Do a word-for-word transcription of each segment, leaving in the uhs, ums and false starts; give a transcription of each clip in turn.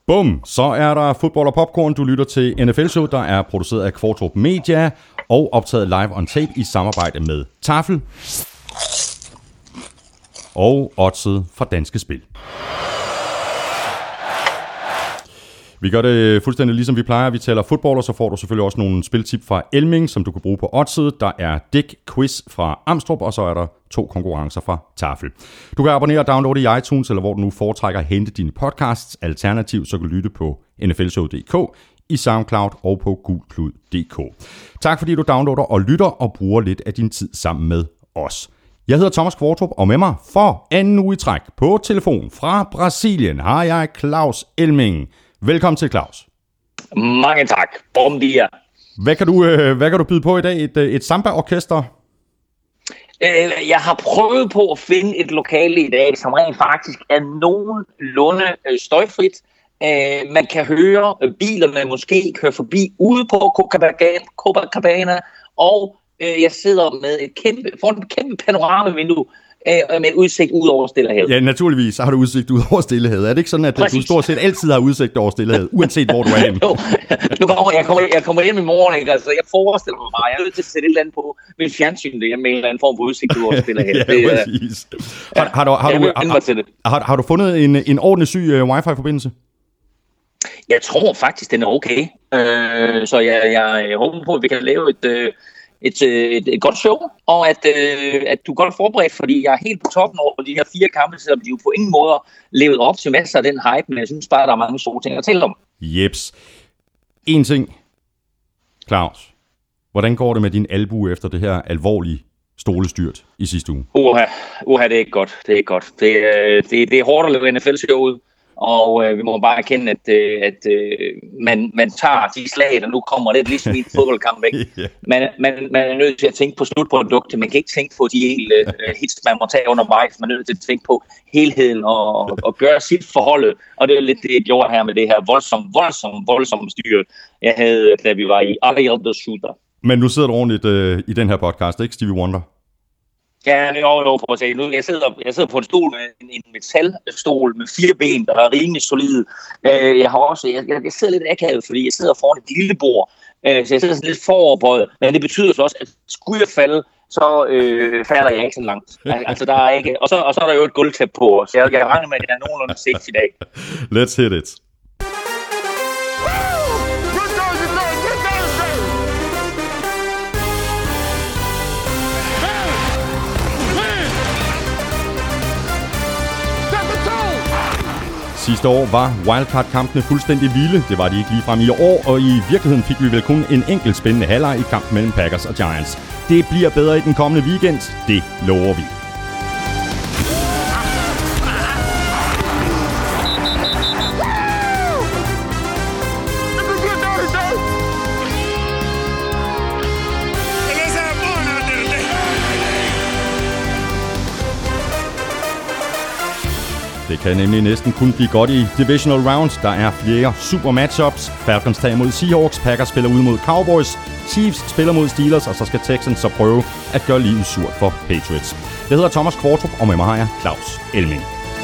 Bum, så er der fodbold og popcorn. Du lytter til N F L Show, der er produceret af Kvartrup Media og optaget live on tape i samarbejde med Tafel og Oddset fra Danske Spil. Vi gør det fuldstændig ligesom vi plejer. Vi taler fodbold, og så får du selvfølgelig også nogle spiltip fra Elming, som du kan bruge på Oddset. Der er Dick Quiz fra Amstrup, og så er der to konkurrencer fra Tafel. Du kan abonnere og downloade i iTunes, eller hvor du nu foretrækker at hente dine podcasts. Alternativt så kan du lytte på N F L Show punktum d k, i SoundCloud og på gulklud punktum d k. Tak fordi du downloader og lytter og bruger lidt af din tid sammen med os. Jeg hedder Thomas Kvartrup, og med mig for anden uge i træk på telefon fra Brasilien har jeg Claus Elming. Velkommen til, Claus. Mange tak. Bom dia. Hvad kan du, øh, hvad kan du byde på i dag? Et, et samba-orkester? Øh, jeg har prøvet på at finde et lokale i dag, som rent faktisk er nogenlunde øh, støjfrit. Øh, man kan høre øh, bilerne måske køre forbi ude på Copacabana, og øh, jeg sidder med et kæmpe, foran et kæmpe panoramavindue, med udsigt ud over Stillehavet. Ja, naturligvis har du udsigt ud over Stillehavet. Er det ikke sådan, at Præcis. Du stort set altid har udsigt over Stillehavet, uanset hvor du er henne? Jo, nu kommer, jeg, kommer, jeg kommer hjem i morgen, ikke? Altså, jeg forestiller mig bare, jeg er nødt til at sætte et eller andet på min fjernsyn, det med en eller anden form for udsigt ud over Stillehavet. Ja, det, præcis. Har, har, du, har, du, har, har, har du fundet en, en ordentlig syg uh, wifi-forbindelse? Jeg tror faktisk, den er okay. Uh, så jeg, jeg, jeg håber på, at vi kan lave et... Uh, Et, et, et godt show, og at, øh, at du er godt forberedt, fordi jeg er helt på toppen over de her fire kampe, selvom de jo på ingen måde levet op til masser af den hype, men jeg synes bare, der er mange store ting at tale om. Jeps. En ting, Claus. Hvordan går det med din albue efter det her alvorlige stolestyrt i sidste uge? Uha, uha, det er ikke godt. Det er ikke godt. Det, det, det er hårdt at lave N F L-showet, og øh, vi må bare erkende, at, øh, at øh, man, man tager de slag, der nu kommer lidt ligesom i en fodboldkamp. Ikke? Yeah. Man, man, man er nødt til at tænke på slutproduktet. Man kan ikke tænke på de hele øh, hits, man må tage undervejs. Man er nødt til at tænke på helheden og, og, og gøre sit forhold. Og det er lidt det, jeg gjorde her med det her voldsomt, voldsomt, voldsomt styr, jeg havde, da vi var i Eye of the Shooter. Men nu sidder du ordentligt øh, i den her podcast, ikke Stevie Wonder? Ja, jo, jo, for at sige. Nu, jeg, sidder, jeg sidder på en stol med en, en metalstol med fire ben, der er rimelig solide. Uh, jeg har også, jeg, jeg sidder lidt akavet, fordi jeg sidder foran et lille bord, uh, så jeg sidder lidt foroverbøjet. Men det betyder så også, at skulle jeg falde, så øh, falder jeg ikke så langt. Altså, der er ikke, og, så, og så er der jo et gulvtæppe på, så jeg, jeg regner med, at det er nogenlunde safe i dag. Let's hit it. Sidste år var wildcard-kampene fuldstændig vilde. Det var de ikke ligefrem i år, og i virkeligheden fik vi vel kun en enkelt spændende halvleg i kampen mellem Packers og Giants. Det bliver bedre i den kommende weekend. Det lover vi. Det kan nemlig næsten kun blive godt i divisional rounds. Der er flere super matchups. Falcons tager mod Seahawks, Packers spiller ud mod Cowboys, Chiefs spiller mod Steelers, og så skal Texans så prøve at gøre livet surt for Patriots. Jeg hedder Thomas Kvartrup, og med mig har jeg Claus Elming.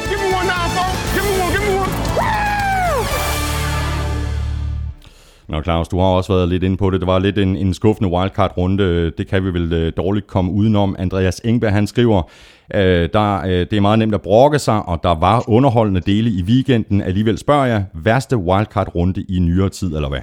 Nå, Claus, du har også været lidt inde på det. Det var lidt en, en skuffende wildcard-runde. Det kan vi vel dårligt komme udenom. Andreas Engberg, han skriver, øh, der, øh, det er meget nemt at brokke sig, og der var underholdende dele i weekenden. Alligevel spørger jeg, værste wildcard-runde i nyere tid, eller hvad?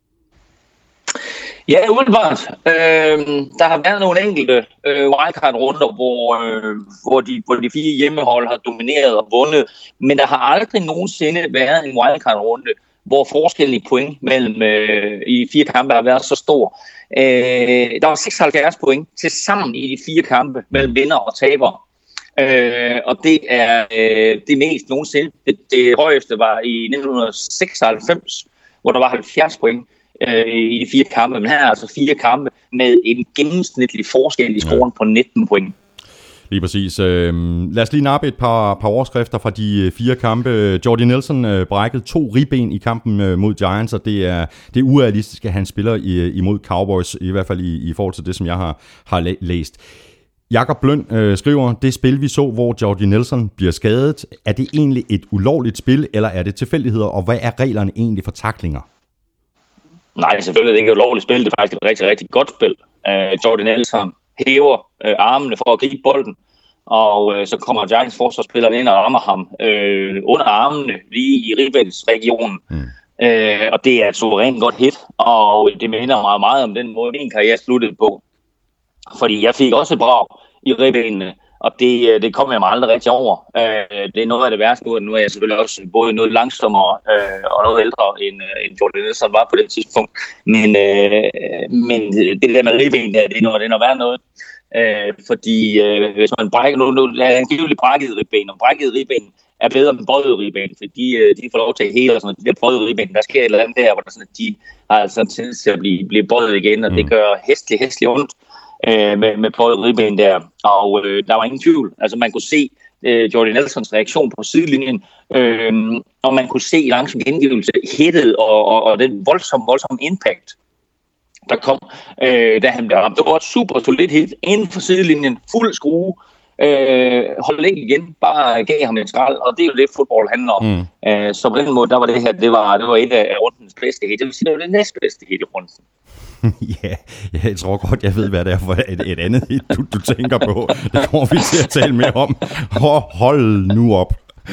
Ja, umiddelbart. Øh, der har været nogle enkelte øh, wildcard-runder, hvor, øh, hvor, de, hvor de fire hjemmehold har domineret og vundet, men der har aldrig nogensinde været en wildcard-runde, hvor forskellen i point mellem øh, i fire kampe har været så stor. Øh, der var seksoghalvfjerds point til sammen i de fire kampe mellem vinder og taber. Øh, og det er øh, det mest nogensinde. Det, det højeste var i nitten seksoghalvfems, hvor der var halvfjerds point øh, i de fire kampe. Men her er altså fire kampe med en gennemsnitlig forskel i scoren på nitten point. Lige præcis. Øh, lad os lige nappe et par, par overskrifter fra de fire kampe. Jordy Nelson øh, brækkede to ribben i kampen øh, mod Giants, og det er, det er urealistisk, at han spiller i, imod Cowboys, i hvert fald i, i forhold til det, som jeg har, har læst. Jakob Bløn øh, skriver, det spil vi så, hvor Jordy Nelson bliver skadet, er det egentlig et ulovligt spil, eller er det tilfældigheder, og hvad er reglerne egentlig for tacklinger? Nej, selvfølgelig er det ikke et ulovligt spil, det er faktisk et rigtig, rigtig godt spil. Uh, Jordy Nelson hæver uh, armene for at gribe bolden, og uh, så kommer Giants forsvarsspilleren ind og rammer ham uh, under armene, lige i ribbendsregionen. Mm. Uh, og det er et suverænt godt hit, og det minder mig meget om den måde, min karriere sluttede på. Fordi jeg fik også et brag i ribbenene, og det, det kom jeg mig aldrig rigtig over. Uh, det er noget af det værste, og nu er jeg selvfølgelig også både noget langsommere uh, og noget ældre, end, uh, end Jordy Nelson var på det tidspunkt. Men, uh, men det der med ribben, det er noget, det er noget værd noget. Uh, fordi uh, hvis man brækker, nu, nu er angiveligt brækket ribben, og brækket ribben er bedre end bøjet ribben, fordi de, de får lov til hele, og sådan de der bøjet ribben, der sker et eller andet der, hvor der sådan, at de har altså en tendens til at blive, blive bøjet igen, og mm. det gør hæstligt, hæstligt ondt. Med, med bøjet ribben der, og øh, der var ingen tvivl. Altså man kunne se øh, Jordy Nelsons reaktion på sidelinjen, øh, og man kunne se langsom gengivelse, hittet og, og, og den voldsomme, voldsomme impact, der kom, øh, da han blev ramt. Det var et super solidt hit inden for sidelinjen, fuld skrue, øh, holdt ikke igen, bare gav ham en skrald, og det er jo det, fodbold handler om. Mm. Øh, så på den måde, der var det her, det var, det var et af rundens bedste hit. Det vil sige, det var det næstbedste hit i runden. Ja, jeg tror godt, jeg ved, hvad det er for et, et andet hit, du, du tænker på. Det kommer vi til at tale mere om. Hold nu op.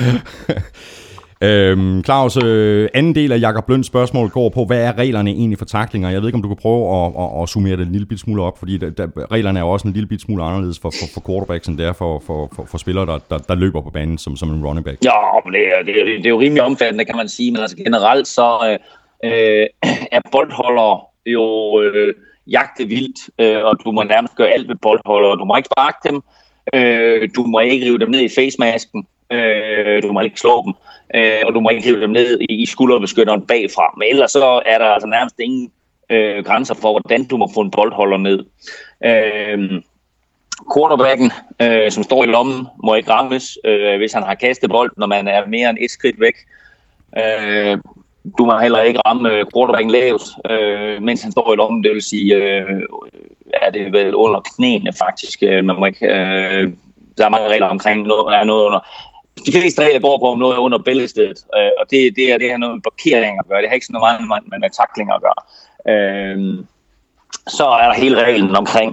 øhm, Claus, øh, anden del af Jakob Bløns spørgsmål går på, hvad er reglerne egentlig for tacklinger? Jeg ved ikke, om du kan prøve at, at, at summere det en lille bit smule op, fordi der, der, reglerne er jo også en lille bit smule anderledes for, for, for quarterbacks, end det er for, for, for, for spillere, der, der, der løber på banen som, som en running back. Ja, det er, det, er, det er jo rimelig omfattende, kan man sige, men altså generelt så øh, er boldholdere jo øh, jagte vildt, øh, og du må nærmest gøre alt ved boldholdere. Du må ikke sparke dem, øh, du må ikke rive dem ned i facemasken, øh, du må ikke slå dem, øh, og du må ikke rive dem ned i, i skulderbeskytteren bagfra. Men ellers så er der altså nærmest ingen øh, grænser for, hvordan du må få en boldholder ned. Øh, quarterbacken, øh, som står i lommen, må ikke rammes, øh, hvis han har kastet bold, når man er mere end et skridt væk. Øh, Du må heller ikke ramme quarterbacken lavt, øh, mens han står i lommen. Det vil sige, øh, er det vel under knæene faktisk. Man må ikke, øh, der er mange regler omkring noget, er noget under. De fleste regler går på, om noget er under bæltestedet, øh, og det, det, er, det har noget med blokering at gøre. Det har ikke så meget med, med tackling at gøre. Øh, så er der hele reglen omkring,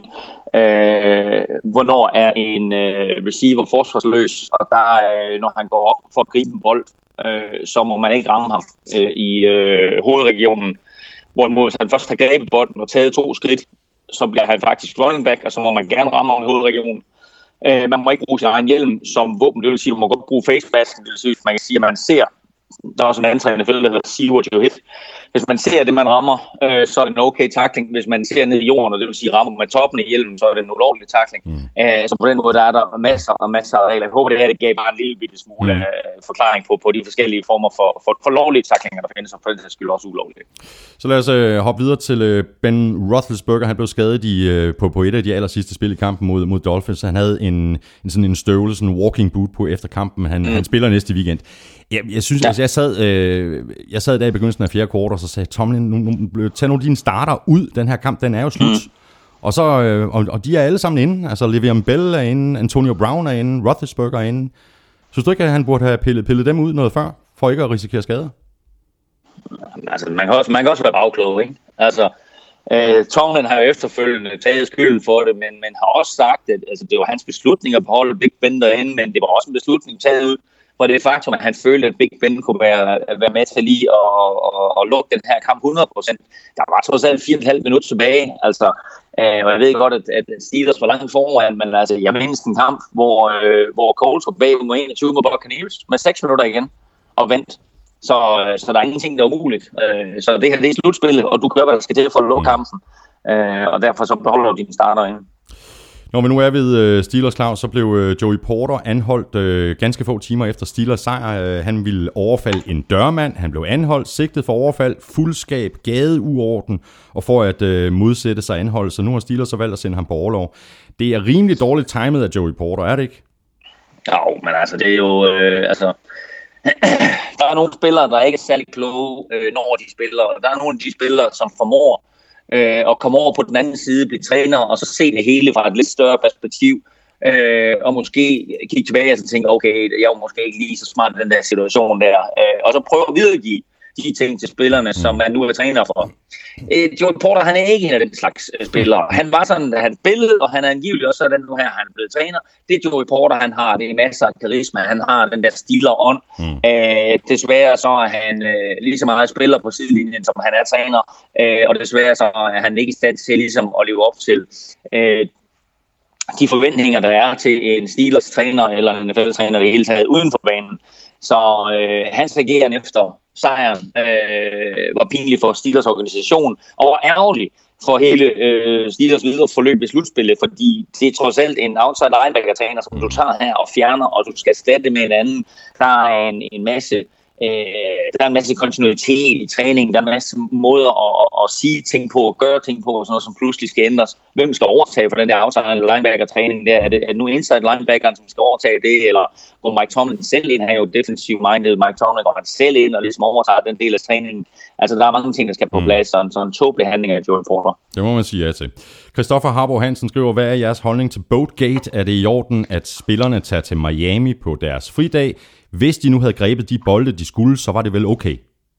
øh, hvornår er en øh, receiver forsvarsløs, og der, øh, når han går op for at gribe en bold, Øh, så må man ikke ramme ham øh, i øh, hovedregionen. Hvorimod han først har grebet bolden og taget to skridt, så bliver han faktisk running back, og så må man gerne ramme ham i hovedregionen. Øh, man må ikke bruge sin egen hjelm som våben, det vil sige, at man må godt bruge facemasken, det vil sige, at man kan sige, at man ser, der er også en antrængende fælde, der hedder see what you hit. Hvis man ser det, man rammer, øh, så er det en okay tackling. Hvis man ser ned i jorden, og det vil sige, rammer man toppen i hjelmen, så er det en ulovlig tackling. Mm. Øh, så på den måde, der er der masser og masser af regler. Jeg håber, det her det gav bare en lille bitte smule mm. øh, forklaring på, på de forskellige former for, for, for lovlige tacklinger, der findes, og for den sags skyld også ulovlige. Så lad os øh, hoppe videre til øh, Ben Roethlisberger. Han blev skadet i, øh, på, på et af de aller sidste spil i kampen mod, mod Dolphins. Han havde en, en, sådan en støvle, sådan en walking boot på efter kampen. Han, mm. han spiller næste weekend. Jeg, jeg synes, ja. altså, jeg sad, øh, jeg sad der i begyndelsen af fjerde kvartal, og så sagde Tomlin, nu, nu, tag nu dine starter ud, den her kamp, den er jo slut. Mm. Og, så, øh, og, og de er alle sammen inde, altså Le'Veon Bell er inde, Antonio Brown er inde, Roethlisberger er inde. Synes du ikke, at han burde have pillet, pillet dem ud noget før, for ikke at risikere skade? Altså, man kan også, man kan også være bagklog, ikke? Altså, øh, Tomlin har jo efterfølgende taget skylden for det, men, men har også sagt, at altså, det var hans beslutning at beholde Big Ben derinde, men det var også en beslutning taget ud for det faktum, at han følte, at Big Ben kunne være, være med til lige at, at, at lukke den her kamp hundrede procent. Der var trods alt fire og et halvt minut tilbage, altså, øh, og jeg ved godt, at, at Steelers var langt foran, men altså, jeg mindes en kamp, hvor, øh, hvor Colts var bag med enogtyve mod Buccaneers med seks minutter igen og vandt. Så, så der er ingenting, der er umuligt. Øh, så det her det er slutspillet, og du gør, hvad der skal til for at lukke kampen, øh, og derfor så beholder du dine starter ind. Når vi nu er ved Steelers, Claus, så blev Joey Porter anholdt øh, ganske få timer efter Steelers sejr. Han ville overfalde en dørmand, han blev anholdt, sigtet for overfald, fuldskab, gadeuorden og for at øh, modsætte sig anholdelse. Nu har Steelers så valgt at sende ham på orlov. Det er rimelig dårligt timet af Joey Porter, er det ikke? Jo, men altså det er jo... Øh, altså der er nogle spillere, der ikke er særlig kloge, øh, når de spiller. Der er nogle af de spillere, som formår øh, at komme over på den anden side, blive træner, og så se det hele fra et lidt større perspektiv. øh, og måske kigge tilbage og så tænke, okay, jeg var måske ikke lige så smart i den der situation der, øh, og så prøve at videregive de ting til spillerne, som man nu er træner for. Øh, Joey Porter, han er ikke en af den slags spillere. Han var sådan, da han spillede, og han er angiveligt også sådan nu her, han er blevet træner. Det Joey Porter, han har, det er masser af karisma. Han har den der stil og ånd. Mm. Øh, desværre så er han øh, lige så meget spiller på sidelinjen, som han er træner, øh, og desværre så er han ikke i stand til ligesom at leve op til øh, de forventninger, der er til en Steelers træner eller en N F L-træner i det hele taget uden for banen. Så øh, hans reageren efter sejren øh, var pinlig for Steelers organisation, og var ærgerlig for hele øh, Steelers videre forløb i slutspillet, fordi det er trods alt en outside linebacker-træner, som du tager her og fjerner, og du skal erstatte med en anden. Der er en, en masse Øh, der er en masse kontinuitet i træningen, der er en masse måder at, at, at sige ting på, at gøre ting på, og sådan noget, som pludselig skal ændres. Hvem skal overtage for den der outside linebacker-træning der? Er det, er det nu inside linebackeren, som skal overtage det, eller går Mike Tomlin selv ind? Han er jo defensive minded. Mike Tomlin går han selv ind og ligesom overtager den del af træningen. Altså, der er mange ting, der skal på plads, sådan, sådan en tåbelig handling af Joey Porter. Det må man sige ja til. Christoffer Harbo Hansen skriver, hvad er jeres holdning til Boatgate? Er det i orden, at spillerne tager til Miami på deres fridag? Hvis de nu havde grebet de bolde, de skulle, så var det vel okay?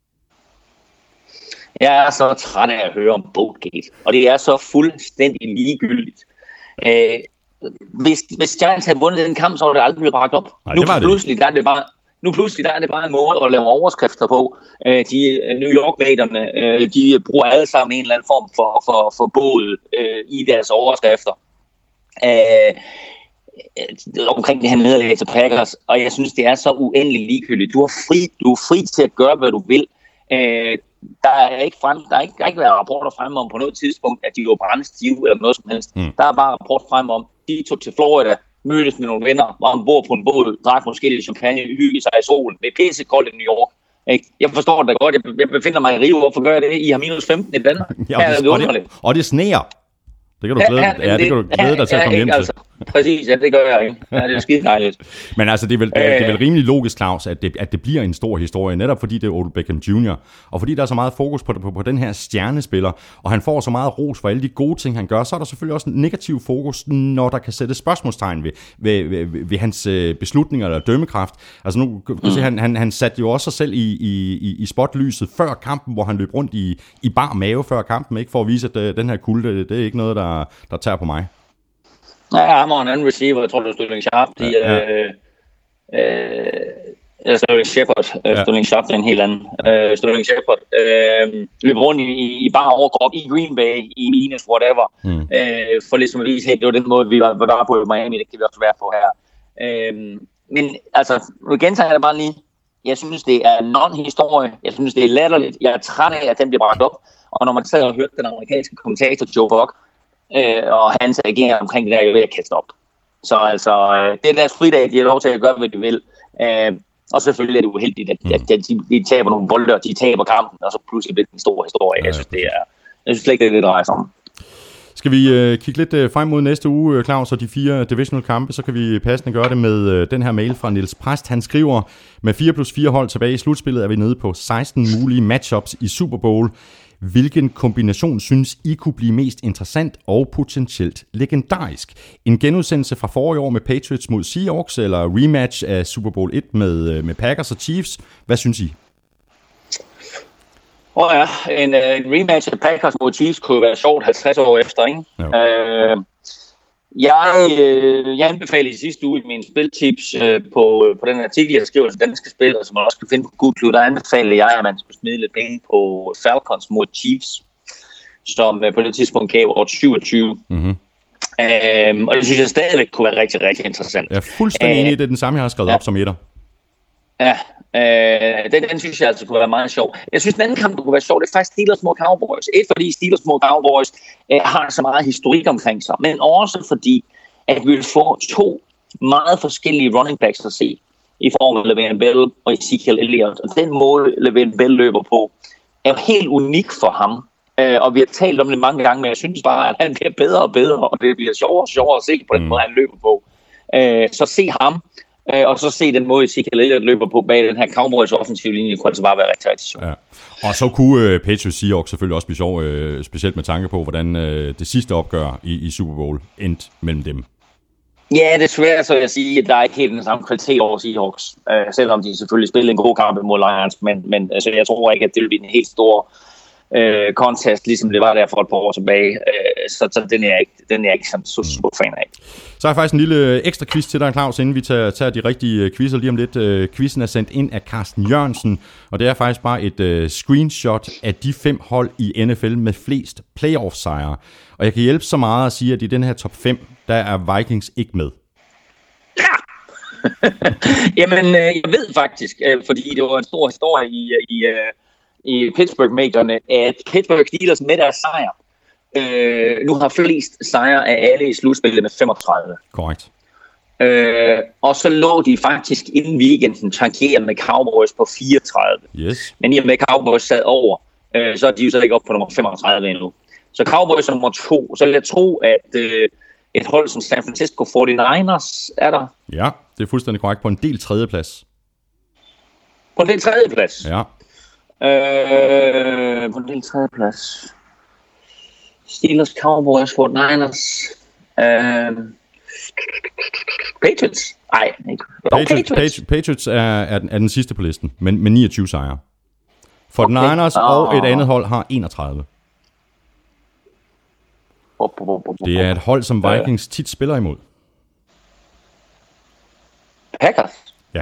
Jeg er så træt af at høre om Boatgate, og det er så fuldstændig ligegyldigt. Øh, hvis, hvis Giants havde vundet den kamp, så var det aldrig blevet bragt op. Nej, nu, det var pludselig, der er det bare, nu pludselig der er det bare en måde at lave overskrifter på. Øh, de New York-medierne, øh, de bruger alle sammen en eller anden form for, for, for båd øh, i deres overskrifter. Øh, omkring det her nederlag til Packers, og jeg synes, det er så uendeligt ligegyldigt. Du er fri, du er fri til at gøre, hvad du vil. Øh, der er ikke frem, der er ikke, der er ikke været rapporter frem om på noget tidspunkt, at de var brændstive eller noget som helst. Mm. Der er bare rapport frem om, de tog til Florida, mødtes med nogle venner, var ombord på en båd, drak måske lidt champagne, hyggede sig i solen, med pissekoldt i New York. Jeg forstår det godt, jeg befinder mig i Rio, hvorfor gør jeg det? I har minus femten i Danmark. Ja, og, det, og, det, og det sneer. Det kan du glæde, ja, ja, ja, det kan du glæde ja, dig til at komme ja, hjem til. Altså, præcis, ja, det gør jeg ikke. Ja, det er skide dejligt. Men altså, det er vel, det er, det er vel rimelig logisk, Claus, at det, at det bliver en stor historie, netop fordi det er Odell Beckham junior, og fordi der er så meget fokus på, på, på den her stjernespiller, og han får så meget ros for alle de gode ting, han gør, så er der selvfølgelig også en negativ fokus, når der kan sætte spørgsmålstegn ved, ved, ved, ved hans beslutninger eller dømmekraft. Altså nu kan du se, han, han, han satte jo også sig selv i, i, i spotlyset før kampen, hvor han løb rundt i, i bar mave før kampen, ikke for at vise, at den her kulde, det, det er ikke noget, der, der tager på mig. Ja, han var en anden receiver, jeg tror, det var Sterling Sharp. De, ja, ja. Øh, øh, Sterling Shepard. Ja. Sterling Sharp er en helt anden. Ja. Øh, Sterling Shepard øh, løb rundt i, i bare overkrop i Green Bay, i minus whatever. Mm. Øh, for ligesom at vise, hey, det var den måde, vi var, var der på i Miami, det kan vi også være på her. Øh, men altså, nu gentager jeg det bare lige. Jeg synes, det er non-historie. Jeg synes, det er latterligt. Jeg er træt af, at den bliver bragt op. Og når man selv har hørt den amerikanske kommentator Joe Buck, Øh, og hans agering omkring det der, er jo ved at kaste op. Så altså, øh, det er deres fridag, de har lov til at gøre, hvad de vil. Øh, og selvfølgelig er det uheldigt, at, at, at de, de taber nogle bolde, og de taber kampen, og så pludselig bliver det en stor historie. Jeg synes, det er, jeg synes slet ikke, det er det, det drejer sig om. Skal vi øh, kigge lidt øh, frem mod næste uge, Claus, og de fire divisional kampe, så kan vi passende gøre det med øh, den her mail fra Niels Præst. Han skriver, med fire plus fire hold tilbage i slutspillet, er vi nede på seksten mulige matchups i Super Bowl. Hvilken kombination synes I kunne blive mest interessant og potentielt legendarisk? En genudsendelse fra forrige år med Patriots mod Seahawks, eller rematch af Super Bowl et med, med Packers og Chiefs? Hvad synes I? Åh oh ja, en, en rematch af Packers mod Chiefs kunne være sjovt halvtreds år efter, ikke? Øh, jeg, øh, jeg anbefalede i sidste uge i mine spiltips øh, på, på den artikel, jeg skrev til danske spillere, som man også kan finde på Google, der anbefalede jeg, at man skulle smide lidt penge på Falcons mod Chiefs, som øh, på det tidspunkt gav over syvogtyve. Mm-hmm. Øh, og det synes jeg stadigvæk kunne være rigtig, rigtig interessant. Jeg er fuldstændig enig i, det er den samme, jeg har skrevet ja. op som etter. Ja, øh, den, den synes jeg altså kunne være meget sjov. Jeg synes, den anden kamp kunne være sjov, det er faktisk Steelers mod Cowboys. Et, fordi Steelers mod Cowboys øh, har så meget historik omkring sig, men også fordi, at vi vil få to meget forskellige running backs at se, i form af Le'Veon Bell og Ezekiel Elliott. Og den måde, Le'Veon Bell løber på, er jo helt unik for ham. Øh, og vi har talt om det mange gange, men jeg synes bare, at han bliver bedre og bedre, og det bliver sjovere og sjovere at se på den mm. måde, han løber på. Øh, så se ham. Øh, og så se den måde, Ezekiel Elliott løber på bag den her Cowboys offensive linje, kunne altså bare være rigtig, rigtig sjovt. Ja. Og så kunne uh, Patriots Seahawks selvfølgelig også blive sjov, uh, specielt med tanke på, hvordan uh, det sidste opgør i, i Super Bowl endte mellem dem. Ja, det er svært så at sige, at der er ikke helt den samme kvalitet over Seahawks, øh, selvom de selvfølgelig spillede en god kamp mod Lions, men, men altså, jeg tror ikke, at det vil blive en helt stor øh, contest, ligesom det var der for et par år tilbage, øh, så, så den er jeg ikke, den er jeg ikke sådan så super fan af. Så er jeg faktisk en lille ekstra quiz til dig, Claus, inden vi tager, tager de rigtige quizzer lige om lidt. Øh, quizzen er sendt ind af Carsten Jørgensen, og det er faktisk bare et øh, screenshot af de fem hold i N F L med flest playoff-sejre. Og jeg kan hjælpe så meget at sige, at i den her top fem, der er Vikings ikke med. Ja! Jamen, øh, jeg ved faktisk, øh, fordi det var en stor historie i, i, øh, i Pittsburgh-medierne, at Pittsburgh Steelers med deres sejr øh, nu har flest sejre af alle i slutspillet med femogtredive. Korrekt. Øh, og så lå de faktisk inden weekenden tangerende med Cowboys på fireogtredive. Yes. Men i og med Cowboys sad over, øh, så er de jo så ikke op på nummer femogtredive endnu. Så Cowboys er nummer to. Så vil jeg tro, at øh, et hold som San Francisco forty-niners er der. Ja, det er fuldstændig korrekt. På en del tredjeplads. På en del tredjeplads? Ja. Øh, på en del tredjeplads. Steelers, Cowboys, forty-niners. Øh, Patriots? Nej, ikke. Patriots, Patriots. Patriots, Patriots er, er, den, er den sidste på listen, men med niogtyve sejre. forty-niners okay. og et andet hold har enogtredive. Det er et hold, som Vikings tit spiller imod. Packers? Ja.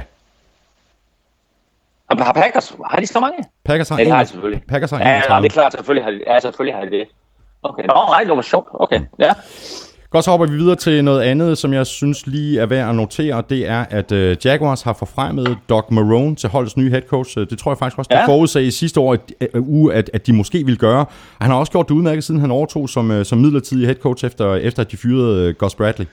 Har Packers, har de så mange? Packers har, ja, en, har selvfølgelig. Packers har ja, ja, det er klart, selvfølgelig har de, ja, selvfølgelig har de det. Okay, nå, nej, det var sjovt. Okay, ja. Godt, så hopper vi videre til noget andet, som jeg synes lige er værd at notere. Det er, at uh, Jaguars har forfremmet Doug Marrone til holdets nye head coach. Det tror jeg faktisk også, der ja. forudsag i sidste år, at, uh, at, at de måske ville gøre. Han har også gjort det udmærket, siden han overtog som, uh, som midlertidig head coach, efter, efter at de fyrede uh, Gus Bradley.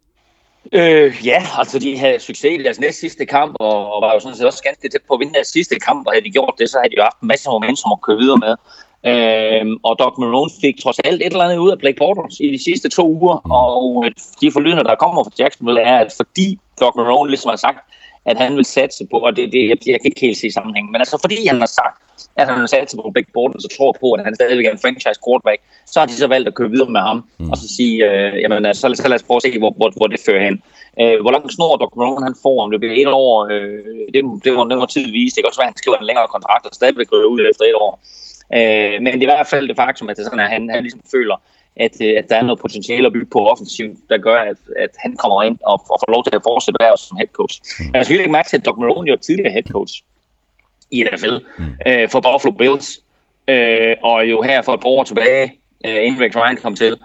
Øh, ja, altså de havde succes i deres næst sidste kamp, og, og var jo sådan set også ganske tæt på at vinde deres sidste kamp, og havde de gjort det, så havde de jo haft en masse momentum at køre videre med. Øhm, og Doug Marrone fik trods alt et eller andet ud af Blake Bortles i de sidste to uger, mm. og de forlydende, der kommer fra Jacksonville, er, at fordi Doug Marrone ligesom har sagt, at han vil satse på, og det, det jeg, jeg kan ikke helt se sammenhængen, men altså fordi han har sagt, at han vil satse på Blake Bortles og tror på, at han stadigvæk er en franchise quarterback, så har de så valgt at køre videre med ham, mm. og så sige, øh, jamen altså, så lad os prøve at se, hvor, hvor, hvor det fører hen. Øh, hvor langt snor Doug Marrone han får, om det bliver et år, øh, det, det var noget tid vist, det kan også være, at han skriver en længere kontrakt, og stadigvæk går ud efter et år. Øh, men det er i hvert fald det faktum, at, det sådan, at han, han ligesom føler, at, at der er noget potentiale at bygge på offensivt, der gør, at, at han kommer ind og, og får lov til at fortsætte at være som head coach. Mm. Jeg har ikke mærke til, at Doug Marrone jo er tidligere head coach i N F L mm. øh, for Buffalo Bills, øh, og jo her for et par år tilbage, øh, inden Rex Ryan kom til,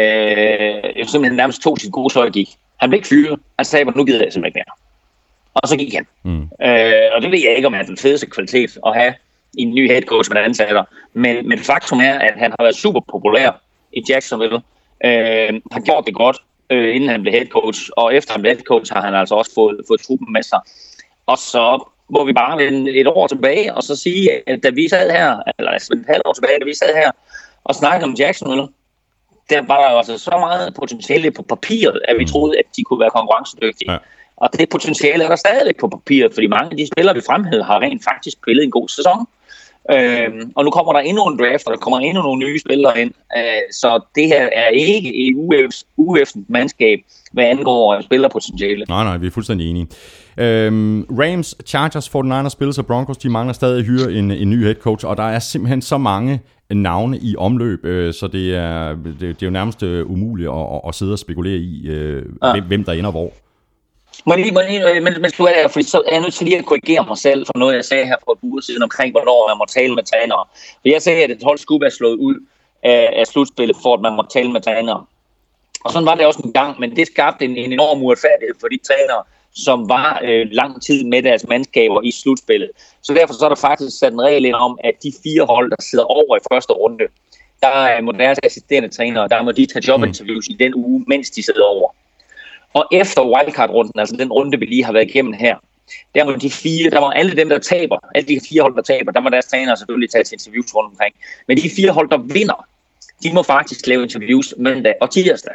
øh, jo simpelthen nærmest tog sit gode tøj gik. Han blev ikke fyret, han sagde, at nu gider jeg simpelthen ikke mere. Og så gik han. Mm. Øh, og det ved jeg ikke, om han er den fedeste kvalitet at have i en ny head coach med ansætter. Men, men faktum er, at han har været super populær i Jacksonville. Øh, har gjort det godt, øh, inden han blev head coach. Og efter han blev head coach, har han altså også fået, fået truppen med sig. Og så må vi bare vende et år tilbage, og så sige, at da vi sad her, eller altså et halvt år tilbage, da vi sad her og snakkede om Jacksonville, der var der jo altså så meget potentiale på papiret, at vi troede, at de kunne være konkurrencedygtige. Ja. Og det potentiale er der stadigvæk på papiret, fordi mange af de spillere, vi fremhævede, har rent faktisk spillet en god sæson. Øhm, og nu kommer der endnu en draft, og der kommer endnu nogle nye spillere ind. Øh, så det her er ikke et ueffent mandskab, hvad angår spillerpotentiale. Nej, nej, vi er fuldstændig enige. Øhm, Rams, Chargers, forty-niners, Bills og Broncos, de mangler stadig at hyre en, en ny head coach, og der er simpelthen så mange navne i omløb, øh, så det er, det, det er jo nærmest øh, umuligt at, at, at sidde og spekulere i, øh, ja. hvem, hvem der ender hvor. Men, men, men, men du er der, fordi så er jeg nødt til lige at korrigere mig selv for noget, jeg sagde her for et uge siden omkring, hvornår man må tale med trænere. For jeg sagde, at et hold skulle være slået ud af, af slutspillet, for at man må tale med trænere. Og sådan var det også en gang, men det skabte en, en enorm uretfærdighed for de trænere, som var øh, lang tid med deres mandskaber i slutspillet. Så derfor så er der faktisk sat en regel ind om, at de fire hold, der sidder over i første runde, der må deres assisterende trænere, der må de tage jobinterviews mm. i den uge, mens de sidder over. Og efter wildcard-runden, altså den runde, vi lige har været igennem her, der må de fire, der må alle dem, der taber, alle de fire hold, der taber, der må deres trænere selvfølgelig tage til interviews rundt omkring. Men de fire hold, der vinder, de må faktisk lave interviews mandag og tirsdag.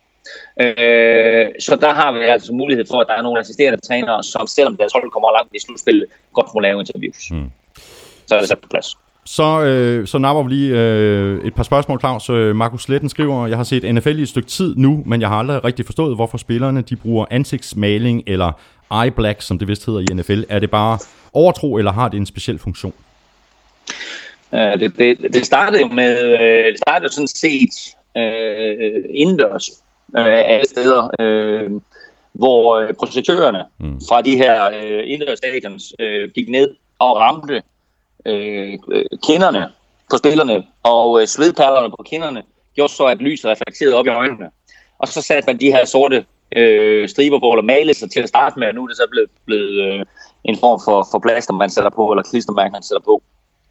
Øh, så der har vi altså mulighed for, at der er nogle assisterende trænere, som selvom deres hold kommer langt i slutspillet, godt må lave interviews. Mm. Så er det sat på plads. Så, øh, så napper vi lige øh, et par spørgsmål, Claus. Øh, Markus Sletten skriver, jeg har set N F L i et stykke tid nu, men jeg har aldrig rigtig forstået, hvorfor spillerne de bruger ansigtsmaling eller eye black, som det vist hedder i N F L. Er det bare overtro, eller har det en speciel funktion? Uh, det, det, det startede med, øh, det startede sådan set øh, indendørs øh, alle steder, øh, hvor øh, projektørerne mm. fra de her øh, indendørs stadions øh, gik ned og ramte øh, kinderne på spillerne, og øh, svedperlerne på kinderne gjorde så, at lyset reflekterede op i øjnene. Og så satte man de her sorte øh, striber på, eller malede sig til at starte med, og nu er det så blevet, blevet øh, en form for, for plaster, man sætter på, eller klistermærke, man sætter på.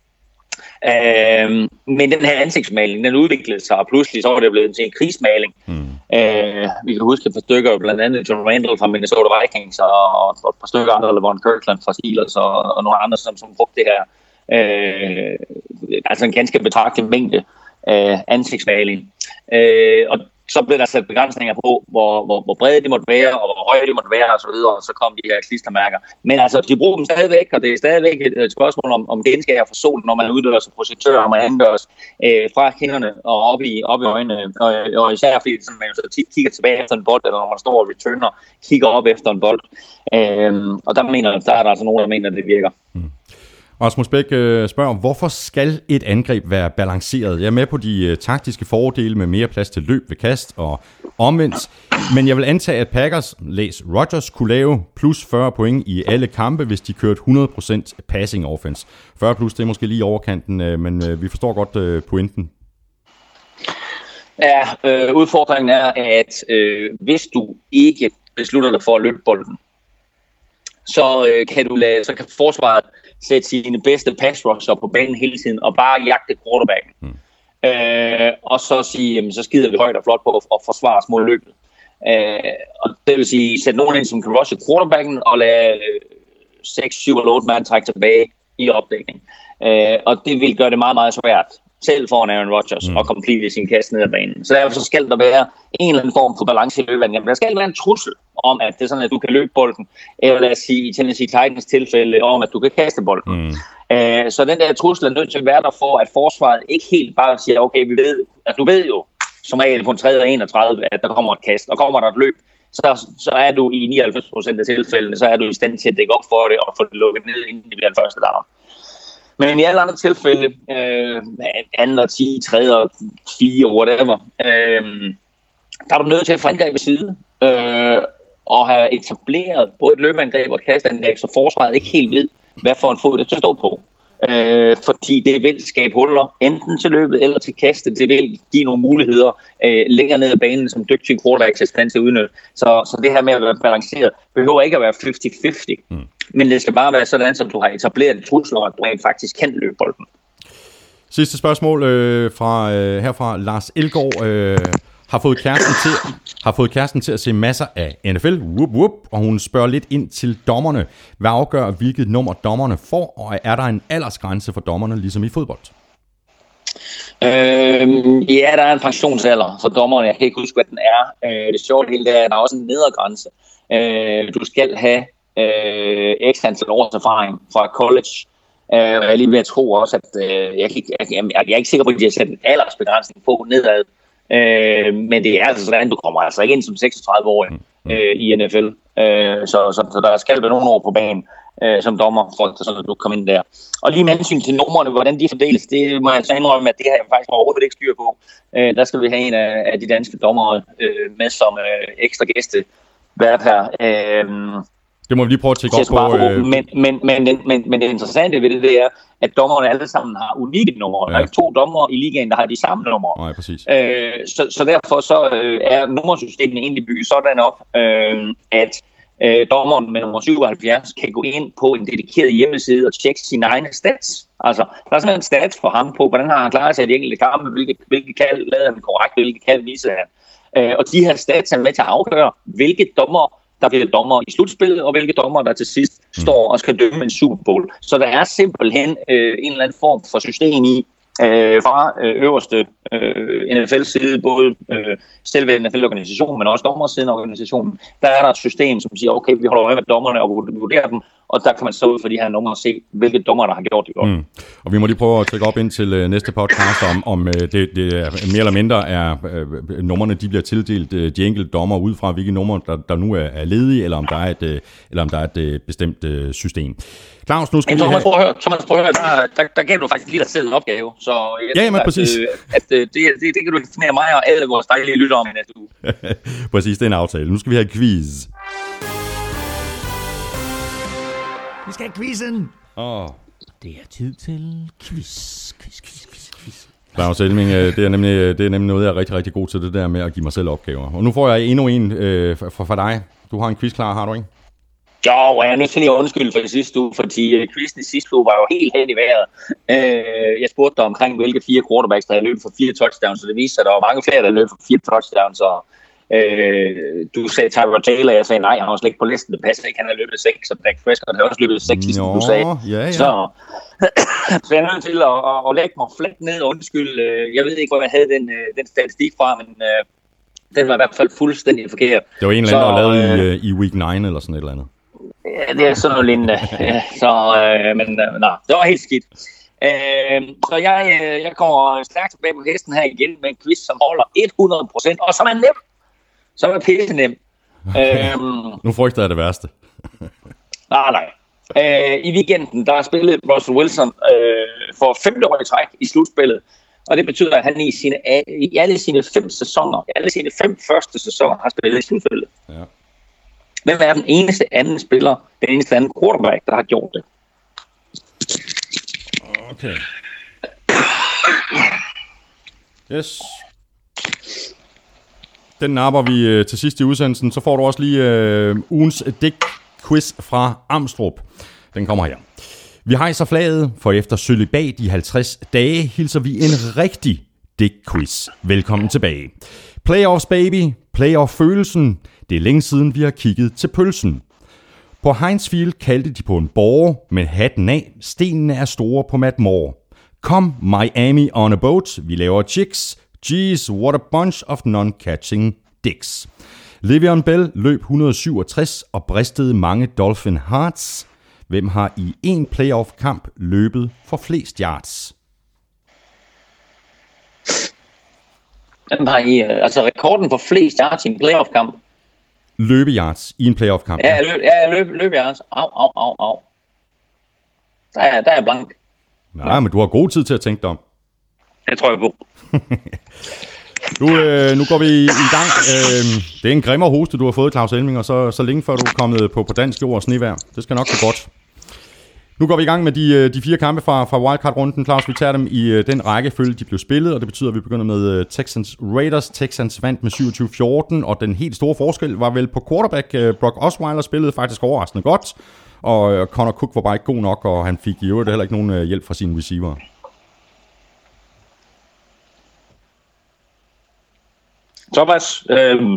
Øh, men den her ansigtsmaling, den udviklede sig, og pludselig så var det blevet til en krigsmaling. Mm. Øh, vi kan huske et par stykker, blandt andet John Randall fra Minnesota Vikings, og, og et par stykker andre, Lavon Kirkland fra Steelers, og, og nogle andre, som, som brugte det her. Øh, altså en ganske betragtelig mængde øh, ansigtsmaling. Øh, og så blev der sat begrænsninger på, hvor, hvor, hvor brede de måtte være, og hvor høje de måtte være, og så videre, og så kom de her klistermærker. Men altså, de bruger dem stadigvæk, og det er stadigvæk et, et spørgsmål om, om genskær for solen, når man uddørs og projektør, og man andørs øh, fra kinderne og op i, op i øjnene. Og, og især fordi sådan, man jo så tit kigger tilbage efter en bold, eller når man står og returner, kigger op efter en bold. Øh, og der, mener, der er der altså nogen, der mener, at det virker. Mm. Rasmus Bæk øh, spørger, hvorfor skal et angreb være balanceret? Jeg er med på de øh, taktiske fordele med mere plads til løb ved kast og omvendt, men jeg vil antage, at Packers, læs Rodgers, kunne lave plus fyrre point i alle kampe, hvis de kørte hundrede procent passing offense. fyrre plus, det er måske lige overkanten, øh, men øh, vi forstår godt øh, pointen. Ja, øh, udfordringen er, at øh, hvis du ikke beslutter dig for at løbe bolden, så øh, kan du lade, så kan forsvaret sætte sine bedste pass rusher på banen hele tiden, og bare jagte quarterbacken. Mm. Øh, og så sige, jamen, så skider vi højt og flot på at forsvare os mod løbet. Øh, og det vil sige, sætte nogen ind, som kan rushe quarterbacken, og lade seks, syv eller otte mand trække tilbage i opdækning. Øh, og det vil gøre det meget, meget svært, selv foran Aaron Rodgers, mm. og complete sin kast ned ad banen. Så derfor så skal der være en eller anden form for balance i løbet. Jamen, der skal være en trussel om, at det er sådan, at du kan løbe bolden, eller lad os sige i Tennessee Titans tilfælde, om at du kan kaste bolden. Mm. Uh, så den der trussel er nødt til at være der for, at forsvaret ikke helt bare siger, okay, vi ved, at du ved jo, som regel på en tredje og enogtredive, at der kommer et kast, og kommer der et løb, så, så er du i nioghalvfems procent af tilfældene, så er du i stand til at dække op for det, og få det lukket ned, inden det bliver den første down. Men i alle andre tilfælde, øh, anden og ti, tredje og fire, whatever, øh, der er du nødt til at få angreb ved side, øh, og have etableret både et løbeangreb og et kastangreb, så forsvaret ikke helt ved, hvad for en fod det skal stå på. Øh, fordi det vil skabe huller, enten til løbet eller til kastet. Det vil give nogle muligheder øh, længere ned ad banen, som dygtige quarterbacks er stand til at udnytte. Så, så det her med at være balanceret, behøver ikke at være halvtreds halvtreds. Mm. Men det skal bare være sådan, som du har etableret et trussel, at du faktisk kan løbe bolden. Sidste spørgsmål øh, fra, øh, herfra Lars Elgaard. Øh, har fået kæresten til har fået kæresten til at se masser af N F L, whoop, whoop, og hun spørger lidt ind til dommerne. Hvad afgør, hvilket nummer dommerne får, og er der en aldersgrænse for dommerne, ligesom i fodbold? Øhm, ja, der er en pensionsalder for dommerne. Jeg kan ikke huske, hvad den er. Øh, det sjove hele er, at der er også en nedergrænse. Øh, du skal have øh, x antal års erfaring fra college. Øh, og jeg er lige ved at tro også, at øh, jeg, jeg, jeg, jeg, jeg er ikke sikker på, at de har sat en aldersbegrænsning på nedad. Øh, men det er altså sådan, du kommer altså ikke ind som seksogtredive-årig øh, i N F L. Øh, så, så, så der skal være nogle år på banen øh, som dommer, for sådan, at du kommer ind der. Og lige med hensyn til numrene, hvordan de fordeles, det må jeg så indrømme, at det har jeg faktisk overhovedet ikke styr på. Øh, der skal vi have en af, af de danske dommere øh, med som øh, ekstra gæste vært her. Øh, Det må vi lige prøve at tjekke op på. Øh... Men, men, men, men, men det interessante ved det, det er, at dommerne alle sammen har unikke numre. Ja. Der er to dommere i ligaen, der har de samme numre. Nej, præcis. Øh, så, så derfor så øh, er nummersystemet egentlig bygget sådan op, øh, at øh, dommeren med nummer syvoghalvfjerds kan gå ind på en dedikeret hjemmeside og tjekke sine egne stats. Altså, der er simpelthen stats for ham på, hvordan har han klaret sig i de enkelte kampe, hvilke, hvilke kald lavede han korrekt, hvilke kald viser han. Øh, og de her stats er med til at afgøre, hvilke dommer der bliver dommer i slutspillet, og hvilke dommer, der til sidst står og skal dømme en Super Bowl. Så der er simpelthen øh, en eller anden form for system i, øh, fra øh, øverste øh, N F L's side, både øh, selve N F L-organisationen, men også dommersiden af organisationen, der er der et system, som siger, okay, vi holder øje med dommerne og vurderer dem, og der kan man så ud for de her numre se, hvilke dommer, der har gjort det godt. Mm. Og vi må lige prøve at trække op ind til øh, næste podcast, om, om øh, det, det er, mere eller mindre er øh, numrene, de bliver tildelt øh, de enkelte dommer ud fra, hvilke numre, der, der nu er, er ledige, eller om der er et, øh, eller om der er et øh, bestemt øh, system. Claus, nu skal vi have... Thomas, prøv at høre, Thomas, prøv at høre, der, der, der gav du faktisk lige dig selv en opgave, så jeg ja, jamen, præcis. At, at, at det, det, det kan du informere mig og alle vores dejlige lyttere om i næste uge. Præcis, det er en aftale. Nu skal vi have quiz. Vi skal have quizzen. Åh. Oh. Det er tid til quiz, quiz, quiz, quiz, quiz. Claus Elming, det er, nemlig, det er nemlig noget, jeg er rigtig, rigtig god til, det der med at give mig selv opgaver. Og nu får jeg endnu en øh, fra, fra dig. Du har en quiz klar, har du ikke? Jo, og jeg er nødt til at undskylde for det sidste uge, fordi uh, quizzen i sidste uge var jo helt hen i vejret. Uh, jeg spurgte dig omkring, hvilke fire quarterbacks, der havde løbet for fire touchdowns, så det viste sig, at der var mange flere, der løb for fire touchdowns, og uh, du sagde Tyrod Taylor, og jeg sagde nej, han var slet ikke på listen, det passer ikke, han har løbet seks, og Dak Prescott havde også løbet seks, som du sagde. Ja, ja. Så, så jeg er nødt til at, at, at lægge mig fladt ned og undskylde. Uh, jeg ved ikke, hvor jeg havde den, uh, den statistik fra, men uh, den var i hvert fald fuldstændig forkert. Det var en eller anden, der var lavet i, i week ni eller sådan et eller andet. Ja, det er sådan noget lignende. Ja, så, øh, men øh, nej, det var helt skidt. Øh, så jeg, øh, jeg kommer stærkt tilbage på hesten her igen med en quiz, som holder hundrede procent, og som er nem. Som er pisse nem. Okay. Øh, nu frygter jeg det værste. nej, nej. Øh, I weekenden, der spillede Russell Wilson øh, for femte år i træk i slutspillet. Og det betyder, at han i, sine, i alle sine fem sæsoner, alle sine fem første sæsoner, har spillet i slutspillet. Ja. Hvem er den eneste anden spiller, den eneste anden quarterback, der har gjort det? Okay. Yes. Den napper vi øh, til sidst i udsendelsen. Så får du også lige øh, ugens Dick-quiz fra Amstrup. Den kommer her. Vi hejser flaget, for efter cølibat i halvtreds dage hilser vi en rigtig Dick-quiz. Velkommen tilbage. Playoffs, baby. Playoff-følelsen. Det er længe siden, vi har kigget til pølsen. På Heinz Field kaldte de på en borger, men hatten af, stenene er store på Matt Moore. Kom Miami on a boat, vi laver chicks. Jeez, what a bunch of non-catching dicks. Le'Veon Bell løb et hundrede syvogtres og bristede mange Dolphin hearts. Hvem har i en playoff-kamp løbet for flest yards? Hvem har i, altså rekorden for flest yards i en playoff-kamp? Løbeyards i en playoff-kamp. Ja, løb, ja løb, løbeyards. Au, au, au, au. Der er, der er blank. Nej, men du har god tid til at tænke dig om. Det tror jeg på. nu, øh, nu går vi i, i gang. Øh, det er en grimmer hoste, du har fået, Claus Elming, og så, så længe før du er kommet på, på dansk jord og snevejr. Det skal nok gå godt. Nu går vi i gang med de, de fire kampe fra, fra wildcard-runden. Claus, vi tager dem i den rækkefølge, de blev spillet, og det betyder, at vi begynder med Texans Raiders. Texans vandt med syvogtyve fjorten, og den helt store forskel var vel på quarterback. Brock Osweiler spillede faktisk overraskende godt, og Connor Cook var bare ikke god nok, og han fik i øvrigt heller ikke nogen hjælp fra sine receiver. Thomas, øhm...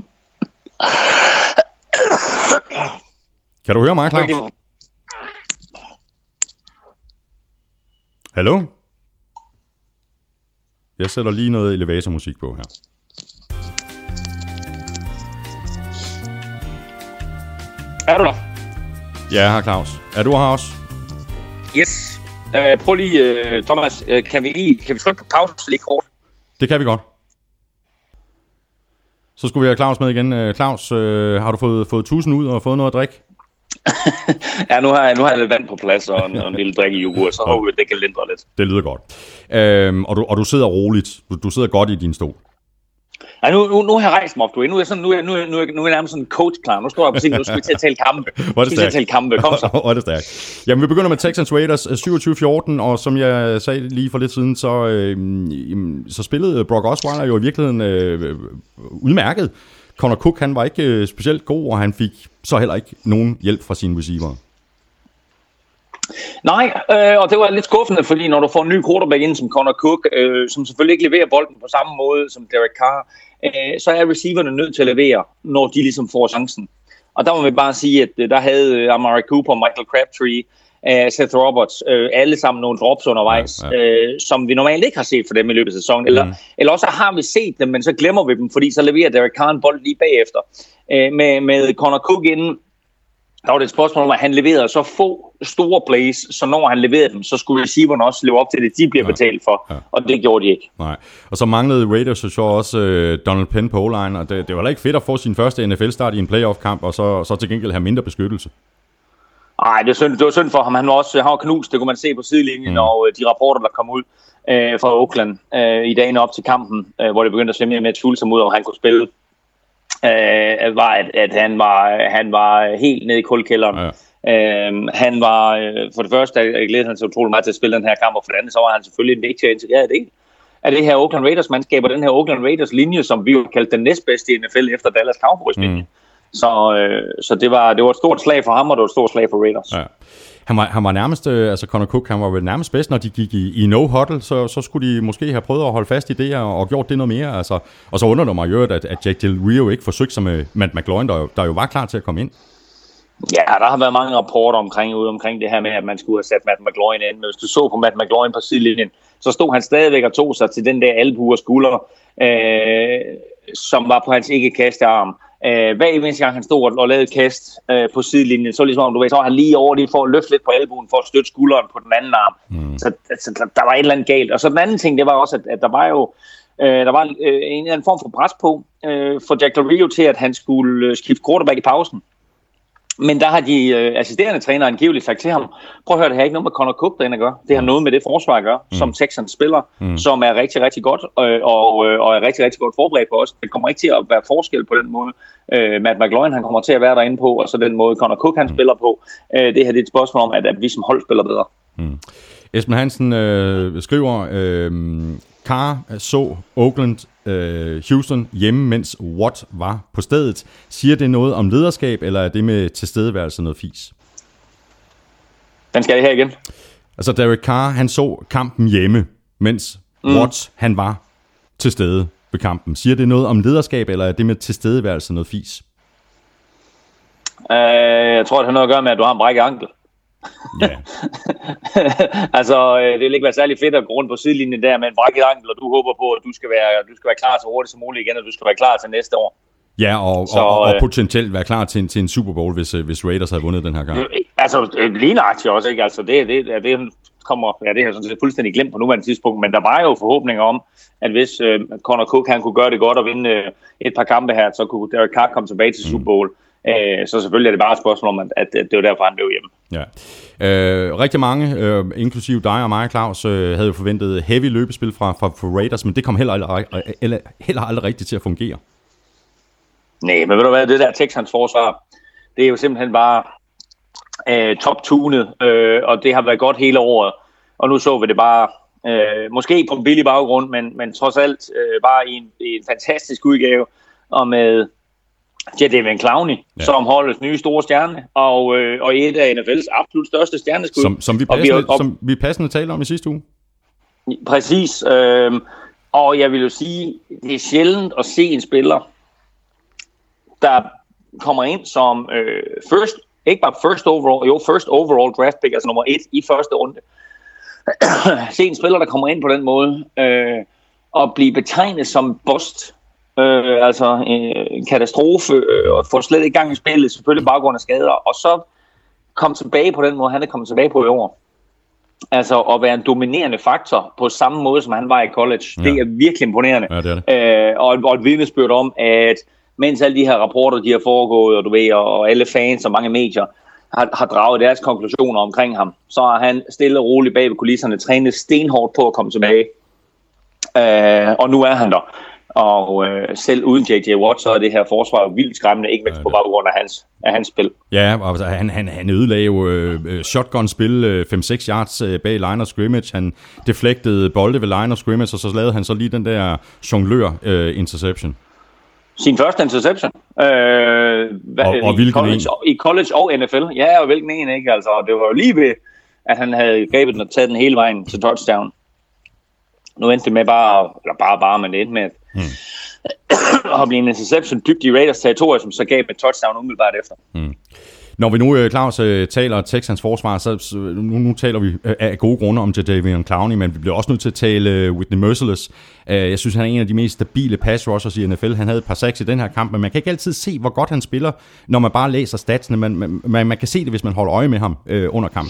kan du høre mig, Claus? Hallo? Jeg sætter lige noget elevatormusik på her. Er du der? Ja, her Claus. Er du her også? Yes. Uh, prøv lige, uh, Thomas, uh, kan vi lige kan vi trykke på pause lige kort? Det kan vi godt. Så skulle vi have Claus med igen. Uh, Claus, uh, har du fået, fået tusind ud og fået noget at drikke? Ja, nu har, jeg, nu har jeg lidt vand på plads og en, og en lille drik i yoghurt, så håber vi, det kan lindre lidt. Det lyder godt. Øhm, og, du, og du sidder roligt. Du, du sidder godt i din stol. Nej, nu, nu, nu har jeg rejst mig op, du er. Nu er jeg, sådan, nu er, nu er, nu er, nu er jeg nærmest sådan en coach-klar. Nu står jeg på scenen, nu skal vi til at tale kampe. Hvor er det stærkt. Tale kampe. Kom så. Hvor er det stærkt. Jamen, vi begynder med Texans Raiders syvogtyve fjorten, og som jeg sagde lige for lidt siden, så, øh, så spillede Brock Osweiler jo i virkeligheden øh, udmærket. Connor Cook, han var ikke øh, specielt god, og han fik så heller ikke nogen hjælp fra sine receiver. Nej, øh, og det var lidt skuffende, fordi når du får en ny quarterback ind som Connor Cook, øh, som selvfølgelig ikke leverer bolden på samme måde som Derek Carr, øh, så er receiverne nødt til at levere, når de ligesom får chancen. Og der må vi bare sige, at øh, der havde Amari Cooper og Michael Crabtree uh, Seth Roberts, uh, alle sammen nogle drops undervejs, ja, ja. Uh, som vi normalt ikke har set for dem i løbet af sæsonen. Eller, mm. eller også har vi set dem, men så glemmer vi dem, fordi så leverer Derek Carr en bold lige bagefter. Uh, med, med Connor Cook inden, der var det et spørgsmål om, at han leverede så få store plays, så når han leverede dem, så skulle receiverne også leve op til det, de bliver ja. betalt for, ja. og det gjorde de ikke. Nej. Og så manglede Raiders så også øh, Donald Penn på O-line, og det, det var heller ikke fedt at få sin første N F L-start i en playoff-kamp, og så, så til gengæld have mindre beskyttelse. Nej, det, det var synd for ham. Han var også han var knust, det kunne man se på sidelinjen, mm. og de rapporter, der kom ud øh, fra Oakland øh, i dagen op til kampen, øh, hvor det begyndte at svømme med et tvivl, som ud, om han kunne spille. Øh, var, at, at han, var, han var helt nede i kuldkælderen. Ja. Øh, han var, øh, for det første, jeg glæder han så utrolig meget til at spille den her kamp, og for det andet, så var han selvfølgelig en vigtig integreret del af det her Oakland Raiders-mandskab, og den her Oakland Raiders-linje, som vi jo kaldte den næstbedste i N F L efter Dallas Cowboys-linje. Mm. Så, øh, så det, var, det var et stort slag for ham, og det var et stort slag for Raiders. Ja. Han var, han var nærmest, altså Connor Cook, han var vel nærmest bedst, når de gik i, i no-huddle, så, så skulle de måske have prøvet at holde fast i det og, og gjort det noget mere. Altså, og så undrer det mig jo, at, at Jack Del Rio ikke forsøgte sig med Matt McGloin, der, der jo var klar til at komme ind. Ja, der har været mange rapporter omkring, ude omkring det her med, at man skulle have sat Matt McGloin ind. Men hvis du så på Matt McGloin på sidelinjen, så stod han stadigvæk og tog sig til den der albue og skulder, øh, som var på hans ikke-kastearm. Øh, hver eneste gang han stod og lavede et kast øh, på sidelinjen, så ligesom du ved, så var han lige over lige for at løfte lidt på albuen for at støtte skulderen på den anden arm. Mm. Så altså, der, der var et eller andet galt. Og så den anden ting, det var også, at, at der var jo øh, der var øh, en eller anden form for pres på øh, for Jack Del Rio til, at han skulle øh, skifte quarterback i pausen. Men der har de øh, assisterende trænere angiveligt sagt til ham, prøv at høre, det har ikke noget med Connor Cook derinde at gøre. Det har noget med det forsvar at gøre, mm. som Texans spiller, mm. som er rigtig, rigtig godt, øh, og, øh, og er rigtig, rigtig godt forberedt på os. Det kommer ikke til at være forskel på den måde. Øh, Matt McGloin, han kommer til at være derinde på, og så den måde Connor Cook, han mm. spiller på. Øh, det her det er et spørgsmål om, at, at vi som hold spiller bedre. Mm. Esben Hansen øh, skriver, øh, Carr så Oakland øh, Houston hjemme, mens Watt var på stedet. Siger det noget om lederskab, eller er det med tilstedeværelse noget fis? Den skal jeg her igen. Altså Derek Carr, han så kampen hjemme, mens mm. Watt, han var til stede ved kampen. Siger det noget om lederskab, eller er det med tilstedeværelse noget fis? Uh, jeg tror, det har noget at gøre med, at du har en brækket ankel. Yeah. Altså, det vil ikke være særlig fedt at gå rundt på sidelinjen der med en brækket ankel, og du håber på, at du skal være, du skal være klar så hurtigt som muligt igen, og du skal være klar til næste år. Ja, og, så, og, og potentielt være klar til en, til en Super Bowl, hvis, hvis Raiders havde vundet den her gang. Altså, lige nøjagtigt også, ikke? Altså, det, det, det kommer, ja, det har sådan set fuldstændig glemt på nuværende tidspunkt, men der var jo forhåbninger om, at hvis uh, Connor Cook, han kunne gøre det godt og vinde uh, et par kampe her, så kunne Derek Carr komme tilbage til Super Bowl. Mm. Så selvfølgelig er det bare et spørgsmål om, at, at det var derfor, han blev hjemme. Ja. Øh, rigtig mange, øh, inklusive dig og mig, Claus, øh, havde jo forventet heavy løbespil fra, fra, fra Raiders, men det kom heller aldrig, heller, heller aldrig rigtigt til at fungere. Nej, men ved du hvad, det der Texans forsvar, det er jo simpelthen bare øh, top-tunet, øh, og det har været godt hele året. Og nu så vi det bare, øh, måske på en billig baggrund, men, men trods alt øh, bare i en, i en fantastisk udgave, og med Jadeveon Clowney, ja. som holdets nye store stjerne, og, øh, og et af N F L's absolut største stjerneskud. Som, som, vi, passende, og vi, og, som vi passende talte om i sidste uge. Præcis. Øh, og jeg vil jo sige, det er sjældent at se en spiller, der kommer ind som øh, first, ikke bare first overall, jo first overall draft pick, altså nummer et i første runde. Se en spiller, der kommer ind på den måde, øh, og blive betegnet som bust. Øh, altså en øh, katastrofe, øh, og får slet ikke gang i spillet, selvfølgelig baggrund af skader, og så komme tilbage på den måde, han er kommet tilbage på i år. Altså at være en dominerende faktor på samme måde, som han var i college, ja. Det er virkelig imponerende. Ja, det er det. Øh, og, og et vidnesbyrd om, at mens alle de her rapporter, de har foregået, og du ved, og alle fans og mange medier har, har draget deres konklusioner omkring ham, så har han stille og roligt bag ved kulisserne trænet stenhårdt på at komme tilbage. Øh, og nu er han der. Og øh, selv uden J J Watt, så er det her forsvar vildt skræmmende, ikke mindst ja, på baggrund af hans, af hans spil. Ja, altså, han, han, han ødelagde jo øh, shotgun-spil øh, fem seks yards øh, bag line of scrimmage. Han deflektede bolde ved line of scrimmage, og så lavede han så lige den der jonglør-interception. Øh, Sin første interception. Øh, hvad, og, og i, college, I college og N F L. Ja, og hvilken en, ikke? Altså, det var jo lige ved, at han havde grebet den og taget den hele vejen til touchdown. Nu endte det med bare, eller bare bare, men det endte med hmm. at blive en interception dybt i Raiders territorium, som så gav et touchdown umiddelbart efter. Hmm. Når vi nu, Claus, taler Texans forsvar, så nu, nu taler vi af gode grunde om Jadeveon Clowney, men vi bliver også nødt til at tale Whitney Merciless. Jeg synes, han er en af de mest stabile pass rushers i N F L. Han havde et par sacks i den her kamp, men man kan ikke altid se, hvor godt han spiller, når man bare læser statsene. Man, man, man kan se det, hvis man holder øje med ham øh, under kampen.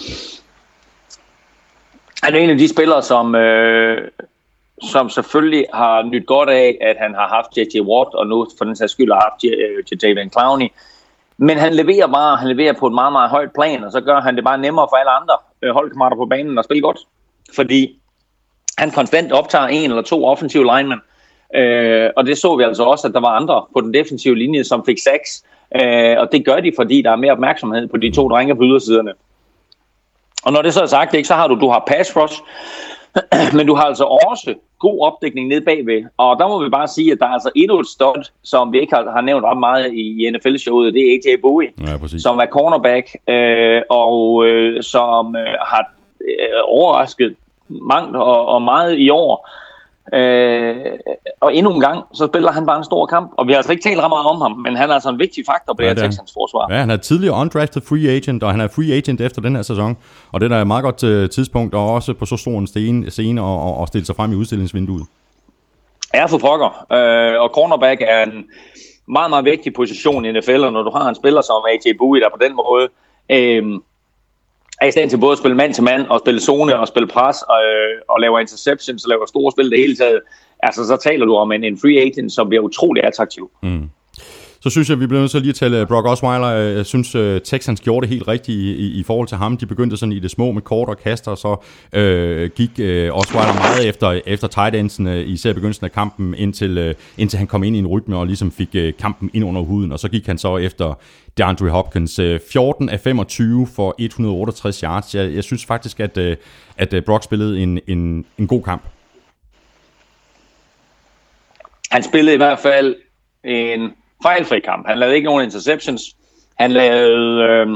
Han er en af de spillere, som, øh, som selvfølgelig har nyt godt af, at han har haft J J Watt, og nu for den sags skyld har haft Jadeveon Clowney. Men han leverer bare, han leverer på et meget, meget højt plan, og så gør han det bare nemmere for alle andre øh, holdkammerater på banen at spille godt. Fordi han konstant optager en eller to offensive linemen. Øh, og det så vi altså også, at der var andre på den defensive linje, som fik sacks. Øh, og det gør de, fordi der er mere opmærksomhed på de to drenge på ydersiderne. Og når det så er sagt, ikke, så har du, du har pass rush, men du har altså også god opdækning nede bagved. Og der må vi bare sige, at der er altså endnu et stud, som vi ikke har, har nævnt ret meget i N F L-showet. Det er A J Bowie, ja, som er cornerback, øh, og øh, som øh, har øh, overrasket mangt og, og meget i år. Øh, og endnu en gang, så spiller han bare en stor kamp. Og vi har altså ikke talt ret meget om ham, men han er altså en vigtig faktor på ja, det her Texans forsvar. Ja, han er tidligere undrafted free agent, og han er free agent efter den her sæson. Og det der er et meget godt uh, tidspunkt, og også på så stor en sten, scene og, og, og stille sig frem i udstillingsvinduet. Ja, for pokker. Øh, og cornerback er en meget, meget vigtig position i N F L, og når du har en spiller som A J Bowie, der på den måde øh, er i stand til både at spille mand til mand, og spille zone, og spille pres, og, øh, og lave interceptions, og lave store spil det hele taget. Altså, så taler du om en, en free agent, som bliver utrolig attraktiv. Mm. Så synes jeg, vi bliver nødt til lige at tale Brock Osweiler. Jeg synes, uh, Texans gjorde det helt rigtigt i, i, i forhold til ham. De begyndte sådan i det små med kort og kaster, og så øh, gik øh, Osweiler meget efter, efter tight endsen, øh, især i begyndelsen af kampen, indtil, øh, indtil han kom ind i en rytme og ligesom fik øh, kampen ind under huden. Og så gik han så efter DeAndre Hopkins. Øh, fjorten af femogtyve for et hundrede og otteogtres yards. Jeg, jeg synes faktisk, at, øh, at øh, Brock spillede en, en, en god kamp. Han spillede i hvert fald en fejlfri kamp. Han lavede ikke nogen interceptions. Han lavede... Øh...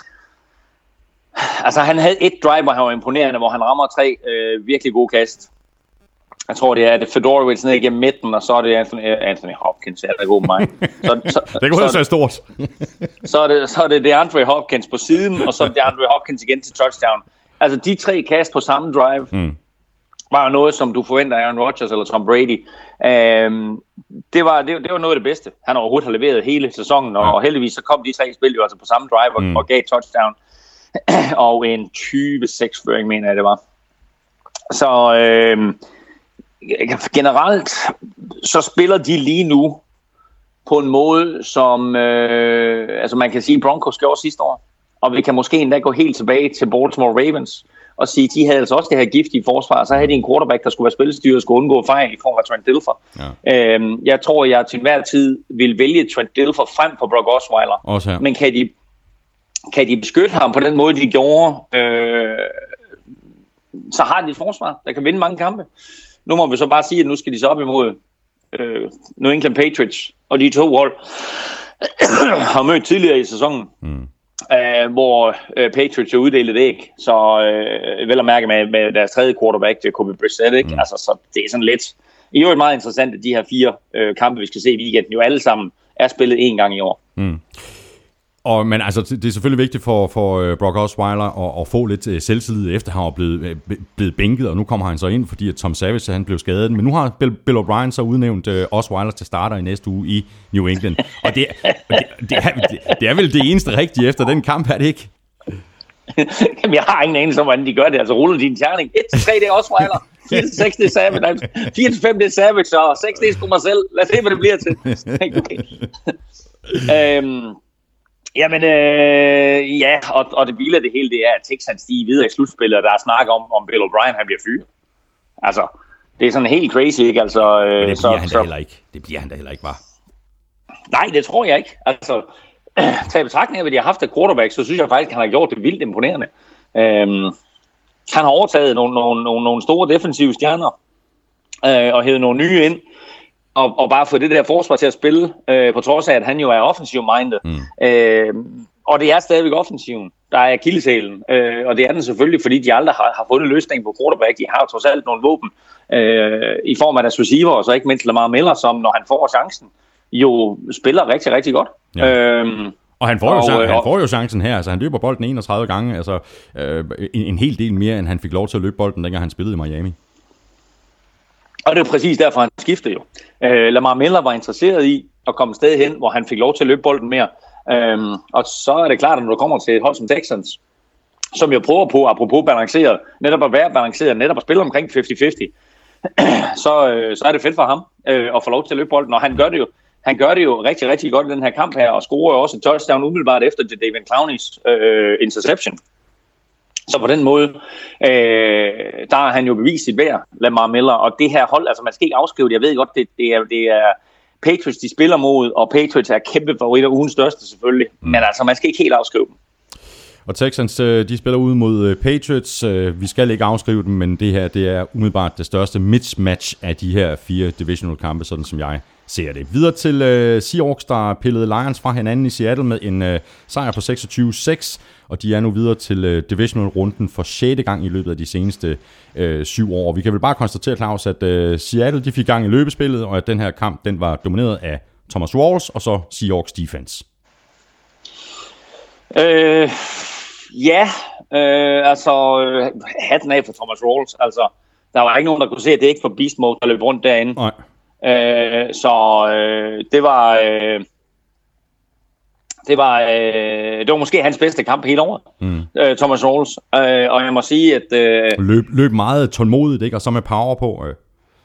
Altså, han havde et drive, hvor han var imponerende, hvor han rammer tre øh, virkelig gode kast. Jeg tror, det er det Fedorowicz ned igennem midten, og så er det Anthony, Anthony Hopkins, der er god mig. Så, så, det kunne være stort. så, er det, så er det DeAndre Hopkins på siden, og så er det DeAndre Hopkins igen til touchdown. Altså, de tre kast på samme drive, mm. var noget, som du forventer Aaron Rodgers eller Tom Brady. Um, det, var, det, det var noget af det bedste, han overhovedet har leveret hele sæsonen, og, ja. og heldigvis så kom de tre spil jo altså på samme drive og, mm. og gav touchdown. Og en tyve seks føring, mener jeg det var. Så um, generelt, så spiller de lige nu på en måde, som øh, altså man kan sige, Broncos gjorde sidste år. Og vi kan måske endda gå helt tilbage til Baltimore Ravens og sige, de havde altså også det her giftige forsvar, så havde de en quarterback, der skulle være spilstyret og skulle undgå fejl i form af Trent Dilfer. Ja. Øhm, jeg tror, jeg til enhver tid vil vælge Trent Dilfer frem for Brock Osweiler. Men kan de, kan de beskytte ham på den måde, de gjorde, øh, så har de et forsvar, der kan vinde mange kampe. Nu må vi så bare sige, at nu skal de så op imod øh, New England Patriots, og de to hold har mødt tidligere i sæsonen. Mm. Uh, hvor uh, Patriots er uddelt et æg, så uh, vel at mærke med, med deres tredje quarterback, Jacoby Brissett, ikke? Mm. Altså, så det er sådan lidt, i øvrigt meget interessant, at de her fire uh, kampe, vi skal se i weekenden, jo alle sammen er spillet én gang i år. Mm. Og, men altså, det er selvfølgelig vigtigt for, for Brock Osweiler at, at få lidt uh, selvtillid, efter han er blevet, uh, blevet bænket, og nu kommer han så ind, fordi at Tom Savage han blev skadet. Men nu har Bill, Bill O'Brien så udnævnt uh, Osweiler til starter i næste uge i New England. Og det, det, det, er, det, det er vel det eneste rigtige efter den kamp, er det ikke? Jamen, jeg har ingen anelse om, hvordan de gør det. Altså, ruller din terning. et til tre, det er Osweiler. fire til seks, det er Savage. fire til fem, det er Savage. Og seks, det er sgu mig selv. Lad os se, hvad det bliver til. øhm, Jamen, øh, ja, og, og det vilde af det hele, det er, at Texans de er videre i slutspillet, og der er snak om, om Bill O'Brien, han bliver fyret. Altså, det er sådan helt crazy, ikke? Altså, øh, Men det bliver så, han da så, heller ikke. Det bliver han da heller ikke, var. Nej, det tror jeg ikke. Altså, tag i betragtning af, hvad de har haft af quarterback, så synes jeg faktisk, at han har gjort det vildt imponerende. Øhm, han har overtaget nogle, nogle, nogle, nogle store defensive stjerner, øh, og hævet nogle nye ind. Og, og bare få det der forsvar til at spille, øh, på trods af, at han jo er offensiv-minded. Mm. Øh, og det er stadigvæk offensiven, der er akilleshælen. Øh, og det er den selvfølgelig, fordi de aldrig har, har fundet løsning på quarterback. De har jo trods alt nogle våben øh, i form af deres receiver, og så ikke mindst Lamar Miller, som når han får chancen, jo spiller rigtig, rigtig godt. Ja. Øh, Og han får, og, jo, han får jo chancen her, altså han løber bolden enogtredive gange, altså øh, en, en hel del mere, end han fik lov til at løbe bolden, dengang han spillede i Miami. Og det er præcis derfor, han skiftede jo. Øh, Lamar Miller var interesseret i at komme et sted hen, hvor han fik lov til at løbe bolden mere. Øhm, og så er det klart, at når du kommer til et hold som Texans, som jeg prøver på, apropos balanceret, netop at være balanceret, netop at spille omkring halvtreds halvtreds, så, øh, så er det fedt for ham øh, at få lov til at løbe bolden, og han gør det jo. Han gør det jo rigtig, rigtig godt i den her kamp her, og scorer jo også et touchdown umiddelbart efter David Clowney's øh, interception. Så på den måde, øh, der har han jo bevist sit værd, Lamar Miller, og det her hold, altså man skal ikke afskrive det, jeg ved godt, det, det, er, det er Patriots, de spiller mod, og Patriots er kæmpe favoritter, ugens største selvfølgelig, mm. men altså man skal ikke helt afskrive dem. Og Texans, de spiller ud mod Patriots. Vi skal ikke afskrive dem, men det her, det er umiddelbart det største mismatch af de her fire divisional kampe, sådan som jeg ser det. Videre til uh, Seahawks, der pillede Lions fra hinanden i Seattle med en uh, sejr på seksogtyve seks, og de er nu videre til uh, divisional-runden for sjette gang i løbet af de seneste uh, syv år. Vi kan vel bare konstatere, Claus, at uh, Seattle de fik gang i løbespillet, og at den her kamp den var domineret af Thomas Rawls og så Seahawks defense. Øh, ja, øh, altså øh, hatten af for Thomas Rawls. Altså, der var ikke nogen, der kunne se, at det ikke var beast mode, der løb rundt derinde. Nej. Øh, så øh, det var øh, det var øh, det var måske hans bedste kamp hele året, mm. øh, Thomas Rawls. Øh, og jeg må sige, at øh, løb, løb meget tålmodigt, ikke? Og så med power på. Øh.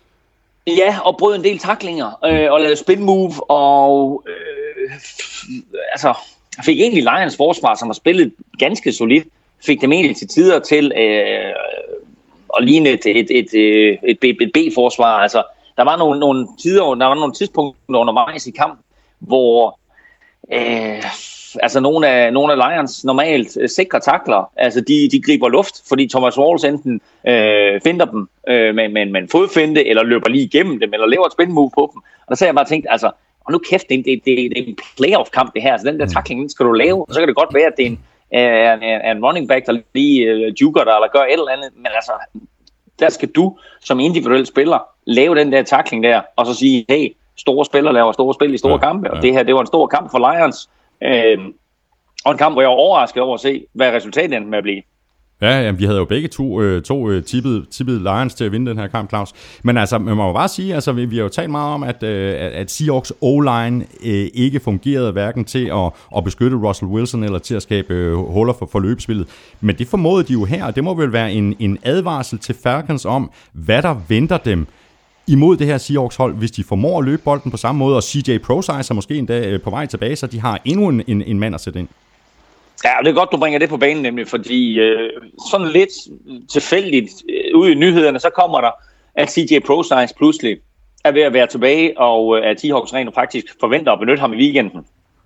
Ja, og brød en del tacklinger øh, og lavede spin move og øh, altså fik egentlig Lions forsvar, som har spillet ganske solidt, fik dem egentlig til tider til øh, at ligne et, et, et, et, et B-forsvar. Altså, der var nogle, nogle tider, der var nogle tidspunkter undervejs i kampen, hvor øh, altså nogle af, nogle af Lions normalt øh, sikre tackler, altså de, de griber luft, fordi Thomas Rawls enten øh, finder dem øh, med, med, med en fodfinte, eller løber lige igennem dem, eller laver et spin move på dem. Og der så jeg bare tænkt, altså, og nu kæft, det, det, det, det er en playoff-kamp det her, altså den der tackling, den skal du lave, og så kan det godt være, at det er en, øh, en running back, der lige øh, juker dig, eller gør et eller andet, men altså, der skal du som individuel spiller lave den der tackling der, og så sige, hey, store spillere laver store spil i store ja, kampe, og ja. det her, det var en stor kamp for Lions, øh, og en kamp, hvor jeg var overrasket over at se, hvad resultatet endte med at blive. Ja, jamen, vi havde jo begge to, øh, to øh, tippede, tippede Lions til at vinde den her kamp, Claus. Men altså, man må jo bare sige, altså, vi, vi har jo talt meget om, at, øh, at Seahawks O-line øh, ikke fungerede hverken til at, at beskytte Russell Wilson eller til at skabe øh, huller for, for løbespillet. Men det formåede de jo her, og det må vel være en, en advarsel til Falcons om, hvad der venter dem imod det her Seahawks-hold, hvis de formår at løbe bolden på samme måde, og C J Prosise er måske endda på vej tilbage, så de har endnu en, en, en mand at sætte ind. Ja, det er godt, du bringer det på banen nemlig, fordi øh, sådan lidt tilfældigt øh, ude i nyhederne, så kommer der, at C J Prosise pludselig er ved at være tilbage, og øh, at Seahawks rent faktisk forventer at benytte ham i weekenden.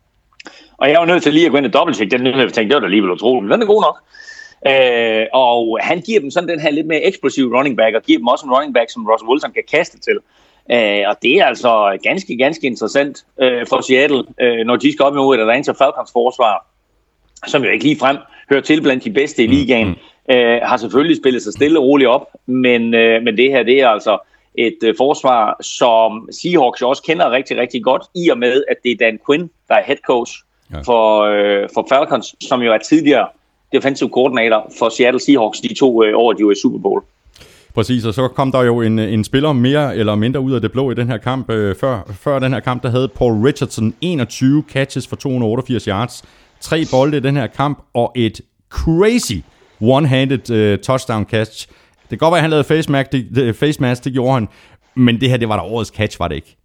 Og jeg var nødt til lige at gå ind og dobbelttjekke den nyhed, og tænkte, det var da alligevel utroligt, men den er god nok. Øh, og han giver dem sådan den her lidt mere eksplosive running back, og giver dem også en running back, som Russell Wilson kan kaste til. Øh, og det er altså ganske, ganske interessant øh, for Seattle, øh, når de skal op imod et Atlanta Falcons forsvar, som jo ikke lige frem hører til blandt de bedste i ligaen, mm. øh, har selvfølgelig spillet sig stille og roligt op, men, øh, men det her, det er altså et øh, forsvar, som Seahawks jo også kender rigtig, rigtig godt, i og med, at det er Dan Quinn, der er head coach ja. for, øh, for Falcons, som jo er tidligere defensive coordinator for Seattle Seahawks, de to øh, år, de var i Super Bowl. Præcis, og så kom der jo en, en spiller mere eller mindre ud af det blå i den her kamp. Øh, før, før den her kamp, der havde Paul Richardson enogtyve catches for to hundrede og otteogfirs yards, tre bolde i den her kamp, og et crazy one-handed uh, touchdown catch. Det kan godt være, at han lavede face mask, det, face mask, det gjorde han, men det her, det var da årets catch, var det ikke?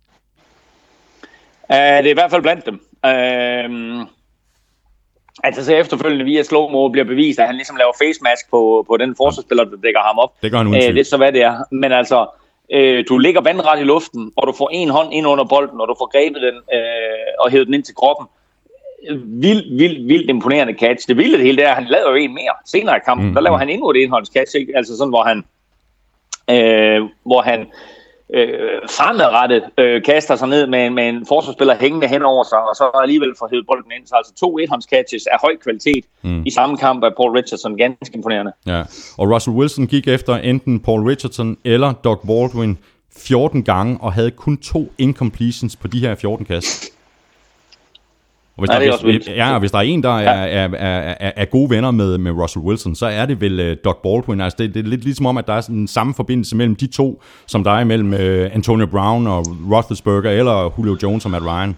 Uh, det er i hvert fald blandt dem. Uh, altså så efterfølgende via slow-mo bliver bevist, at han ligesom laver face mask på, på den forsvarsspiller, der dækker ham op. Det gør han uden uh, Det er så, hvad det er. Men altså, uh, du ligger vandret i luften, og du får en hånd ind under bolden, og du får grebet den uh, og hævet den ind til kroppen. Vildt, vildt, vildt imponerende catch. Det vilde det hele, det er, at han lavede jo en mere senere i kampen. Mm. Der laver han endnu et enhånds catch, ikke? Altså sådan, hvor han, øh, hvor han øh, fremadrettet øh, kaster sig ned med, med en forsvarsspiller hængende hen over sig, og så alligevel får hævet bolden ind. Så altså to enhånds catches af høj kvalitet mm. i samme kamp af Paul Richardson. Ganske imponerende. Ja. Og Russell Wilson gik efter enten Paul Richardson eller Doug Baldwin fjorten gange, og havde kun to incompletions på de her fjorten kast. Og hvis, ja, der, hvis, ja, og hvis der er en, der er, er, er, er, er gode venner med, med Russell Wilson, så er det vel uh, Doug Baldwin. Altså, det, det er lidt ligesom om, at der er sådan en samme forbindelse mellem de to, som der er mellem uh, Antonio Brown og Roethlisberger, eller Julio Jones og Matt Ryan.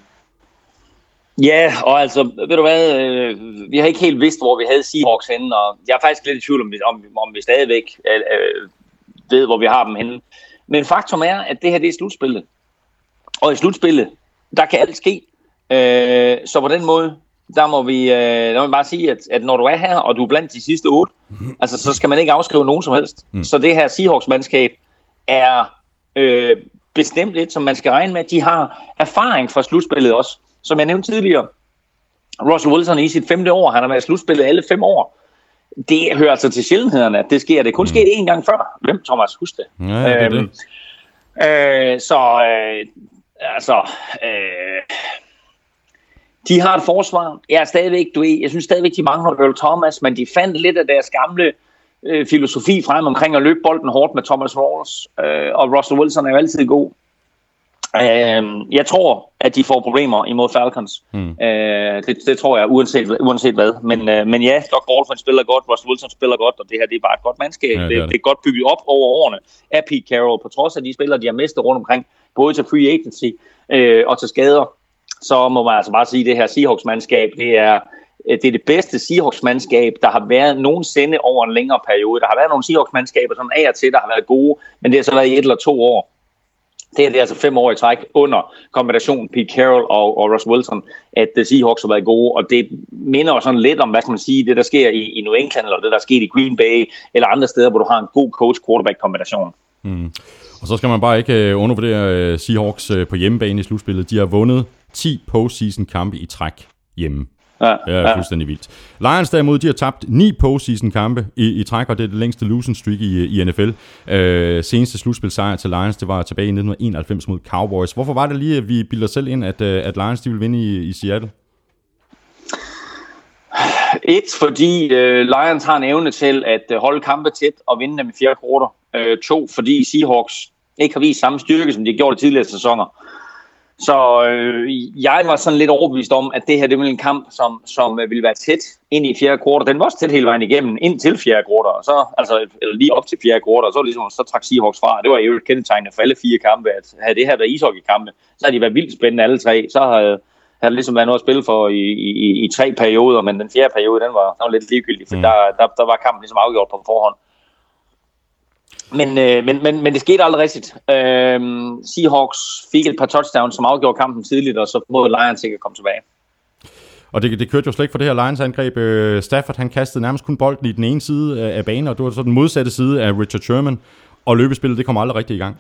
Ja, og altså, ved du hvad, øh, vi har ikke helt vidst, hvor vi havde Seahawks henne, og jeg er faktisk lidt i tvivl, om vi, om, om vi stadigvæk øh, ved, hvor vi har dem henne. Men faktum er, at det her, det er slutspillet. Og i slutspillet, der kan alt ske. Øh, så på den måde, der må vi, øh, der må vi bare sige, at, at når du er her, og du er blandt de sidste otte, altså, så skal man ikke afskrive nogen som helst. Mm. Så det her Seahawks-mandskab er øh, bestemt lidt, som man skal regne med. De har erfaring fra slutspillet også. Som jeg nævnte tidligere, Russell Wilson i sit femte år, han har været slutspillet alle fem år. Det hører altså til sjældenhederne, at det sker. Det er kun mm. sket én gang før. Hvem, Thomas? Husk det. Ja, det er øhm, det. Øh, så, øh, altså... Øh, de har et forsvar. Jeg er stadigvæk, du ved, jeg synes stadigvæk, de mangler Earl Thomas, men de fandt lidt af deres gamle øh, filosofi frem omkring at løbe bolden hårdt med Thomas Rawls. Øh, og Russell Wilson er jo altid god. Uh, jeg tror, at de får problemer imod Falcons. Mm. Uh, det, det tror jeg, uanset, uanset hvad. Men, uh, men ja, Doug Baldwin spiller godt, Russell Wilson spiller godt, og det her det er bare et godt mandskab. Ja, det, det, er det. det er godt bygget op over årene af Pete Carroll, på trods af de spillere, de har mistet rundt omkring, både til free agency uh, og til skader. Så må man altså bare sige, at det her Seahawks-mandskab, det er, det er det bedste Seahawks-mandskab, der har været nogensinde over en længere periode. Der har været nogle Seahawks-mandskaber, som af og til, der har været gode, men det har så været i et eller to år. Det er, det er altså fem år i træk under kombinationen Pete Carroll og, og Russell Wilson, at the Seahawks har været gode, og det minder jo sådan lidt om, hvad skal man sige, det der sker i, i New England, eller det der sker i Green Bay, eller andre steder, hvor du har en god coach-quarterback-kombination. Mm. Og så skal man bare ikke uh, undervurdere uh, Seahawks uh, på hjemmebane i slutspillet. De har vundet ti postseason-kampe i træk hjemme. Ja, det er ja. fuldstændig vildt. Lions derimod, de har tabt ni postseason-kampe i, i træk, og det er det længste losing streak i, i N F L. Øh, seneste slutspilsejr til Lions, det var tilbage i nitten enoghalvfems mod Cowboys. Hvorfor var det lige, at vi bilder selv ind, at, at Lions de ville vinde i, i Seattle? Et, fordi øh, Lions har en evne til at holde kampe tæt og vinde dem i fjerde kvartal. Øh, to, fordi Seahawks ikke har vist samme styrke, som de har gjort i tidligere sæsoner. Så øh, jeg var sådan lidt overbevist om, at det her det var en kamp, som, som ville være tæt ind i fjerde kvartal. Den var også tæt hele vejen igennem, ind til fjerde kvartal, så altså eller lige op til fjerde kvartal, så ligesom så trak Seahawks fra. Det var jo et kendetegn for alle fire kampe, at havde det her været ishockeykampe, så havde de været vildt spændende alle tre. Så havde, havde det ligesom været noget at spille for i, i, i tre perioder, men den fjerde periode, den var, den var lidt ligegyldig, for mm. der, der, der var kampen ligesom afgjort på forhånd. Men, øh, men, men, men det skete aldrig rigtigt. Øh, Seahawks fik et par touchdowns, som afgjorde kampen tidligt, og så måtte Lions ikke komme tilbage. Og det, det kørte jo slet ikke for det her Lions-angreb. Øh, Stafford, han kastede nærmest kun bolden i den ene side af, af banen, og det var så den modsatte side af Richard Sherman, og løbespillet, det kom aldrig rigtig i gang.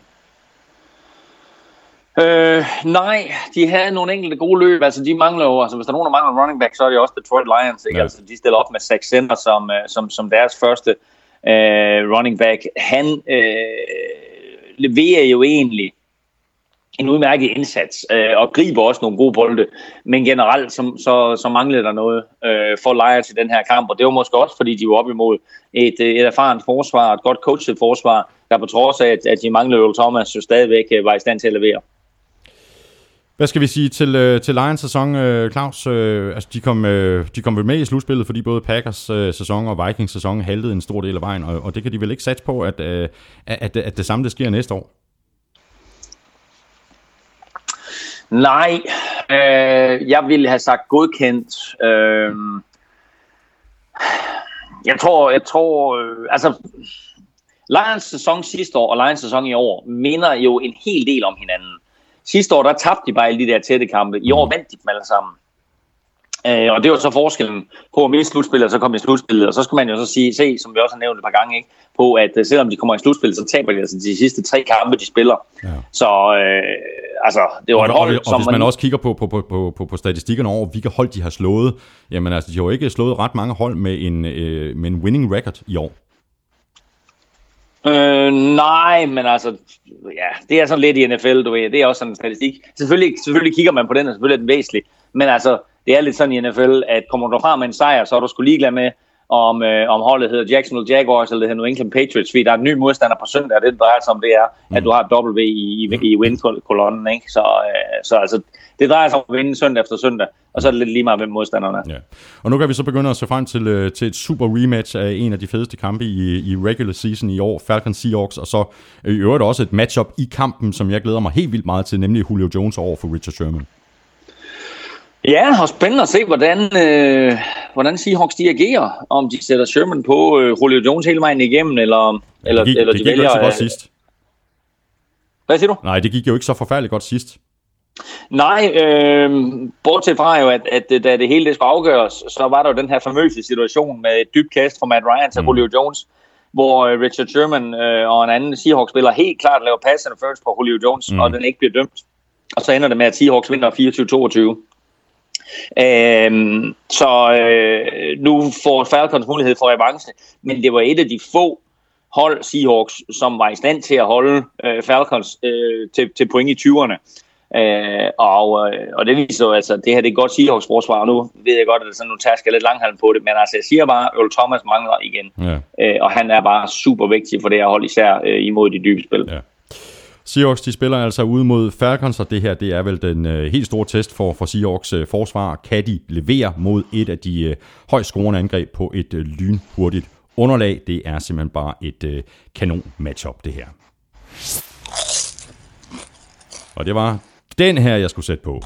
Øh, nej, de havde nogle enkelte gode løb. Altså, de mangler jo, altså, hvis der er nogen, der mangler running back, så er det også Detroit Lions, ikke? Ja. Altså, de stiller op med Zach Center som, som, som deres første Uh, running back. Han uh, leverer jo egentlig en udmærket indsats uh, og griber også nogle gode bolde, men generelt så, så, så mangler der noget uh, for Lions i den her kamp, og det var måske også fordi de var op imod et, et erfarent forsvar, et godt coachet forsvar, der på trods af at, at de manglede Earl Thomas jo stadigvæk uh, var i stand til at levere. Hvad skal vi sige til, til Lions sæson, Claus? Altså, de kom, de kom vel med i slutspillet, fordi både Packers sæson og Vikings sæson haltede en stor del af vejen, og, og det kan de vel ikke satse på, at, at, at, at det samme det sker næste år? Nej, øh, jeg ville have sagt godkendt. Øh, jeg tror, jeg tror, øh, altså Lions sæson sidste år og Lions sæson i år minder jo en hel del om hinanden. Sidste år, der tabte de bare alle de der tætte kampe. I år vandt de dem alle sammen. Øh, og det var så forskellen på at miste slutspillet, og så komme i slutspillet. Og så skal man jo så sige, se, som vi også har nævnt et par gange, ikke, på at selvom de kommer i slutspillet, så taber de altså de sidste tre kampe, de spiller. Ja. Så øh, altså, det var og, et hold, og, og, som... Og hvis man, man også kigger på, på, på, på, på, på statistikkerne over, hvilke hold de har slået, jamen altså, de har jo ikke slået ret mange hold med en, øh, med en winning record i år. Øh, nej, men altså, ja, det er sådan lidt i N F L, du ved, det er også sådan en statistik. Selvfølgelig, selvfølgelig kigger man på den, og selvfølgelig er den væsentlig, men altså, det er lidt sådan i N F L, at kommer du frem med en sejr, så er du sgu ligeglad med, om, øh, om holdet hedder Jacksonville Jaguars, eller det hedder New England Patriots, fordi der er en ny modstander på søndag, og det drejer sig om, det er, at du har et W i, i, i win-kolonnen, ikke? Så, øh, så altså, det drejer sig om at vinde søndag efter søndag, og så er det lidt lige meget, hvem modstanderne er. Ja. Og nu kan vi så begynde at se frem til, til et super rematch af en af de fedeste kampe i, i regular season i år, Falcons Seahawks, og så i øvrigt også et matchup i kampen, som jeg glæder mig helt vildt meget til, nemlig Julio Jones over for Richard Sherman. Ja, og spændende at se, hvordan, øh, hvordan Seahawks de agerer, om de sætter Sherman på øh, Julio Jones hele vejen igennem, eller, eller, det gik, eller det de gik vælger... jo ikke så godt øh, sidst. Hvad siger du? Nej, det gik jo ikke så forfærdeligt godt sidst. Nej, øh, bortset fra jo, at, at da det hele det skulle afgøres, så var der jo den her famøse situation med et dybt kast fra Matt Ryan til mm. Julio Jones, hvor øh, Richard Sherman øh, og en anden Seahawks-spiller helt klart laver pass interference på Julio Jones, mm. og den ikke bliver dømt. Og så ender det med, at Seahawks vinder fireogtyve toogtyve. Øhm, så øh, nu får Falcons mulighed for revanche, men det var et af de få hold Seahawks, som var i stand til at holde øh, Falcons øh, til, til point i tyverne. Øh, og, øh, og det viser jo altså, at det her det er godt Seahawks forsvar. Nu ved jeg godt, at det sådan, nu tærsker lidt langhalm på det, men altså jeg siger bare, at Earl Thomas mangler igen. Ja. Øh, og han er bare super vigtig for det her hold, især øh, imod de dybe spil. Ja. Seahawks, de spiller altså ude mod Falcons, og det her, det er vel den øh, helt store test for, for Seahawks øh, forsvar. Kan de levere mod et af de øh, højst scorende angreb på et øh, lynhurtigt underlag? Det er simpelthen bare et øh, kanon matchup, det her. Og det var den her, jeg skulle sætte på.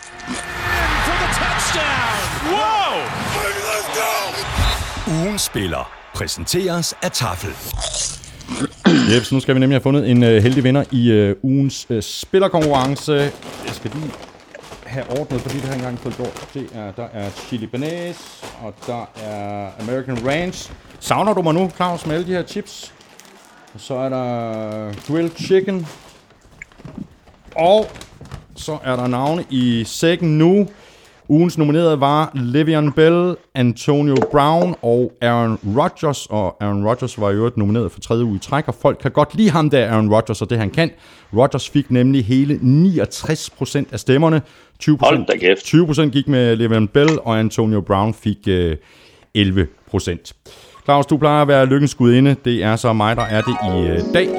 Ugens spiller præsenteres af Tafel. Yep, så nu skal vi nemlig have fundet en uh, heldig vinder i uh, ugens uh, spillerkonkurrence. Jeg skal lige have ordnet, fordi det har engang fået gjort. Det er, der er chili banase, og der er American Ranch. Savner du mig nu, Claus, med alle de her chips? Og så er der grilled chicken. Og så er der navne i sækken nu. Ugens nominerede var Le'Veon Bell, Antonio Brown og Aaron Rodgers. Og Aaron Rodgers var i øvrigt nomineret for tredje uge i træk, og folk kan godt lide ham der, Aaron Rodgers, og det han kan. Rodgers fik nemlig hele niogtres procent af stemmerne. tyve procent gik med Le'Veon Bell, og Antonio Brown fik øh, elleve procent. Claus, du plejer at være lykkens gudinde. Det er så mig, der er det i øh, dag.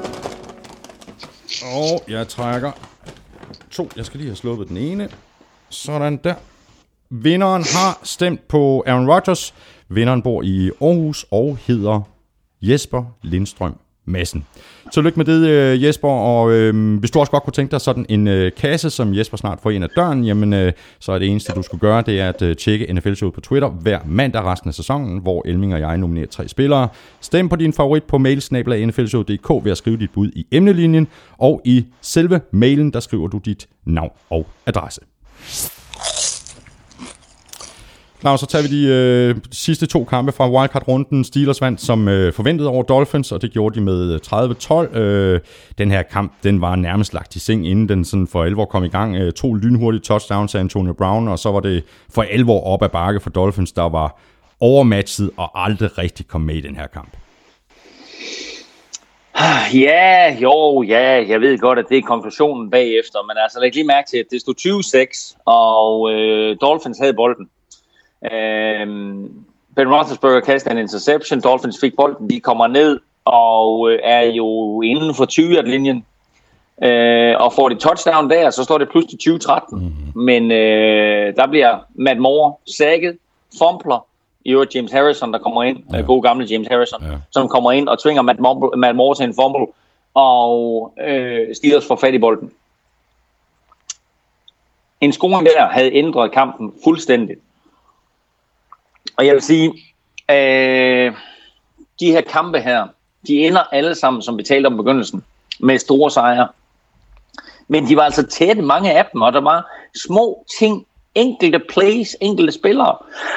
Og jeg trækker to. Jeg skal lige have sluppet den ene. Sådan der. Vinderen har stemt på Aaron Rodgers. Vinderen bor i Aarhus og hedder Jesper Lindstrøm Madsen. Tillykke med det, Jesper, og øh, hvis du også godt kunne tænke dig sådan en øh, kasse, som Jesper snart får ind ad døren, jamen øh, så er det eneste, du skulle gøre, det er at øh, tjekke N F L-showet på Twitter hver mandag resten af sæsonen, hvor Elming og jeg nominerer tre spillere. Stem på din favorit på mail snabel-a n f l show punktum d k ved at skrive dit bud i emnelinjen, og i selve mailen, der skriver du dit navn og adresse. Nå, så tager vi de øh, sidste to kampe fra wildcard-runden. Steelers vandt som øh, forventet over Dolphins, og det gjorde de med tredive tolv. Øh, den her kamp, den var nærmest lagt i seng, inden den sådan for alvor kom i gang. Øh, to lynhurtige touchdowns af Antonio Brown, og så var det for alvor op ad bakke for Dolphins, der var overmatchet og aldrig rigtig kom med i den her kamp. Ja, jo, ja, jeg ved godt, at det er konklusionen bagefter, men altså læg lige mærke til, at det stod tyve seks, og øh, Dolphins havde bolden. Øhm, Ben Roethlisberger kastede en interception, Dolphins fik bolden, de kommer ned og øh, er jo inden for tyve-yard-linjen, øh, og får de touchdown der, så står det pludselig tyve tretten, mm-hmm. men øh, der bliver Matt Moore sækket, fumbler, i øvrigt James Harrison, der kommer ind, ja. god gamle James Harrison, ja. som kommer ind og tvinger Matt Moore, Matt Moore til en fumble, og øh, Steelers får fat i bolden. En scoring der havde ændret kampen fuldstændigt. Og jeg vil sige, øh, de her kampe her, de ender alle sammen, som vi talte om i begyndelsen, med store sejre. Men de var altså tætte, mange af dem, og der var små ting, enkelte plays, enkelte spillere,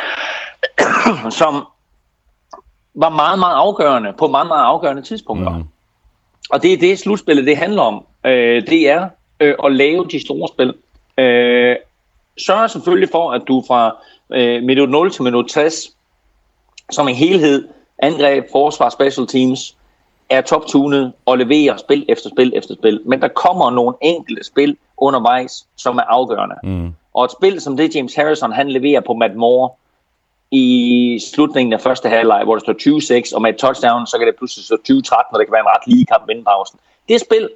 som var meget, meget afgørende på meget, meget afgørende tidspunkter. Mm. Og det er det, slutspillet det handler om. Øh, det er øh, at lave de store spil. Øh, sørg selvfølgelig for, at du fra øh, minut nul til minut tres, som en helhed, angreb, forsvar, special teams, er top-tunet og leverer spil efter spil efter spil. Men der kommer nogle enkelte spil undervejs, som er afgørende. Mm. Og et spil som det, James Harrison, han leverer på Matt Moore i slutningen af første halvleg, hvor der står tyve seks, og med et touchdown, så kan det pludselig stå tyve tretten, og det kan være en ret lige kamp inden pausen. Det spil,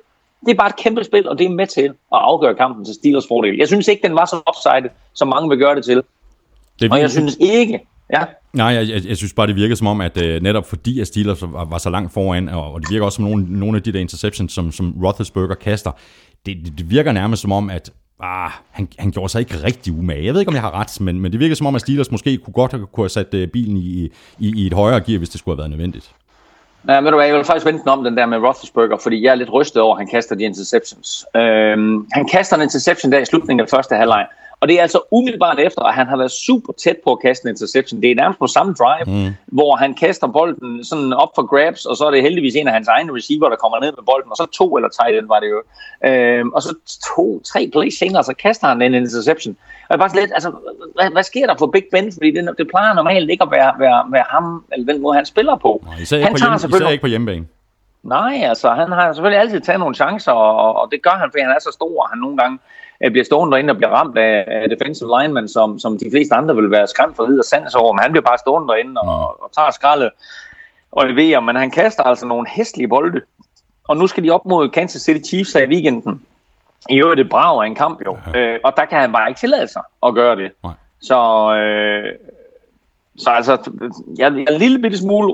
Det er bare et kæmpe spil, og det er med til at afgøre kampen til Steelers fordel. Jeg synes ikke, den var så offside, som mange vil gøre det til. Det og jeg synes ikke... Ja. Nej, jeg, jeg, jeg synes bare, det virker som om, at uh, netop fordi at Steelers var, var så langt foran, og, og det virker også som nogle, nogle af de der interceptions, som, som Roethlisberger kaster, det, det, det virker nærmest som om, at ah, han, han gjorde sig ikke rigtig umage. Jeg ved ikke, om jeg har ret, men, men det virker som om, at Steelers måske kunne godt have, kunne have sat uh, bilen i, i, i et højere gear, hvis det skulle have været nødvendigt. Ja, men jeg vil faktisk vente om den der med Roethlisberger, fordi jeg er lidt rystet over, at han kaster de interceptions. Øhm, han kaster en interception der i slutningen af første halvleg, og det er altså umiddelbart efter, at han har været super tæt på at kaste en interception. Det er nærmest på samme drive, mm. hvor han kaster bolden sådan op for grabs, og så er det heldigvis en af hans egne receiver, der kommer ned med bolden, og så to eller tight end var det jo. Øhm, og så to, tre plays senere, så kaster han en interception. Og jeg er bare sådan lidt, altså, hvad, hvad sker der for Big Ben? Fordi det, det plejer normalt ikke at være, være, være ham, eller den måde, han spiller på. Nej, især ikke, han på, hjem, især ikke på hjemmebane. Nej, altså, han har selvfølgelig altid taget nogle chancer, og, og det gør han, fordi han er så stor, og han nogle gange bliver stående derinde og bliver ramt af defensive linemen, som, som de fleste andre vil være skræmt for vid og sands over, men han bliver bare stående derinde og, og tager skraldet og leverer, men han kaster altså nogle hæslige bolde, og nu skal de op mod Kansas City Chiefs i weekenden. I øvrigt et brag af en kamp jo, ja. øh, og der kan han bare ikke tillade sig at gøre det. Nej. Så, øh, så altså, jeg, jeg er en lille bitte smule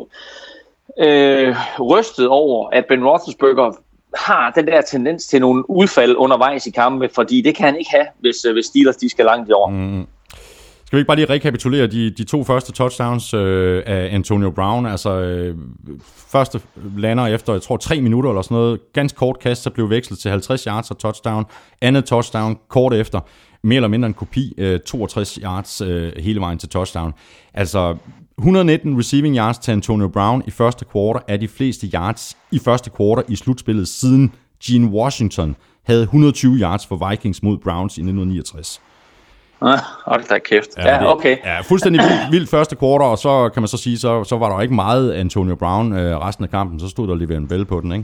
øh, rystet over, at Ben Roethlisberger har den der tendens til nogle udfald undervejs i kampe, fordi det kan han ikke have, hvis, hvis Steelers de skal langt i år. Mm. Skal vi ikke bare lige rekapitulere de, de to første touchdowns øh, af Antonio Brown? Altså, øh, første lander efter, jeg tror, tre minutter eller sådan noget. Ganske kort kast, så blev vekslet til halvtreds yards og touchdown. Andet touchdown kort efter. Mere eller mindre en kopi, øh, toogtres yards øh, hele vejen til touchdown. Altså, et hundrede og nitten receiving yards til Antonio Brown i første kvartal er de fleste yards i første kvartal i slutspillet, siden Gene Washington havde et hundrede og tyve yards for Vikings mod Browns i nitten niogtres. Ah, hold da kæft. Ja, ja, okay. Ja, fuldstændig vildt, vildt første kvartal, og så kan man så sige, så, så var der ikke meget Antonio Brown øh, resten af kampen, så stod der Le'Veon Bell på den, ikke?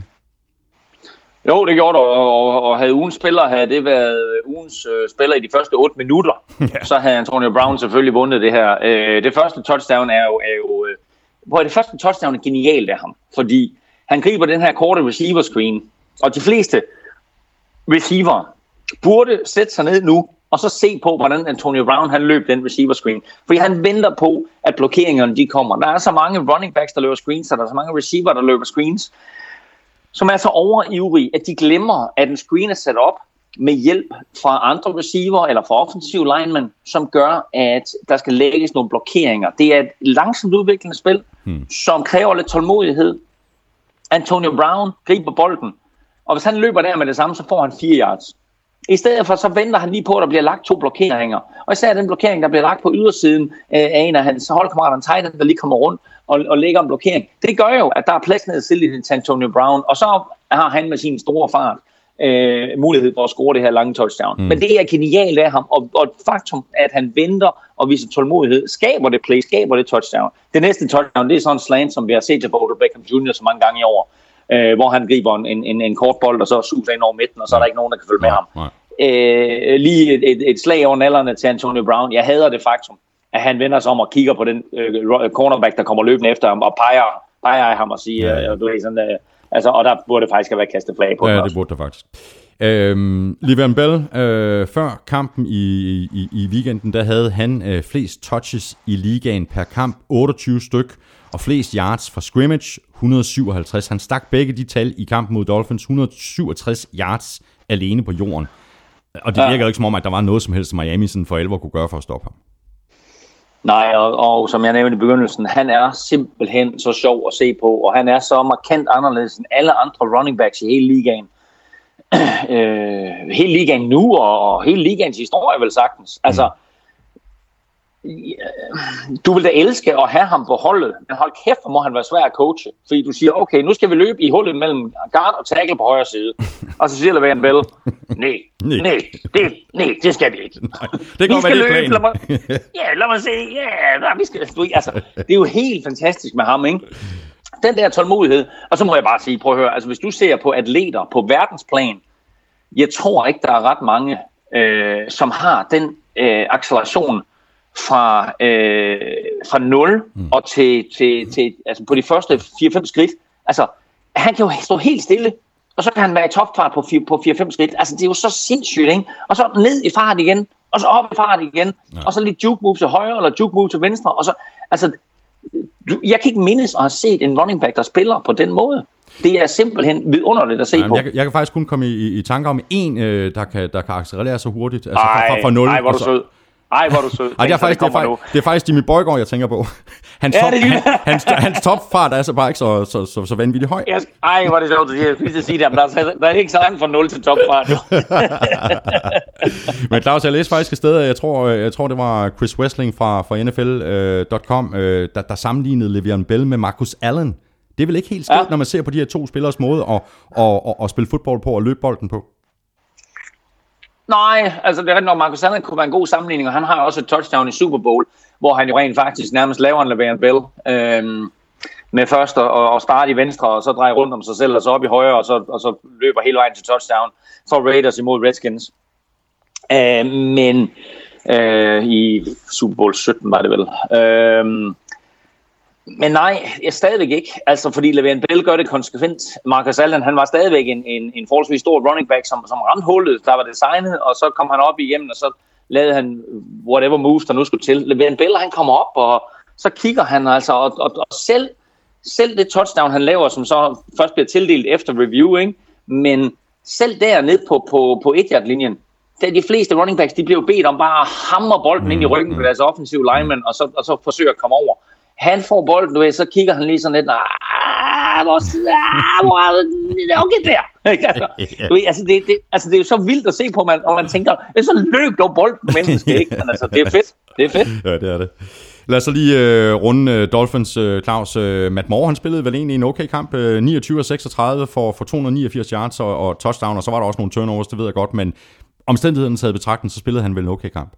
Jo, det gjorde det, og, og havde ugens spiller, havde det været ugens øh, spiller i de første otte minutter, ja. Så havde Antonio Brown selvfølgelig vundet det her. Øh, det første touchdown er jo, er jo øh, hvor det første touchdown er genialt af ham, fordi han griber den her korte receiver screen, og de fleste receiver burde sætte sig ned nu, og så se på, hvordan Antonio Brown han løb den receiver screen. Fordi han venter på, at blokeringerne de kommer. Der er så mange running backs, der løber screens, og der er så mange receiver, der løber screens, som er så overivrige, at de glemmer, at en screen er sat op med hjælp fra andre receiver eller fra offensive linemen, som gør, at der skal lægges nogle blokeringer. Det er et langsomt udviklende spil, hmm. som kræver lidt tålmodighed. Antonio Brown griber bolden, og hvis han løber der med det samme, så får han fire yards. I stedet for, så venter han lige på, at der bliver lagt to blokeringer. Og især den blokering, der bliver lagt på ydersiden af en af hans holdkammerater, tight end, der lige kommer rundt og, og lægger en blokering. Det gør jo, at der er plads ned til Antonio Brown, og så har han med sin store fart øh, mulighed for at score det her lange touchdown. Mm. Men det er genialt af ham, og, og faktum, at han venter og viser tålmodighed, skaber det play, skaber det touchdown. Det næste touchdown, det er sådan en slant, som vi har set til Odell Beckham junior så mange gange i år. Øh, hvor han griber en, en, en kort bold, og så suser ind over midten, og så er der ikke nogen, der kan følge med ham. Øh, lige et, et, et slag over nallerne til Antonio Brown. Jeg hader det faktum, at han vender sig om og kigger på den øh, cornerback, der kommer løbende efter ham, og peger, peger af ham og siger, ja, ja. Øh, du ved, sådan, øh, altså, og der burde det faktisk have været kastet flag på. Ja, det burde der faktisk. Øhm, Le'Veon Bell, øh, før kampen i, i, i weekenden, der havde han øh, flest touches i ligaen per kamp, otteogtyve styk, og flest yards fra scrimmage, et hundrede og syvoghalvtreds. Han stak begge de tal i kampen mod Dolphins, et hundrede og syvogtres yards alene på jorden. Og det virker ja. ikke som om, at der var noget som helst, Miami sådan for alvor kunne gøre for at stoppe ham. Nej, og, og som jeg nævnte i begyndelsen, han er simpelthen så sjov at se på, og han er så markant anderledes end alle andre running backs i hele ligaen. øh, hele ligaen nu, og, og hele ligaens historie vel sagtens. Altså, mm. du vil da elske at have ham på holdet, men hold kæft, hvor må han være svær at coache. Fordi du siger, okay, nu skal vi løbe i hullet mellem guard og tackle på højre side. Og så siger Le'Veon Bell, nej, nej, det, nej, det skal vi ikke. Nej, det går, hvad det er planen. Lad mig, ja, lad mig se, ja, nej, vi skal, du, altså, det er jo helt fantastisk med ham, ikke? Den der tålmodighed. Og så må jeg bare sige, prøv at høre, altså hvis du ser på atleter på verdensplan, jeg tror ikke, der er ret mange, øh, som har den øh, acceleration, fra øh, fra nul mm. og til til til altså på de første fire fem skridt. Altså han kan jo stå helt stille og så kan han være i topfart på fire fem skridt. Altså, det er jo så sindssygt, ikke? Og så ned i fart igen, og så op i fart igen, ja. Og så lidt juke move til højre, eller juke move til venstre, og så, altså, jeg kan ikke mindes at have set en running back, der spiller på den måde. Det er simpelthen vidunderligt at se Jamen, på. Jeg, jeg kan faktisk kun komme i, i, i tanker om en, øh, der, kan, der kan accelerere så hurtigt. Altså fra, fra, fra nul. Ej, hvor du sød. Ej, hvor du sød. Ej, det, er faktisk, det, er faktisk, det er faktisk Jimmy Bøjgaard, jeg tænker på. Hans, ja, top, det han, hans, hans topfart er så bare ikke så, så, så, så vanvittigt høj. Yes. Ej, hvor er det sjovt, jeg skal sige det, men der er, der er ikke så langt fra nul til topfart. Men Claus, jeg læste faktisk et sted, jeg tror, jeg tror det var Chris Wessling fra, fra N F L punktum com, øh, der, der sammenlignede Le'Veon Bell med Marcus Allen. Det er vel ikke helt skidt, ja. Når man ser på de her to spillers måde at, at, at, at spille fodbold på og løbe bolden på? Nej, altså det er rigtigt nok, Marcus Allen kunne være en god sammenligning, og han har også et touchdown i Super Bowl, hvor han jo rent faktisk nærmest laver en Le'Veon Bell øhm, med først at, at starte i venstre, og så dreje rundt om sig selv, og så op i højre, og så, og så løber hele vejen til touchdown for Raiders imod Redskins. Øh, men øh, i Super Bowl sytten var det vel. Øh, Men nej, jeg stadigvæk ikke. Altså, fordi Le'Veon Bell gør det konsekvent. Marcus Allen, han var stadigvæk en, en, en forholdsvis stor running back, som, som ramte hullet, der var designet, og så kom han op igennem, og så lavede han whatever moves, der nu skulle til. Le'Veon Bell, han kommer op, og så kigger han altså, og, og, og selv, selv det touchdown, han laver, som så først bliver tildelt efter review, ikke? Men selv dernede på, på, på et-yard-linjen, der de fleste running backs, de bliver bedt om bare at hamre bolden ind i ryggen på deres offensive linemen, og så, og så forsøger at komme over. Han får bolden, du ved, så kigger han lige sådan lidt, ah, hvor, ah, hvor er det okay der? altså, du ved, altså, det, det, altså, det er jo så vildt at se på, man, og man tænker, det er så løb dog bolden, menneske, ikke? Men altså, det er fedt, det er fedt. Ja, det er det. Lad os så lige øh, runde øh, Dolphins, øh, Claus. Øh, Matt Moore, han spillede vel egentlig en okay kamp, øh, niogtyve af seksogtredive for, for to hundrede og niogfirs yards og, og touchdown, og så var der også nogle turnovers, det ved jeg godt, men omstændighederne taget i betragtning, så spillede han vel en okay kamp.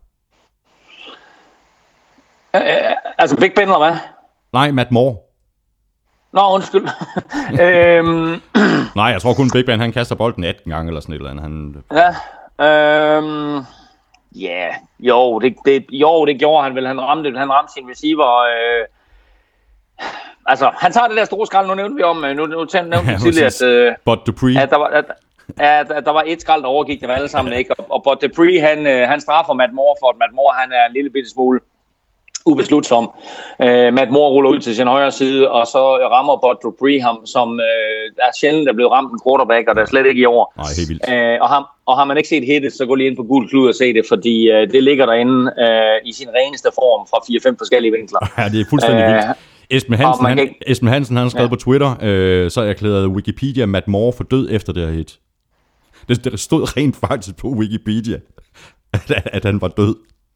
Øh, altså Big Ben, eller hvad? Nej, Matt Moore. Nå, undskyld. øhm. Nej, jeg tror kun Big Ben, han kaster bolden atten gange, eller sådan et eller andet. Han... Ja, øhm. Ja, yeah. jo, det, det, jo, det gjorde han vel. Han ramte, han ramte sin receiver. Øh. Altså, han tager det der store skrald, nu nævnte vi om, nu, nu nævnte vi tidligere, at, øh, Bud Dupree. at der var... At, at, at der var et skrald, der overgik dem alle sammen, ikke? Og, og Bud Dupree, han, han straffer Matt Moore for, at Matt Moore, han er en lille bitte smule ubeslutsom. Uh, Matt Moore ruller ud til sin højre side, og så rammer Bud Dupree ham, som uh, er sjældent er blevet ramt en quarterback, og der er slet ikke i år. Nej, helt vildt. Uh, og, ham, og har man ikke set hittet, så gå lige ind på Gul Klud og se det, fordi uh, det ligger derinde uh, i sin reneste form fra fire fem forskellige vinkler. Ja, det er fuldstændig uh, vildt. Esben Hansen, han, kan... Esben Hansen, han har skrevet ja. på Twitter, øh, så erklærede Wikipedia Matt Moore for død efter det her hit. Det, det stod rent faktisk på Wikipedia, at, at han var død.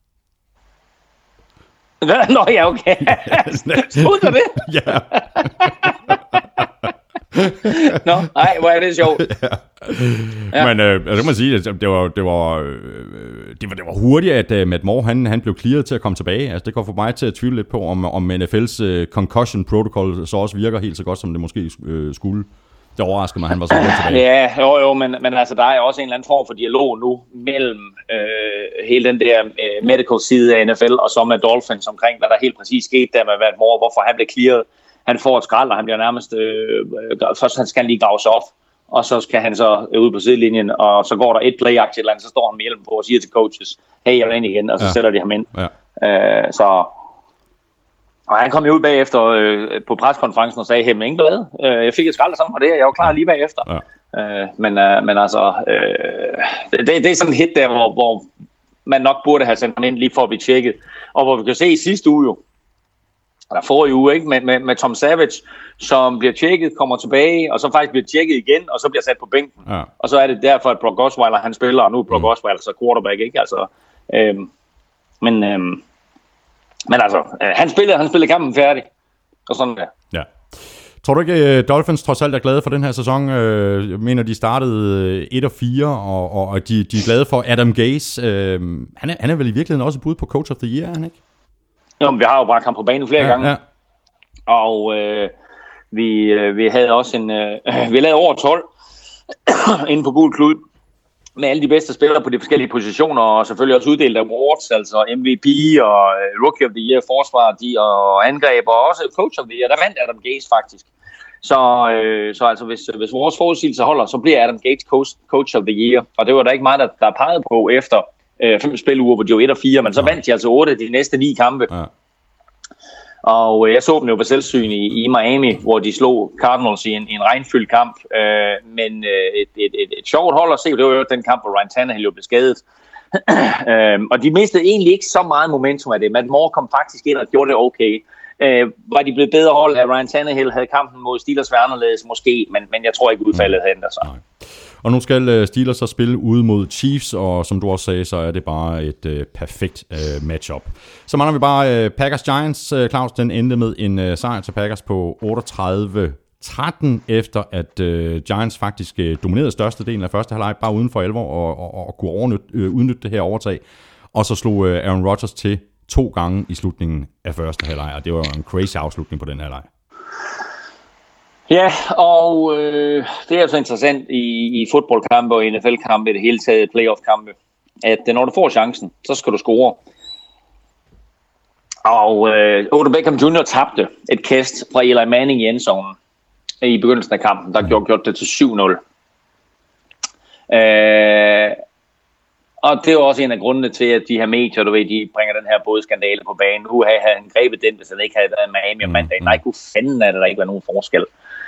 Nå ja, okay. Stod der det? Ja. Nå, nej, hvor er det sjovt. Ja. Ja. Men øh, det kan man sige, det var, det var, øh, det var, det var hurtigt, at uh, Matt Moore, han, han blev clearet til at komme tilbage. Altså, det går for mig til at tvivle lidt på, om, om N F L's uh, concussion protocol så også virker helt så godt, som det måske uh, skulle. Det overraskede mig, at han var så hurtigt tilbage. Ja, jo, jo, men, men altså, der er også en eller anden form for dialog nu mellem øh, hele den der øh, medical side af N F L og så med Dolphins omkring, hvad der helt præcis skete der med Matt Moore, hvorfor han blev clearet. Han får et skrald, og han bliver nærmest... Øh, først han skal han lige graves op, og så skal han så ud på sidelinjen, og så går der et play-akt til et eller andet, så står han med hjelmen på og siger til coaches, hey, jeg vil ind igen, og så ja. sætter de ham ind. Ja. Øh, så... Og han kom jo ud bagefter øh, på preskonferencen og sagde, hey, men ingen blad. Øh, jeg fik et skrald og sådan, og det jeg var klar lige bagefter. Ja. Øh, men, øh, men altså, øh, det, det er sådan et hit der, hvor, hvor man nok burde have sendt ham ind lige for at blive tjekket. Og hvor vi kan se i sidste uge jo, der forrige uge, ikke, med, med, med Tom Savage, som bliver tjekket, kommer tilbage, og så faktisk bliver tjekket igen, og så bliver sat på bænken. Ja. Og så er det derfor, at Brock Osweiler, han spiller, og nu er Brock mm. Osweiler så quarterback, ikke? Altså, øh, men... Øh, Men altså, øh, han spillede, han spillede kampen færdig, og sådan der. Ja. Tror du ikke, Dolphins trods alt er glade for den her sæson? Jeg mener, de startede et og fire, og, og de, de er glade for Adam Gase. Han er, han er vel i virkeligheden også bud på Coach of the Year, er han ikke? Jo, men vi har jo bragt ham på banen flere ja, gange. Ja. Og øh, vi, øh, vi havde også en... Øh, vi lavede over tolv inde på Gul Klud, med alle de bedste spillere på de forskellige positioner, og selvfølgelig også uddelt awards, altså M V P og Rookie of the Year, forsvar de, og angreb, og også Coach of the Year. Der vandt Adam Gase faktisk. Så, øh, så altså, hvis, hvis vores forudsigelse holder, så bliver Adam Gates coach, coach of the year. Og det var der ikke meget, der, der pegede på efter øh, fem spiluger, hvor de var et og fire, men så ja. vandt de altså otte de næste ni kampe. Ja. Og øh, jeg så dem jo på selvsyn i, i Miami, hvor de slog Cardinals i en, en regnfyldt kamp. Øh, men øh, et, et, et, et sjovt hold at se, det var jo den kamp, hvor Ryan Tannehill jo blev skadet. øh, og de mistede egentlig ikke så meget momentum af det. Matt Moore kom faktisk ind og gjorde det okay. Øh, var de blevet bedre hold af Ryan Tannehill, havde kampen mod Steelers været anderledes måske, men, men jeg tror ikke udfaldet havde ændret sig. Nej. Og nu skal Steelers så spille ude mod Chiefs, og som du også sagde, så er det bare et øh, perfekt øh, matchup. Så mangler vi bare øh, Packers-Giants. Øh, Claus, den endte med en øh, sejr til Packers på otteogtredive tretten, efter at øh, Giants faktisk øh, dominerede størstedelen af første halvleg, bare uden for alvor, og, og, og kunne overnytte, øh, udnytte det her overtag. Og så slog øh, Aaron Rodgers til to gange i slutningen af første halvleg, og det var en crazy afslutning på den halvleg. Ja, og øh, det er så interessant i, i fodboldkampe og N F L-kampe, i det hele taget playoff-kampe, at når du får chancen, så skal du score. Og øh, Odell Beckham junior tabte et kast fra Eli Manning i endzonen i begyndelsen af kampen, der gjorde, gjorde det til syv nul. Øh, og det er også en af grundene til, at de her medier, du ved, de bringer den her bådskandale på banen. Nu havde han grebet den, hvis han ikke havde været Miami om mandag. Nej, gud fanden er det, der ikke var nogen forskel.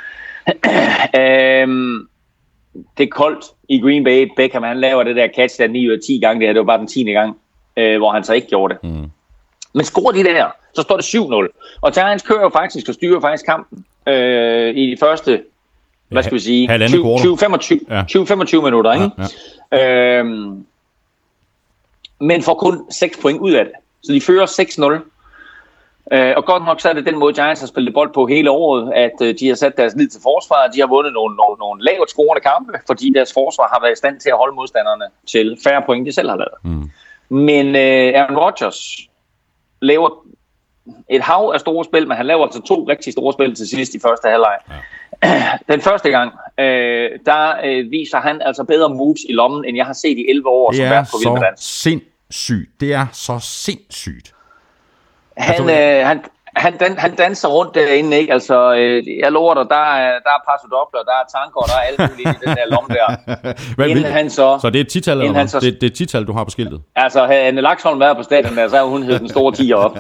øhm, det er koldt i Green Bay. Beckham, han laver det der catch der ni ud af ti gange. Det her, det var bare den tiende gang, øh, hvor han så ikke gjorde det. Mm. Men scorer de der, så står det syv nul. Og Giants kører jo faktisk og styrer faktisk kampen øh, i de første, hvad skal vi sige, tyve til femogtyve minutter, ikke? Ja, ja. Øhm, men får kun seks point ud af det. Så de fører seks nul. Øh, og godt nok så er det den måde, Giants har spillet bold på hele året, at øh, de har sat deres lid til forsvaret. De har vundet nogle, nogle, nogle lavt scorende kampe, fordi deres forsvar har været i stand til at holde modstanderne til færre point, de selv har lavet. Mm. Men øh, Aaron Rodgers laver et hav af store spil, men han laver altså to rigtig store spil til sidst i første halvleg. Ja. Den første gang, øh, der øh, viser han altså bedre moves i lommen, end jeg har set i elleve år. Det er så sindssygt. Det er så sindssygt. Han, øh, han, han, dan, han danser rundt derinde, ikke? Altså, øh, jeg lover dig, der er, der er passodobler, der er tanker, og der er alt muligt i den der lomme der. Hvad, han så, så det er et tital, eller han så, det, det er et tital, du har på skiltet? Altså, havde Anne Laksholm været på stadion der, så havde hun hed den store tiger op.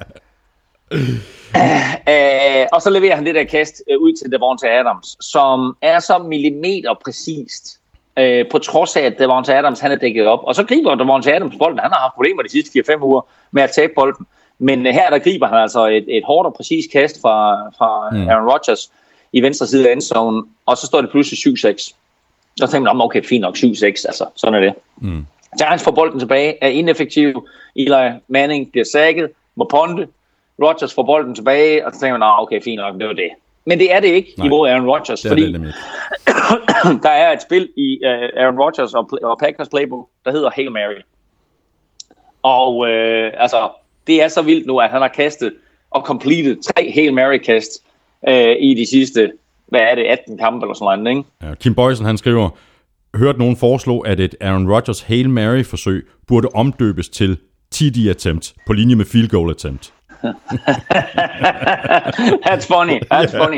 uh, og så leverer han det der kast uh, ud til Davante Adams, som er så millimeter præcist, uh, på trods af, at Davante Adams han er dækket op. Og så griber Davante Adams bolden. Han har haft problemer de sidste fire fem uger med at tabe bolden. Men her der griber han altså et, et hårdt og præcis kast fra, fra mm. Aaron Rodgers i venstre side af endzonen, og så står det pludselig syv seks. Så tænker man, okay, fint nok, syv seks, altså sådan er det. Mm. Giants får bolden tilbage, er ineffektiv, Eli Manning bliver sækket, må ponte, Rodgers får bolden tilbage, og så tænker man, okay, fint nok, det var det. Men det er det ikke Nej, imod Aaron Rodgers, det fordi det der er et spil i uh, Aaron Rodgers og, og Packers playbook, der hedder Hail Mary. Og øh, altså, det er så vildt nu, at han har kastet og completed tre Hail Mary-kast øh, i de sidste, hvad er det, atten kampe eller sådan noget, ikke? Ja, Kim Boysen, han skriver, hørt nogen foreslå, at et Aaron Rodgers Hail Mary-forsøg burde omdøbes til T D attempt, på linje med field goal attempt. That's funny, that's funny.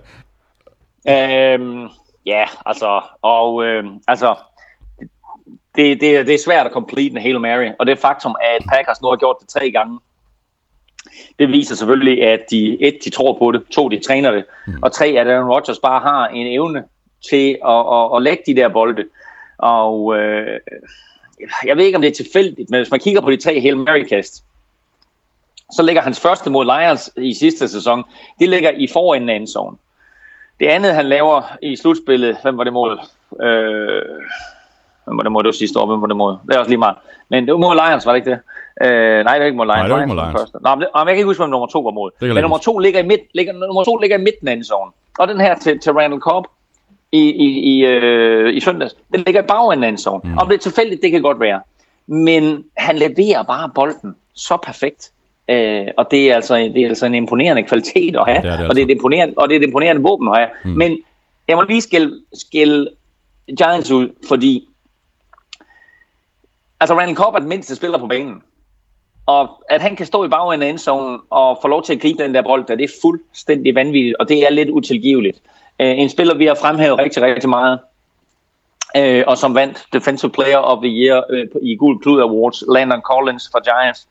Øhm, ja, altså, og øh, altså, det, det, det er svært at complete en Hail Mary, og det faktum, at Packers nu har gjort det tre gange, det viser selvfølgelig, at de, et, de tror på det, to, de træner det, mm. og tre, at Aaron Rodgers bare har en evne til at, at, at lægge de der bolde. Og øh, jeg ved ikke, om det er tilfældigt, men hvis man kigger på de tre Hail Mary-kast, så ligger hans første mod Lions i sidste sæson, det ligger i forenden af endzone. Det andet, han laver i slutspillet, hvem var det mod? Øh, hvem var det mod? Det var sidste år, hvem var det mod? Det er også lige meget. Men det var mod Lions, var det ikke det? Øh, nej, det var ikke mod Lions. Nej, det var ikke mod Lions. Nå, men det, jeg kan ikke huske, hvem nummer to var mod. Men nummer to ligger i, midt, ligger, nummer to ligger i midten af endzone. Og den her til, til Randall Cobb i, i, i, øh, i søndags, den ligger i bagenden af endzone. Mm. Om det er tilfældigt, det kan godt være. Men han leverer bare bolden så perfekt. Uh, og det er, altså, det er altså en imponerende kvalitet at have, det det altså. og, det er et imponerende, og det er et imponerende våben at have. Mm. Men jeg må lige skille, skille Giants ud, fordi altså Randall Cobb er den mindste spiller på banen. Og at han kan stå i bagenden af endzonen og få lov til at gribe den der bold, der det er fuldstændig vanvittigt, og det er lidt utilgiveligt. Øh, en spiller, vi har fremhævet rigtig, rigtig meget, øh, og som vandt Defensive Player of the Year øh, i Gul Klud Awards, Landon Collins for Giants.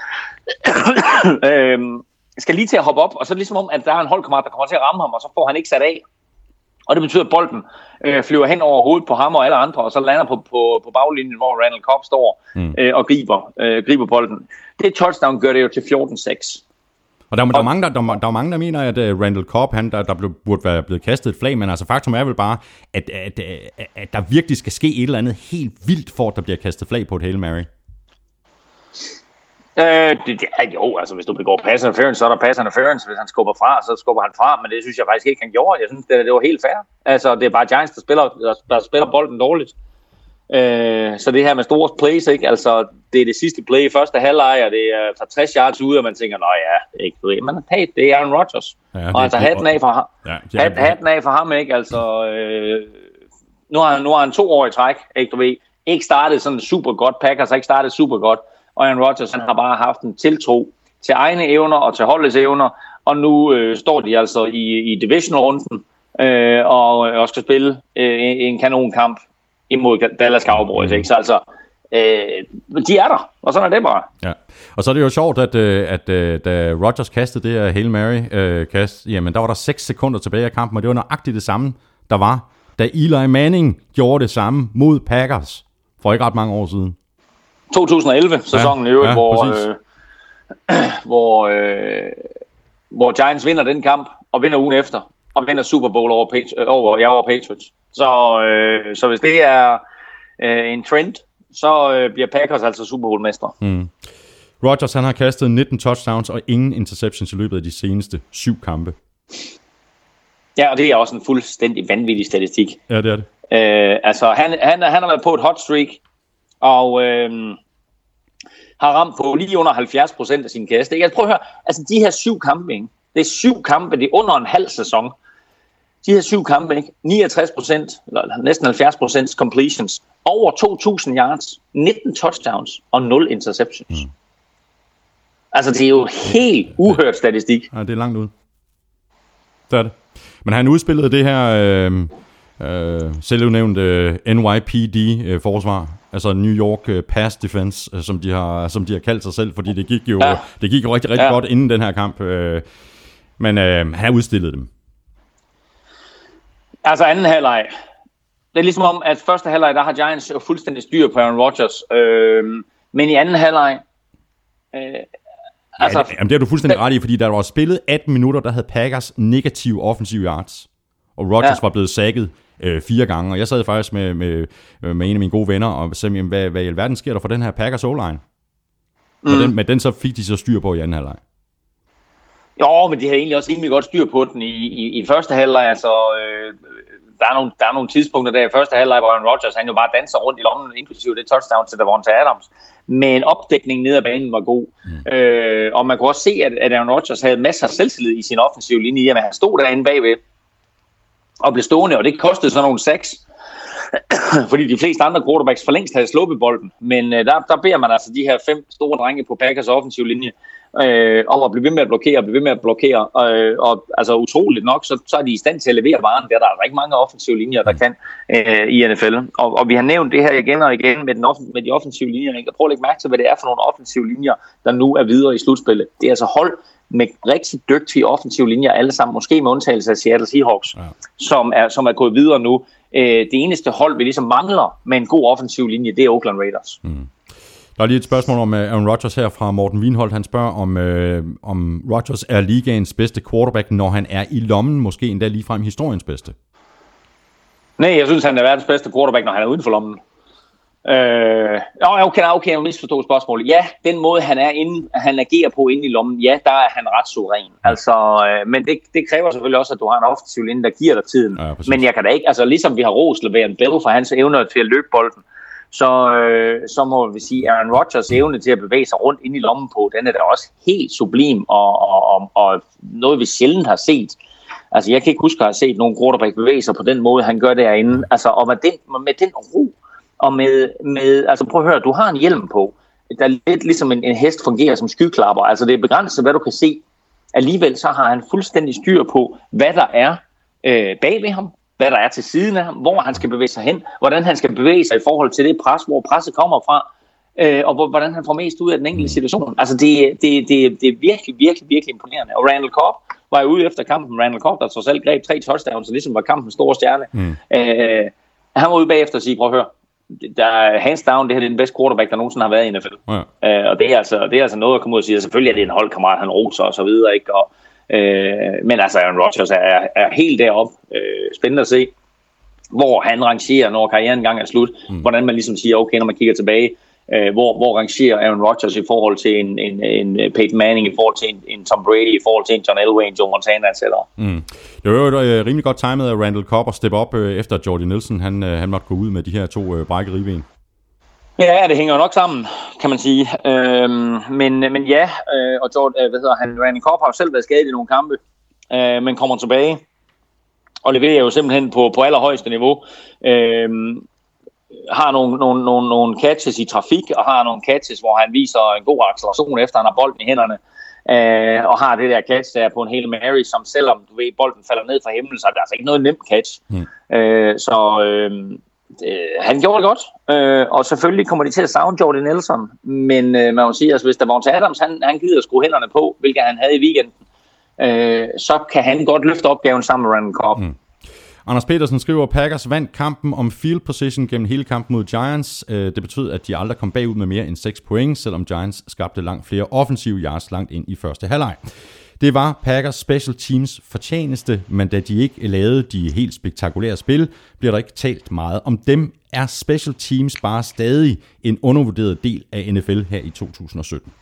øh, skal lige til at hoppe op, og så er det ligesom om, at der er en holdkammerat, der kommer til at ramme ham, og så får han ikke sat af. Og det betyder, at bolden øh, flyver hen over hovedet på ham og alle andre, og så lander på, på, på baglinjen, hvor Randall Cobb står mm. øh, og griber, øh, griber bolden. Det touchdown gør det jo til fjorten seks. Og der, der, er mange, der, der, der er mange, der mener, at uh, Randall Cobb, han, der, der blev, burde være blevet kastet et flag, men altså faktum er vel bare, at, at, at, at der virkelig skal ske et eller andet helt vildt, for at der bliver kastet flag på et Hail Mary. Øh, det, det, jo, altså hvis du begår pass interference, så er der pass interference. Hvis han skubber fra, så skubber han fra, men det synes jeg faktisk ikke, han gjorde. Jeg synes, det, det var helt fair. Altså, det er bare Giants, der spiller, der, der spiller bolden dårligt. Øh, så det her med store plays, ikke? Altså, det er det sidste play i første halvleg, og det er fra tres yards ude, og man tænker, nej ja, ikke. Men hey, det er Aaron Rodgers. Ja, det, og altså hatten af for ham. Ja, ja, hat, hatten af for ham, ikke? Altså, øh, nu har han, nu har han to år i træk, ikke? Du ved, ikke startet sådan super godt. Packers har ikke startet super godt. Og Aaron Rodgers, han har bare haft en tiltro til egne evner og til holdets evner, og nu øh, står de altså i, i division-runden øh, og, og skal spille øh, en kanonkamp imod Dallas Cowboys. Ikke? Så altså, øh, de er der, og sådan er det bare. Ja. Og så er det jo sjovt, at, at, at da Rodgers kastede det her Hail Mary-kast, øh, jamen der var der seks sekunder tilbage af kampen, og det var nøjagtigt det samme, der var, da Eli Manning gjorde det samme mod Packers for ikke ret mange år siden. to tusind og elleve-sæsonen ja, i øvrigt, ja, hvor, øh, hvor, øh, hvor Giants vinder den kamp, og vinder ugen efter, og vinder Super Bowl over, Patri- over, ja, over Patriots. Så, øh, så hvis det er øh, en trend, så øh, bliver Packers altså Super Bowl-mestre. Mm. Rodgers, han har kastet nitten touchdowns og ingen interceptions i løbet af de seneste syv kampe. Ja, og det er også en fuldstændig vanvittig statistik. Ja, det er det. Øh, altså, han, han, han har været på et hot streak, og øh, har ramt på lige under halvfjerds procent af sin kaste. Jeg prøver at høre, altså de her syv kampe, ikke? Det er syv kampe, det er under en halv sæson. De her syv kampe, ikke? niogtres procent, eller næsten halvfjerds procent completions, over to tusind yards, nitten touchdowns og nul interceptions. Mm. Altså det er jo helt uhørt statistik. Ja, det er langt ud. Det er det. Men han udspillede det her øh, øh, selvudnævnt øh, N Y P D-forsvar, øh, altså New York øh, Pass Defense, øh, som, de har, som de har kaldt sig selv, fordi det gik jo, ja. det gik jo rigtig, rigtig ja. godt inden den her kamp. Øh, men øh, han udstillede dem. Altså anden halvleg. Det er ligesom om, at første halvleg, der har Giants jo fuldstændig styr på Aaron Rodgers. Øh, men i anden halvleg... Øh, altså, ja, det, jamen det er du fuldstændig ret i, fordi der var spillet atten minutter, der havde Packers negative offensive yards. Og Rodgers ja. var blevet sacket øh, fire gange. Og jeg sad faktisk med, med, med en af mine gode venner og sagde, hvad, hvad i alverden sker der for den her Packers O-line? Mm. Den, men den så fik de så styr på i anden halvleg. Jo, men de havde egentlig også rimelig godt styr på den i, i, i første halvleg. Altså, øh, der, er nogle, der er nogle tidspunkter der i første halvleg, hvor Aaron Rodgers han jo bare danser rundt i lommen, inklusive det touchdown til Davante Adams. Men opdækningen ned ad banen var god. Mm. Øh, og man kunne også se, at, at Aaron Rodgers havde masser af selvtillid i sin offensive linje. Jamen, han stod derinde bagved og blev stående, og det kostede sådan nogle sacks. Fordi de fleste andre quarterbacks for længst havde sluppet bolden. Men øh, der, der beder man altså de her fem store drenge på Packers offensive linje øh, om at blive ved med at blokere og blive ved med at blokere. Øh, og altså utroligt nok, så, så er de i stand til at levere varen. Der er der ikke mange offensive linjer, der kan øh, i N F L. Og, og vi har nævnt det her igen og igen med, den offen- med de offensive linjer. Jeg prøver at lægge mærke til, hvad det er for nogle offensive linjer, der nu er videre i slutspillet. Det er altså hold med rigtig dygtige offensive linjer, alle sammen, måske med undtagelse af Seattle Seahawks, ja. som, er, som er gået videre nu. Det eneste hold, vi ligesom mangler med en god offensiv linje, det er Oakland Raiders. Mm. Der er lige et spørgsmål om Aaron Rodgers her fra Morten Wienholdt. Han spørger, om, øh, om Rodgers er ligaens bedste quarterback, når han er i lommen, måske endda ligefrem historiens bedste. Nej, jeg synes, han er verdens bedste quarterback, når han er uden for lommen. Øh, okay, okay, jeg misforstod spørgsmålet. Ja, den måde, han er inde, han agerer på inde i lommen, ja, der er han ret suveræn. Altså, øh, men det, det kræver selvfølgelig også, at du har en offensiv linje, der giver dig tiden. Ja, men jeg kan da ikke, altså ligesom vi har rost Le'Veon Bell for hans evner til at løbe bolden, så, øh, så må vi sige, at Aaron Rodgers evne til at bevæge sig rundt inde i lommen på, den er da også helt sublim, og, og, og, og noget vi sjældent har set. Altså, jeg kan ikke huske at have set nogen quarterback bevæge sig på den måde, han gør derinde. Altså, og med den, med den ro, og med, med, altså prøv at høre, du har en hjelm på. der er lidt ligesom en, en hest fungerer som skyklapper. Altså det er begrænset, hvad du kan se. Alligevel så har han fuldstændig styr på, hvad der er øh, bag ved ham, hvad der er til siden af ham, hvor han skal bevæge sig hen, hvordan han skal bevæge sig i forhold til det pres, hvor presset kommer fra, øh, og hvordan han får mest ud af den enkelte situation. Altså det, det, det, det er virkelig, virkelig, virkelig imponerende. Og Randall Cobb var jo ude efter kampen. Randall Cobb, der trods alt greb tre touchdowns, så ligesom var kampens store stjerne. Mm. Øh, han var ude bagefter og sige, prøv at høre, der er hands down, det her det er den bedste quarterback, der nogensinde har været i N F L. Ja. Øh, og det er, altså, det er altså noget at komme ud og sige, selvfølgelig er det en holdkammerat, han roser og så videre, ikke? Og, øh, men altså Aaron Rodgers er, er helt deroppe. Øh, spændende at se, hvor han rangerer, når karrieren engang er slut. Mm. Hvordan man ligesom siger, okay, når man kigger tilbage, øh, hvor, hvor rangerer Aaron Rodgers i forhold til en, en, en Peyton Manning, i forhold til en, en Tom Brady, i forhold til en John Elway, en Joe Montana, et cetera. Mm. Det var jo uh, rimelig godt timet af Randall Cobb at steppe op uh, efter Jordy Nelson. Han, uh, han måtte gå ud med de her to uh, brække ribben. Ja, det hænger jo nok sammen, kan man sige. Øhm, men, men ja, øh, og Jordan, øh, hvad hedder han, Randall Cobb har jo selv været skadet i nogle kampe, øh, men kommer tilbage og leverer jo simpelthen på, på allerhøjeste niveau. Øhm, har nogle, nogle, nogle, nogle catches i trafik, og har nogle catches, hvor han viser en god acceleration, efter han har bolden i hænderne. Øh, og har det der catch der på en hel Mary, som selvom du ved, bolden falder ned fra himlen, så er det altså ikke noget nemt catch. Mm. Øh, så øh, øh, han gjorde det godt, øh, og selvfølgelig kommer de til at savne Jordy Nelson, men øh, man må sige, at altså, hvis der var til Adams, han, han gider at skrue hænderne på, hvilket han havde i weekenden, øh, så kan han godt løfte opgaven sammen med Randall Cobb. Mm. Anders Petersen skriver, Packers vandt kampen om field position gennem hele kampen mod Giants. Det betød, at de aldrig kom bagud med mere end seks point, selvom Giants skabte langt flere offensive yards langt ind i første halvleg. Det var Packers special teams fortjeneste, men da de ikke lavede de helt spektakulære spil, bliver der ikke talt meget om dem. Er special teams bare stadig en undervurderet del af N F L her i to tusind og sytten?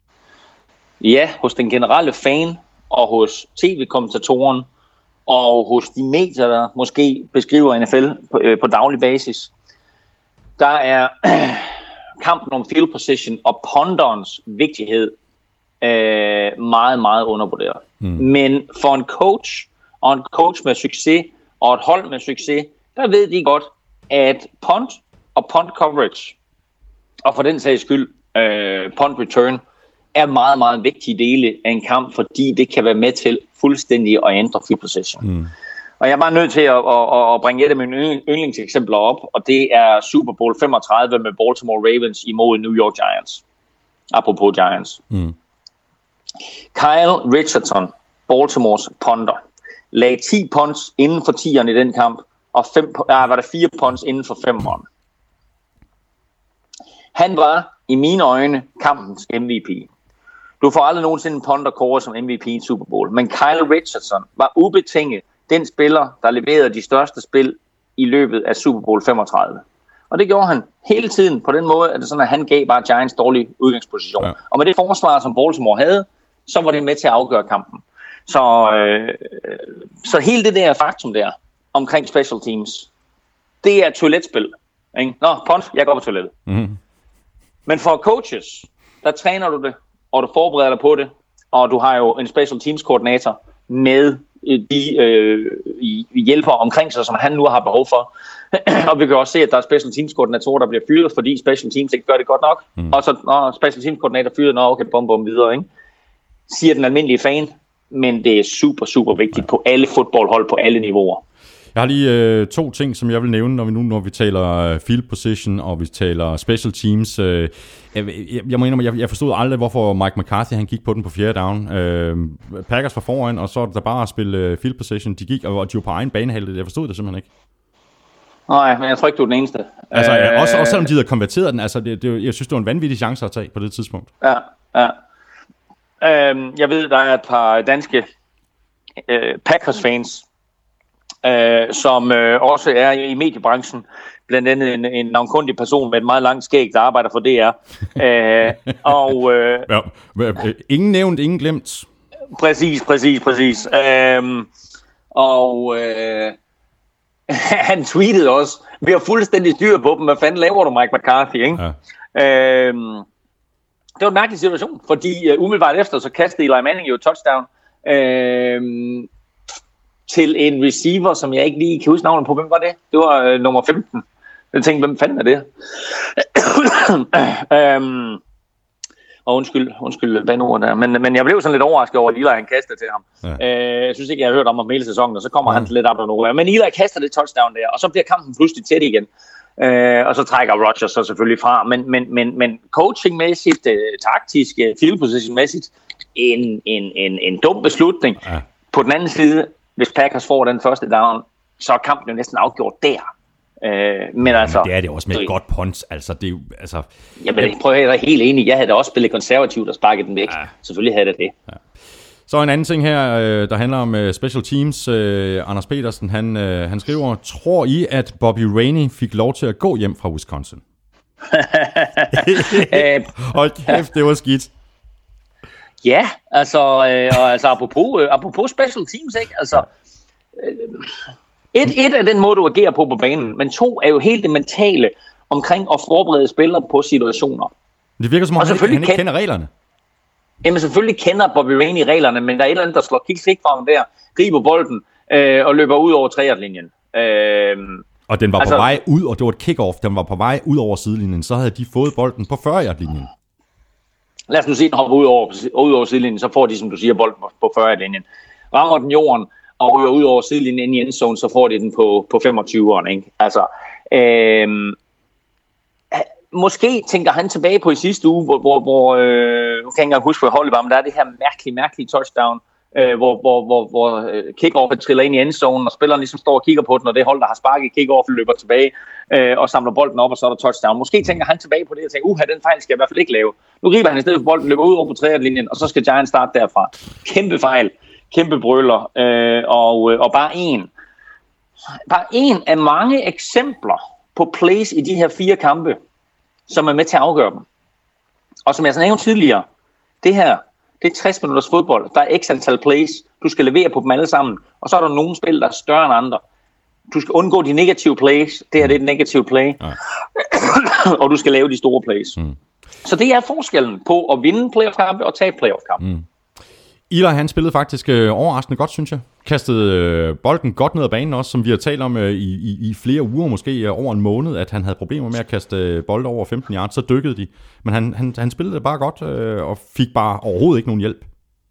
Ja, hos den generelle fan og hos tv-kommentatoren, og hos de medier, der måske beskriver N F L på, øh, på daglig basis, der er øh, kampen om field position og punterens vigtighed øh, meget, meget undervurderet. Mm. Men for en coach, og en coach med succes, og et hold med succes, der ved de godt, at punt og punt coverage, og for den sags skyld øh, punt return, er meget, meget vigtige dele af en kamp, fordi det kan være med til fuldstændig at ændre field position. Mm. Og jeg er bare nødt til at, at, at bringe et af mine yndlingseksempler op, og det er Super Bowl femogtredive med Baltimore Ravens imod New York Giants. Apropos Giants. Mm. Kyle Richardson, Baltimores punter, lagde ti punts inden for tieren i den kamp, og fem, ah, var der fire punts inden for femmeren. Han var i mine øjne kampens M V P. Du får aldrig nogensinde en punter kåret som M V P i Super Bowl, men Kyle Richardson var ubetinget den spiller, der leverede de største spil i løbet af Super Bowl femogtredive. Og det gjorde han hele tiden på den måde, at, det sådan, at han gav bare Giants dårlig udgangsposition. Ja. Og med det forsvar, som Baltimore havde, så var det med til at afgøre kampen. Så, øh, så hele det der faktum der, omkring special teams, det er toiletspil. Ikke? Nå, punt, jeg går på toilettet. Mm-hmm. Men for coaches, der træner du det, og du forbereder dig på det, og du har jo en special teams koordinator med de øh, hjælper omkring sig, som han nu har behov for. Og vi kan også se, at der er special teams koordinatorer, der bliver fyret, fordi special teams ikke gør det godt nok. Mm. Og så når special teams koordinator fyret, nå okay, bum bum videre, ikke? Siger den almindelige fan, men det er super, super vigtigt på alle fodboldhold på alle niveauer. Jeg har lige øh, to ting, som jeg vil nævne, når vi nu når vi taler field position og vi taler special teams. Øh, jeg, jeg må indrømme, jeg, jeg forstod aldrig, hvorfor Mike McCarthy han gik på den på fjerde down. Øh, Packers var foran, og så er der bare at spille field position. De gik, og de var på egen banehalvdel. Jeg forstod det simpelthen ikke. Nej, men jeg tror ikke, du er den eneste. Altså, ja, også, også selvom de havde konverteret den, altså, det, det, jeg synes, det var en vanvittig chance at tage på det tidspunkt. Ja, ja. Øh, jeg ved, der er et par danske øh, Packers-fans, Øh, som øh, også er i mediebranchen, blandt andet en, en navnkundig person med et meget langt skæg, der arbejder for D R. øh, og, øh, ja, ingen nævnt, ingen glemt. Præcis, præcis, præcis. Øh, og øh, han tweetede også, vi har fuldstændig styr på dem, hvad fanden laver du, Mike McCarthy, ikke? Ja. Øh, det var en mærkelig situation, fordi uh, umiddelbart efter, så kastede Eli Manning jo touchdown. Øh, til en receiver, som jeg ikke lige kan huske navnet på. Hvem var det? Det var øh, nummer femten. Jeg tænkte, hvem fanden er det? øhm, Og undskyld, undskyld banord der. Men, men jeg blev sådan lidt overrasket over, at Eli han kastede til ham. Ja. Øh, jeg synes ikke, jeg har hørt om ham hele sæsonen, og så kommer ja. han lidt op og noget. Men Eli kaster det touchdown der, og så bliver kampen pludselig tæt igen. Øh, og så trækker Rodgers så selvfølgelig fra. Men, men, men, men coachingmæssigt, øh, taktisk, øh, field position-mæssigt, en, en, en, en dum beslutning. Ja. På den anden side, hvis Packers får den første down, så er kampen jo næsten afgjort der. Øh, men altså, men det er det også med et godt punch. Altså, det er jo, altså, jamen, jeg prøver at være helt enig. Jeg havde da også spillet konservativt og sparket den væk. Ja. Selvfølgelig havde det det. Ja. Så en anden ting her, der handler om special teams. Anders Petersen, han, han skriver, tror I, at Bobby Rainey fik lov til at gå hjem fra Wisconsin? Hold kæft, det var skidt. Ja, altså, øh, og altså apropos, øh, apropos special teams, ikke? Altså, øh, et, et er den måde, du agerer på på banen, men to er jo helt det mentale omkring at forberede spillere på situationer. Det virker som om, han, han ikke kender reglerne. Jamen selvfølgelig kender Bobby Rainey reglerne, men der er et eller andet, der slår kick-slik fra ham der, griber bolden øh, og løber ud over tre-yard-linjen. Øh, og den var altså, på vej ud, og det var et kick-off, den var på vej ud over sidelinjen, så havde de fået bolden på fyrre-yard-linjen. Lad os nu sige, at den hopper ud over, ud over sidelinjen, så får de, som du siger, bolden på fyrre-yard-linjen. Rammer den jorden og ryger ud over sidelinjen ind i endzone, så får de den på, på femogtyveren. Ikke? Altså, øh, måske tænker han tilbage på i sidste uge, hvor, hvor, hvor øh, nu kan jeg ikke engang huske, hvor holdet var, men der er det her mærkelige, mærkelige touchdown, øh, hvor, hvor, hvor, hvor øh, kick-off triller ind i endzone, og spilleren ligesom står og kigger på den, og det hold, der har sparket kick-off, løber tilbage øh, og samler bolden op, og så er der touchdown. Måske tænker han tilbage på det og tænker, uha, den fejl skal jeg i hvert fald ikke lave. Nu griber han i stedet for bolden, løber ud over på tre-yard-linjen, og så skal Giants starte derfra. Kæmpe fejl, kæmpe brøler, øh, og, og bare en. Bare en af mange eksempler på plays i de her fire kampe, som er med til at afgøre dem. Og som jeg sådan nævnte tidligere, det her, det er tres minutters fodbold. Der er x antal plays. Du skal levere på dem alle sammen. Og så er der nogle spil, der er større end andre. Du skal undgå de negative plays. Det her det er et negativt play. Ja. Og du skal lave de store plays. Mm. Så det er forskellen på at vinde playoff-kampe og tabe playoff-kampe. Mm. Eli, han spillede faktisk øh, overraskende godt, synes jeg. Kastede øh, bolden godt ned ad banen også, som vi har talt om øh, i, i, i flere uger, måske øh, over en måned, at han havde problemer med at kaste øh, bolde over femten yards, så dykkede de. Men han, han, han spillede det bare godt, øh, og fik bare overhovedet ikke nogen hjælp.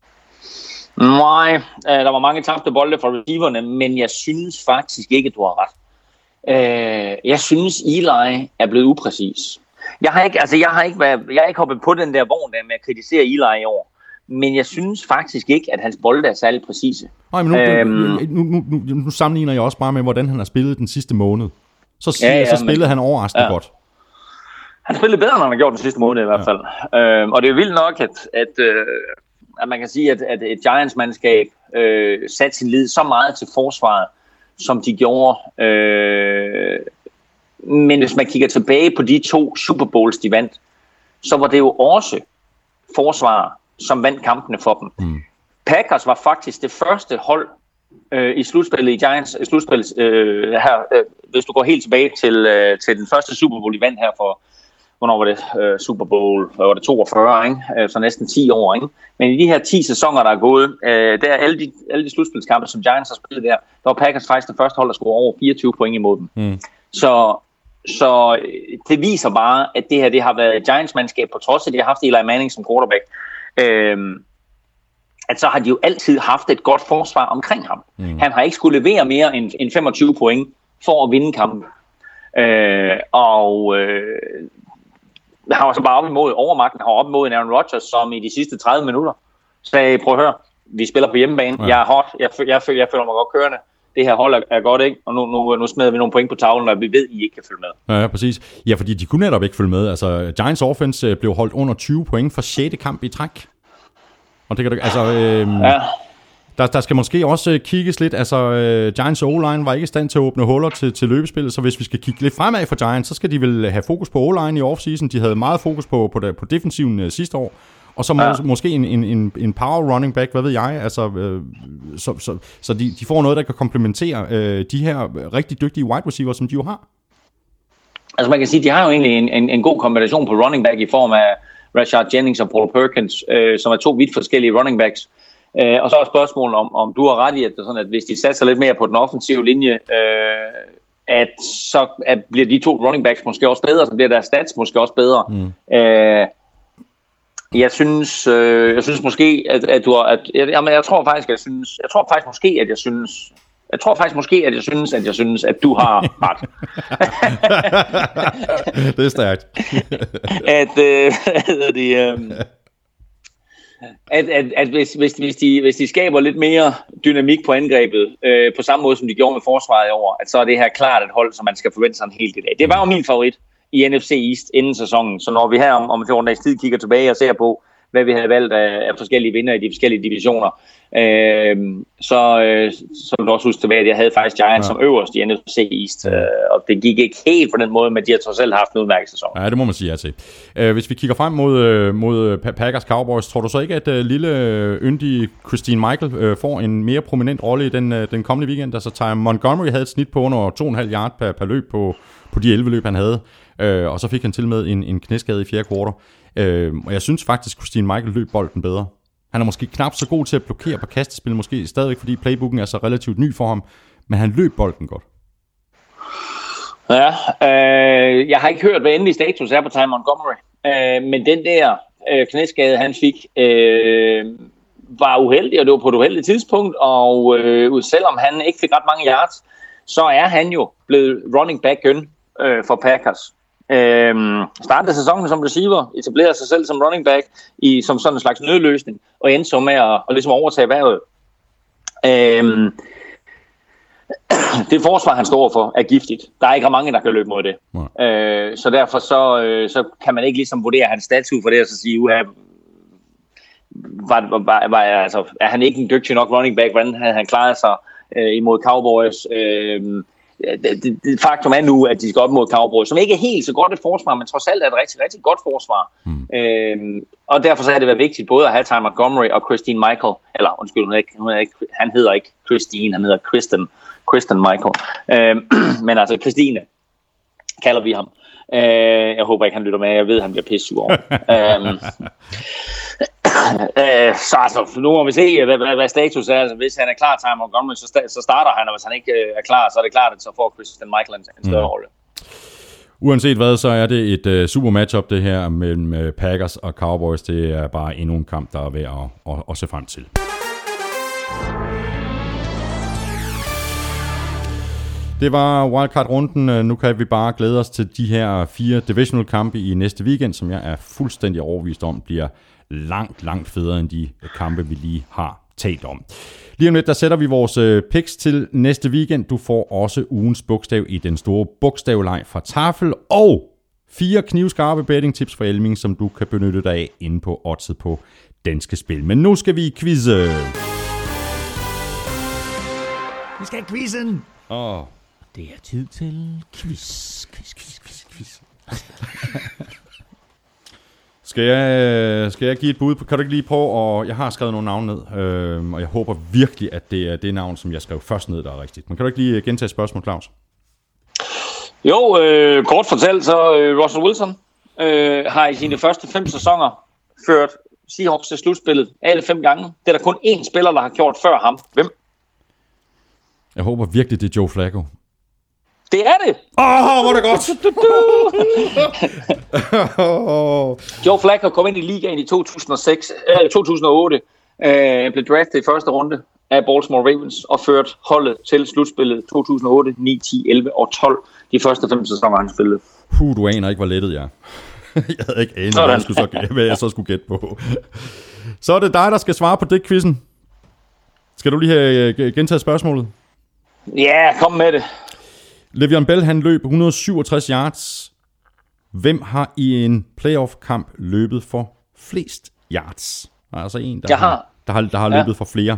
Nej, øh, der var mange tabte bolde fra receiverne, men jeg synes faktisk ikke, at du har ret. Øh, jeg synes, Eli er blevet upræcis. Jeg har ikke, altså, jeg har ikke, været, jeg har ikke hoppet på den der vogn der med at kritisere Eli i år. Men jeg synes faktisk ikke, at hans bolde er særlig præcise. Nej, men nu, øhm, nu, nu, nu, nu sammenligner jeg også bare med, hvordan han har spillet den sidste måned. Så, ja, ja, så spillede men, han overraskende ja. godt. Han spillede bedre, end han har gjort den sidste måned i hvert fald. Ja. Øhm, og det er jo vildt nok, at, at, øh, at man kan sige, at, at et Giants-mandskab øh, satte sin lid så meget til forsvaret, som de gjorde. Øh, men hvis man kigger tilbage på de to Super Bowls, de vandt, så var det jo også forsvaret, som vandt kampene for dem. Mm. Packers var faktisk det første hold øh, i slutspillet i Giants øh, slutspil øh, her, øh, hvis du går helt tilbage til, øh, til den første Super Bowl, de vandt her for, hvornår var det? Øh, Super Bowl, var det toogfyrre, ikke? Øh, så næsten ti år, ikke? Men i de her ti sæsoner, der er gået, øh, der er alle de, alle de slutspilskampe, som Giants har spillet der, der var Packers faktisk det første hold, der scorede over fireogtyve point imod dem. Mm. Så Så det viser bare, at det her det har været Giants-mandskab, på trods af, at de har haft Eli Manning som quarterback. Øhm, at så har de jo altid haft et godt forsvar omkring ham. Mm. Han har ikke skulle levere mere end, end femogtyve point for at vinde kampen. Øh, og øh, han var så bare op imod overmagten, han var op imod en Aaron Rodgers, som i de sidste tredive minutter sagde, prøv at høre, vi spiller på hjemmebane, ja. Jeg er hot, jeg, jeg, jeg, jeg føler mig godt kørende. Det her hold er godt, ikke? Og nu, nu, nu smider vi nogle point på tavlen, og vi ved, I ikke kan følge med. Ja, ja, præcis. Ja, fordi de kunne netop ikke følge med. Altså, Giants offense blev holdt under tyve point for sjette kamp i træk. Og det kan du, altså, øhm, ja. der, der skal måske også kigges lidt. Altså, øh, Giants O-line var ikke i stand til at åbne huller til, til løbespillet, så hvis vi skal kigge lidt fremad for Giants, så skal de vel have fokus på O-line i offseason. De havde meget fokus på, på, på defensiven øh, sidste år. Og så må, ja. måske en, en, en power running back, hvad ved jeg, altså, øh, så, så, så de, de får noget, der kan komplementere øh, de her rigtig dygtige wide receiver, som de jo har. Altså man kan sige, de har jo egentlig en, en, en god kombination på running back i form af Rashard Jennings og Paul Perkins, øh, som er to vidt forskellige running backs. Øh, og så er spørgsmålet, om, om du har ret i, at, det sådan, at hvis de satser lidt mere på den offensive linje, øh, at så at bliver de to running backs måske også bedre, så bliver deres stats måske også bedre. Mm. Øh, Jeg synes, øh, jeg synes måske, at, at du har... At, jamen, jeg tror faktisk, jeg synes... Jeg tror faktisk måske, at jeg synes... Jeg tror faktisk måske, at jeg synes, at jeg synes, at du har ret. Det er stærkt. at, øh, hvad det, øh, at, at, at hvis, hvis, hvis, de, hvis de skaber lidt mere dynamik på angrebet, øh, på samme måde som de gjorde med forsvaret i år, at så er det her klart et hold, som man skal forvente sig en hel del af. Det var jo min favorit i N F C East inden sæsonen, så når vi her om, om fjorten dages tid kigger tilbage og ser på, hvad vi havde valgt af, af forskellige vinder i de forskellige divisioner, øh, så øh, som du også husker tilbage, at jeg havde faktisk Giants ja. som øverst i N F C East, øh, og det gik ikke helt på den måde, men de har trods alt haft en udmærket sæson. Ja, det må man sige ja til. Uh, hvis vi kigger frem mod, mod Packers Cowboys, tror du så ikke, at uh, lille yndige Christine Michael uh, får en mere prominent rolle i den, uh, den kommende weekend? Altså, Ty Montgomery havde et snit på under to komma fem yard per, per løb på, på de elleve løb, han havde, uh, og så fik han til med en, en knæskade i fjerde kvartal. Uh, og jeg synes faktisk, at Christine Michael løb bolden bedre. Han er måske knap så god til at blokere på kastespil, måske stadigvæk, fordi playbooken er så relativt ny for ham, men han løb bolden godt. Ja, øh, jeg har ikke hørt, hvad endelig status er på Ty Montgomery, øh, men den der øh, knæskade, han fik, øh, var uheldig, og det var på et uheldigt tidspunkt, og øh, selvom han ikke fik ret mange yards, så er han jo blevet running back øh, for Packers. Øhm, startede sæsonen som receiver, etablerede sig selv som running back i, som sådan en slags nødløsning, og endte så med at, at ligesom overtage vejret. Øhm, det forsvar, han står for, er giftigt. Der er ikke mange, der kan løbe mod det. Ja. Øh, så derfor så, øh, så kan man ikke ligesom vurdere hans stats ud for det, og så sige, uha, var, var, var, altså, er han ikke en dygtig nok running back? Hvordan havde han klaret sig øh, imod Cowboys? Øh, Det, det, det faktum er nu, at de skal op mod Cowboys, som ikke er helt så godt et forsvar, men trods alt er et rigtig, rigtig godt forsvar. Mm. Øhm, og derfor så er det været vigtigt både at have Ty Montgomery og Christine Michael, eller undskyld, hun er ikke, hun er ikke, han hedder ikke Christine, han hedder Kristen, Kristen Michael. Øhm, men altså Christine kalder vi ham. Øh, jeg håber ikke, han lytter med. Jeg ved, han bliver pissur over. øhm, øh, så altså, nu må vi se, hvad, hvad, hvad status er. Altså, hvis han er klar til Montgomery, så, sta- så starter han, og hvis han ikke øh, er klar, så er det klart, at så får Christian Michael en, en større mm. rolle. Uanset hvad, så er det et uh, super matchup, det her mellem uh, Packers og Cowboys. Det er bare endnu en kamp, der er værd at, at, at se frem til. Det var wildcard-runden. Nu kan vi bare glæde os til de her fire divisional-kampe i næste weekend, som jeg er fuldstændig overbevist om, bliver langt, langt federe end de kampe, vi lige har talt om. Lige om lidt, der sætter vi vores picks til næste weekend. Du får også ugens bogstav i den store bogstavleg fra Tafel, og fire knivskarpe betting-tips fra Elming, som du kan benytte dig af inde på oddset på Danske Spil. Men nu skal vi quizze. Vi skal have quizzen. Åh... Oh. Det er tid til quiz, quiz, quiz, quiz, quiz. skal, jeg, skal jeg give et bud? Kan du ikke lige prøve, og jeg har skrevet nogle navne ned, øh, og jeg håber virkelig, at det er det navn, som jeg skrev først ned, der er rigtigt. Men kan du ikke lige gentage spørgsmål, Claus? Jo, øh, kort fortalt, så øh, Russell Wilson øh, har i sine første fem sæsoner ført Seahawks til slutspillet alle fem gange. Det er der kun én spiller, der har gjort før ham. Hvem? Jeg håber virkelig, det er Joe Flacco. Det er det! Åh, oh, hvor er det godt! Joe Flacco kom ind i ligaen i to tusind og seks, øh, to tusind og otte, øh, blev draftet i første runde af Baltimore Ravens og ført holdet til slutspillet to tusind og otte, ni, ti, elleve og tolv. De første fem sæsoner, han spillede. Puh, du aner ikke, hvor lettet jeg er. Jeg havde ikke anet, hvad jeg, skulle så, hvad jeg så skulle gætte på. Så er det dig, der skal svare på det quizzen. Skal du lige have gentaget spørgsmålet? Ja, yeah, kom med det. Le'Veon Bell, han løb et hundrede og syvogtres yards. Hvem har i en playoff-kamp løbet for flest yards? Der er altså en, der, har, har, der har, der har løbet ja. for flere.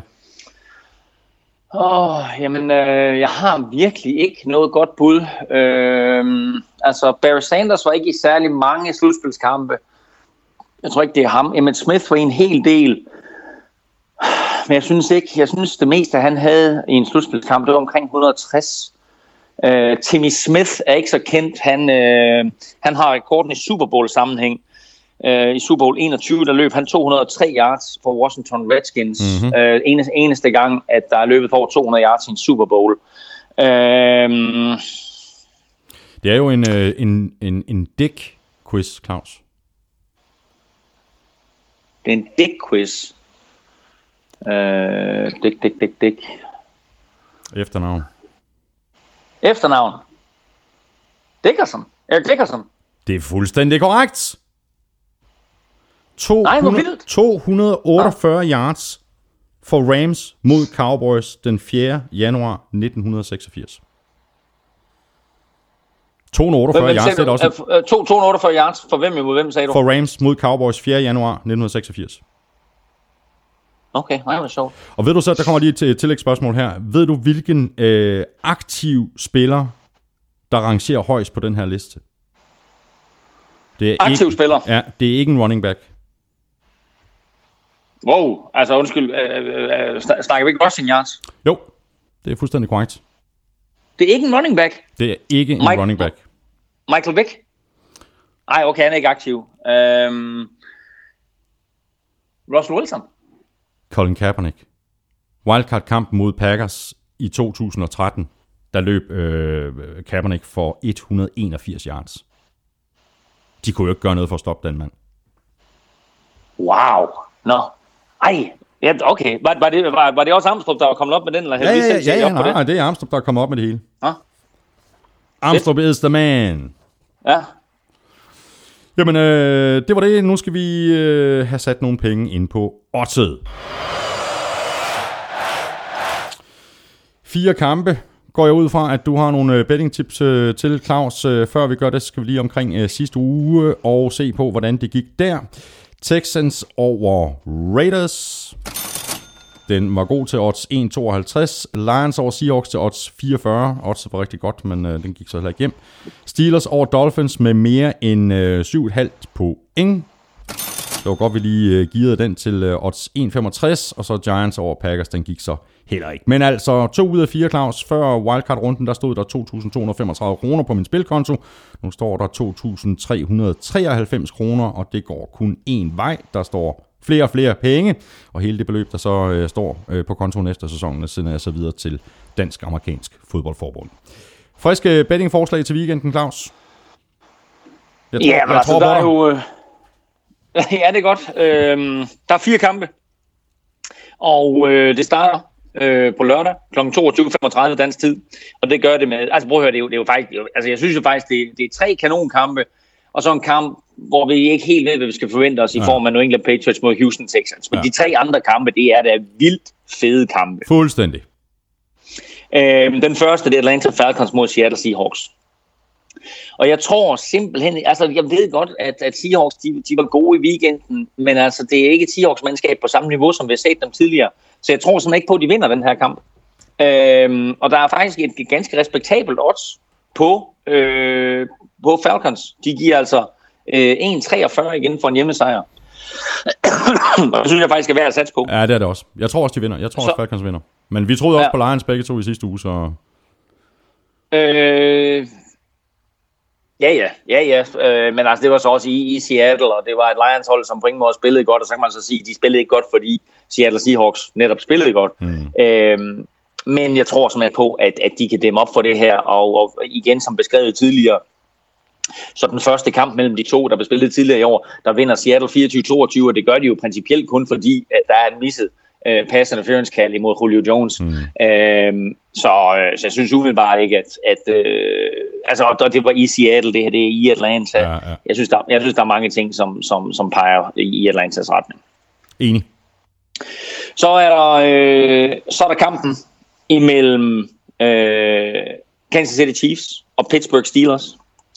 Åh, oh, jamen, øh, jeg har virkelig ikke noget godt bud. Øh, altså, Barry Sanders var ikke i særlig mange slutspilskampe. Jeg tror ikke, det er ham. Emmitt Smith var en hel del. Men jeg synes ikke, jeg synes det meste, han havde i en slutspilskamp, det var omkring et hundrede og tres. Uh, Timmy Smith er ikke så kendt. Han, uh, han har rekorden i Super Bowl sammenhæng. Uh, I Super Bowl enogtyve, der løb han to hundrede og tre yards for Washington Redskins. Mm-hmm. Uh, eneste, eneste gang, at der er løbet for over to hundrede yards i en Super Bowl. Uh, det er jo en, en, en, en dick quiz, Claus. Det er en Dick-quiz. Øh, Dick, Dick, Dick, Dick. Efternavn. Efternavn. Dickerson. Eric Dickerson. Det er fuldstændig korrekt. Nej, hvor vildt. to hundrede otteogfyrre ja. yards for Rams mod Cowboys den fjerde januar nitten seksogfirs. to hundrede otteogfyrre yards, det er også... to hundrede otteogfyrre yards, for hvem imod hvem, sagde du? For Rams mod Cowboys fjerde januar nitten seksogfirs. Okay, nej, hvor sjovt. Og ved du så, der kommer lige et tillægsspørgsmål her. Ved du, hvilken øh, aktiv spiller, der rangerer højst på den her liste? Det er aktiv ikke, spiller? Ja, det er ikke en running back. Wow, altså undskyld, øh, øh, snakker vi ikke rushing yards? Jo, det er fuldstændig korrekt. Det er ikke en running back? Det er ikke en Mike, running back. Michael Vick? Nej, okay, han er ikke aktiv. Um, Russell Wilson? Colin Kaepernick. Wildcard-kampen mod Packers i to tusind og tretten, der løb øh, Kaepernick for et hundrede enogfirs yards. De kunne jo ikke gøre noget for at stoppe den mand. Wow. Nå. Ej. Ja, okay. Var, var, det, var, var det også Armstrong, der var kommet op med den? Eller ja, ja, ja, ja nej, nej, det er Armstrong, der er kommet op med det hele. Ah. Armstrong is the man. Ja. Jamen, øh, det var det. Nu skal vi øh, have sat nogle penge ind på oddset. Fire kampe går jeg ud fra, at du har nogle bettingtips øh, til, Claus. Øh, før vi gør det, skal vi lige omkring øh, sidste uge og se på, hvordan det gik der. Texans over Raiders. Den var god til odds en komma tooghalvtreds. Lions over Seahawks til odds fireogfyrre. Odds var rigtig godt, men øh, den gik så heller ikke hjem. Steelers over Dolphins med mere end øh, syv komma fem point. Det var godt, vi lige øh, gearede den til øh, odds en komma femogtres. Og så Giants over Packers, den gik så heller ikke. Men altså, to ud af fire, Claus. Før wildcard-runden, der stod der to tusind to hundrede femogtredive kroner på min spilkonto. Nu står der to tusind tre hundrede treoghalvfems kroner, og det går kun én vej. Der står flere og flere penge, og hele det beløb, der så øh, står øh, på kontoen efter sæsonen, sender jeg så videre til Dansk-Amerikansk Fodboldforbund. Friske bettingforslag til weekenden, Claus? Jeg tror, ja, men jeg altså, tror, der er jo... Øh... Ja, det er godt. Øh, der er fire kampe, og øh, det starter øh, på lørdag kl. toogtyve femogtredive dansk tid, og det gør det med... Altså, prøv at høre, det er jo, det er jo faktisk... Det er jo, altså, jeg synes jo faktisk, det, det er tre kanonkampe, og så en kamp, hvor vi ikke helt ved, hvad vi skal forvente os i ja. form af New England Patriots mod Houston Texans. Men ja. de tre andre kampe, det er da vildt fede kampe. Fuldstændig. Øhm, den første, det er Atlanta Falcons mod Seattle Seahawks. Og jeg tror simpelthen, altså jeg ved godt, at, at Seahawks, de, de var gode i weekenden, men altså det er ikke et Seahawks-mandskab på samme niveau, som vi har set dem tidligere. Så jeg tror simpelthen ikke på, at de vinder den her kamp. Øhm, og der er faktisk et, et ganske respektabelt odds på, øh, på Falcons. De giver altså øh, en komma treogfyrre igen for en hjemmesejr. Og det synes jeg faktisk er værd at satse på. Ja, det er det også. Jeg tror også, de vinder. Jeg tror så, også, Falcons vinder. Men vi troede også ja. på Lions begge to i sidste uge, så... Øh... Ja, ja, ja, ja. Øh, men altså, det var så også i, i Seattle, og det var et Lions-hold, som på ingen måde spillede godt, og så kan man så sige, at de spillede ikke godt, fordi Seattle Seahawks netop spillede godt. Mm. Øh, men jeg tror simpelthen på, at, at de kan dæmme op for det her, og, og igen, som beskrevet tidligere, så den første kamp mellem de to, der blev spillet tidligere i år, der vinder Seattle fireogtyve toogtyve, og det gør de jo principielt kun fordi, at der er en misset uh, pass interference call imod Julio Jones. Mm. Uh, så, uh, så jeg synes umiddelbart ikke, at, at uh, altså, det var i Seattle, det her, det er i Atlanta. Ja, ja. Jeg, synes, der, jeg synes, der er mange ting, som, som, som peger i Atlantas retning. Enig. Så er der, øh, så er der kampen imellem øh, Kansas City Chiefs og Pittsburgh Steelers.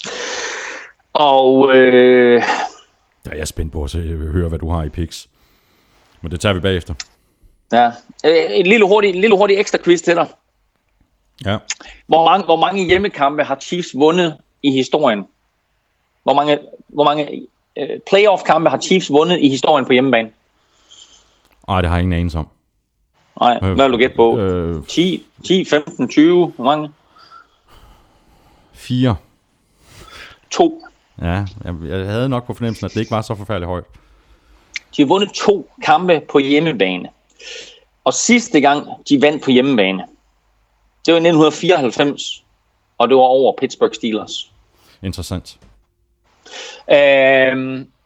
Og øh, der er jeg spændt på at se, høre, hvad du har i picks. Men det tager vi bagefter. Ja, en lille hurtig, en lille hurtig ekstra quiz til dig. Ja. Hvor mange, hvor mange hjemmekampe har Chiefs vundet i historien? Hvor mange, hvor mange øh, playoff-kampe har Chiefs vundet i historien på hjemmebane? Nej, det har jeg ingen anelse om. Nej, hvad vil du gætte på? Øh, ti, ti, femten, tyve, hvor mange? Fire. To. Ja, jeg, jeg havde nok på fornemmelsen, at det ikke var så forfærdeligt højt. De har vundet to kampe på hjemmebane. Og sidste gang, de vandt på hjemmebane, det var i nitten fireoghalvfems, og det var over Pittsburgh Steelers. Interessant. Øhm,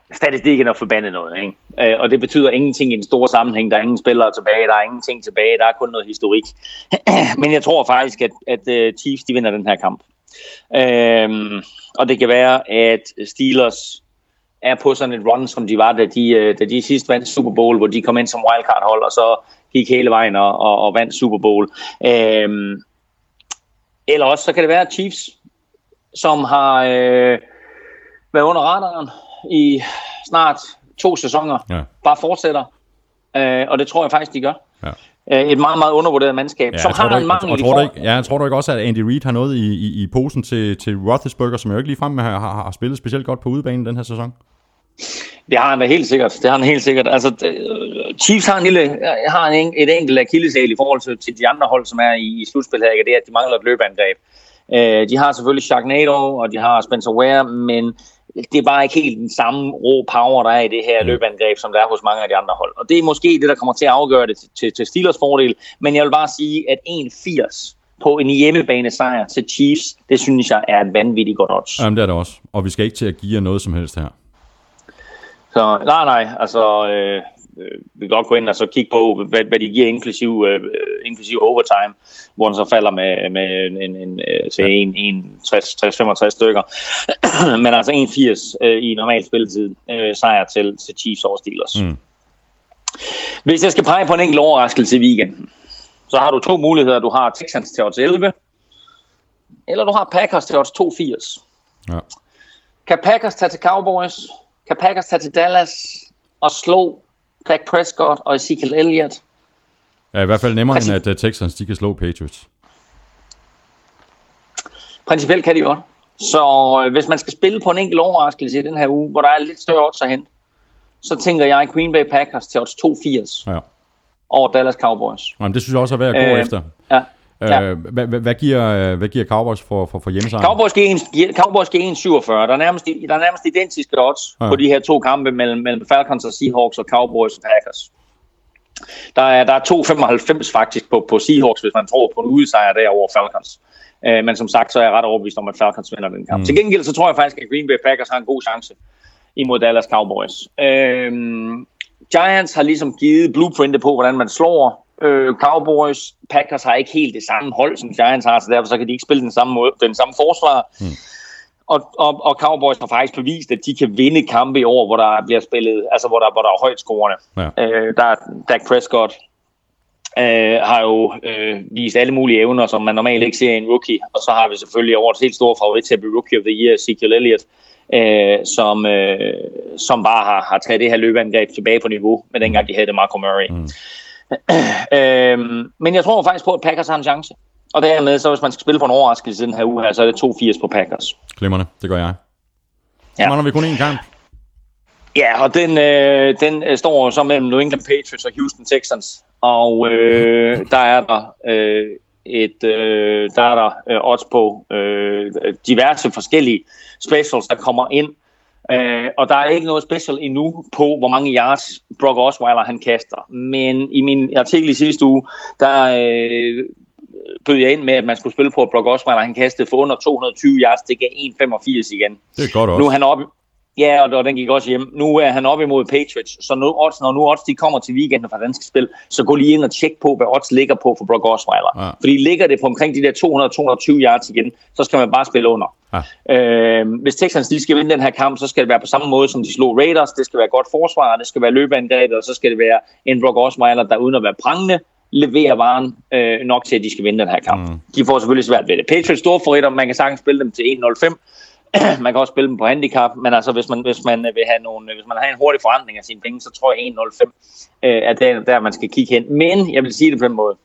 statistikken er forbandet noget, ikke? Øh, og det betyder ingenting i den store sammenhæng. Der er ingen spillere tilbage, der er ingenting tilbage, der er kun noget historik. Men jeg tror faktisk, at, at Chiefs de vinder den her kamp. Øh, og det kan være, at Steelers er på sådan et run, som de var, da de, da de sidst vandt Super Bowl, hvor de kom ind som wildcard-hold, og så gik hele vejen og, og, og vandt Super Bowl. Øh, eller også så kan det være Chiefs, som har øh, været under radaren i snart to sæsoner, ja. bare fortsætter. Øh, og det tror jeg faktisk, de gør. Ja. Øh, et meget, meget undervurderet mandskab, ja, som har en mangel i form. Ja, jeg tror du ikke også, at Andy Reid har noget i, i, i posen til, til Roethlisberger, som jo ikke ligefrem har, har, har spillet specielt godt på udebanen den her sæson? Det har han da helt sikkert. Det har han helt sikkert. Altså, Chiefs har en lille, har en, et enkelt akilleshæl i forhold til, til de andre hold, som er i, i slutspil her. Det er, at de mangler et løbeangreb. Øh, de har selvfølgelig Sharknado, og de har Spencer Ware, men det er bare ikke helt den samme rå power, der er i det her løbeangreb, som der er hos mange af de andre hold. Og det er måske det, der kommer til at afgøre det til, til Steelers fordel. Men jeg vil bare sige, at en firs på en hjemmebane sejr til Chiefs, det synes jeg er et vanvittigt godt odds. Jamen det er det også. Og vi skal ikke til at give noget som helst her. Så nej, nej, altså øh, vi kan godt gå ind og så kigge på, hvad, hvad de giver inklusiv, øh, inklusiv overtime, hvor den så falder med, med en, en, til en, en tres til femogtres stykker. Men altså en firs øh, i normal spilletid øh, sejr til, til Chiefs over Steelers. Mm. Hvis jeg skal pege på en enkelt overraskelse i weekenden, så har du to muligheder. Du har Texans til odds elleve, eller du har Packers til odds to firs. Ja. Kan Packers tage til Cowboys? Kan Packers tage til Dallas og slå Dak Prescott og Ezekiel Elliott? Ja, i hvert fald nemmere Princip- end at uh, Texans de kan slå Patriots. Principielt kan de godt. Så øh, hvis man skal spille på en enkelt overraskelse i den her uge, hvor der er lidt større odds at hente, så tænker jeg Green Bay Packers til odds to firs ja. over Dallas Cowboys. Jamen, det synes jeg også er værd at gå øh, efter. Ja. Ja. Øh, hvad, hvad, giver, hvad giver Cowboys for, for, for hjemmesejren? Cowboys giver en syvogfyrre. Der er nærmest, der er nærmest identiske odds ja. på de her to kampe mellem, mellem Falcons og Seahawks og Cowboys og Packers. Der er, der er to femoghalvfems faktisk på, på Seahawks, hvis man tror på en udesejr der over Falcons. Øh, men som sagt, så er jeg ret overbevist om, at Falcons vinder den kamp. Mm. Til gengæld så tror jeg faktisk, at Green Bay Packers har en god chance imod Dallas Cowboys. Øh, Giants har ligesom givet blueprintet på, hvordan man slår Øh, Cowboys. Packers har ikke helt det samme hold, som Giants har, så derfor så kan de ikke spille den samme måde, den samme forsvar. Mm. Og, og, og Cowboys har faktisk bevist, at de kan vinde kampe i år, hvor der bliver spillet, altså hvor der, hvor der er højt scorende. Ja. Øh, der er Dak Prescott øh, har jo øh, vist alle mulige evner, som man normalt ikke ser i en rookie. Og så har vi selvfølgelig årets helt store favorit til at blive Rookie of the Year, Ezekiel Elliott, øh, som, øh, som bare har, har taget det her løbeangreb tilbage på niveau, med dengang de havde det Marco Murray. Mm. øhm, men jeg tror faktisk på, at Packers har en chance. Og dermed, så hvis man skal spille på en overraskelse i den her uge her, så er det to firs på Packers. Glimrende, det gør jeg. Så ja. mangler vi kun én kamp. Ja, og den, øh, den øh, står så mellem New England Patriots og Houston Texans. Og øh, der er der øh, et øh, der er der øh, odds på øh, diverse forskellige specials, der kommer ind. Uh, og der er ikke noget special endnu på, hvor mange yards Brock Osweiler han kaster. Men i min artikel i sidste uge, der uh, bød jeg ind med, at man skulle spille på, at Brock Osweiler han kastede for under to hundrede og tyve yards. Det gav en komma femogfirs igen. Det er godt også. Nu er han oppe, ja, og, og den gik også hjem. Nu er han oppe imod Patriots. Så nu, odds, når nu odds de kommer til weekenden fra dansk spil, så gå lige ind og tjek på, hvad odds ligger på for Brock Osweiler. Ja. Fordi ligger det på omkring de der to hundrede til to hundrede og tyve yards igen, så skal man bare spille under. Ja. Øh, hvis Texans de skal vinde den her kamp, så skal det være på samme måde, som de slog Raiders. Det skal være godt forsvar, det skal være løbeangrebet, og så skal det være en Brock Osweiler, der uden at være prangende, leverer varen øh, nok til, at de skal vinde den her kamp. Mm. De får selvfølgelig svært ved det. Patriots store favoritter, man kan sagtens spille dem til en komma nul fem. Man kan også spille dem på handicap, men altså hvis man hvis man vil have nogle, hvis man har en hurtig forandring af sine penge, så tror jeg en komma nul fem øh, er der, der man skal kigge hen. Men jeg vil sige det på den måde,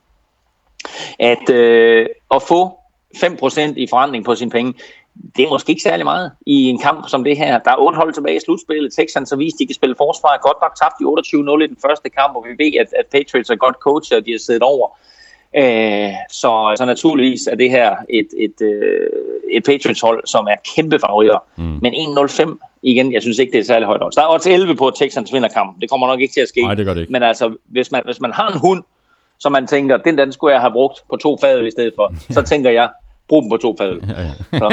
at øh, at få fem procent i forandring på sine penge, det er måske ikke særlig meget i en kamp som det her. Der er otte hold tilbage i slutspillet. Texans har vist, at de kan spille forsvar. Godt nok tabt de otteogtyve nul i den første kamp, og vi ved, at, at Patriots er godt coachet, og de har siddet over. Øh, så, så naturligvis er det her et, et, et, et Patriots-hold, som er kæmpe favoritter. Mm. Men en komma nul fem, igen, jeg synes ikke, det er særlig højt. Der er også elleve på, at Texans vinder kampen. Det kommer nok ikke til at ske. Nej, det gør det ikke. Men altså, hvis man, hvis man har en hund, så man tænker, den der skulle jeg have brugt på to fadøl i stedet for, så tænker jeg, brug dem på to fadøl. Ja, ja.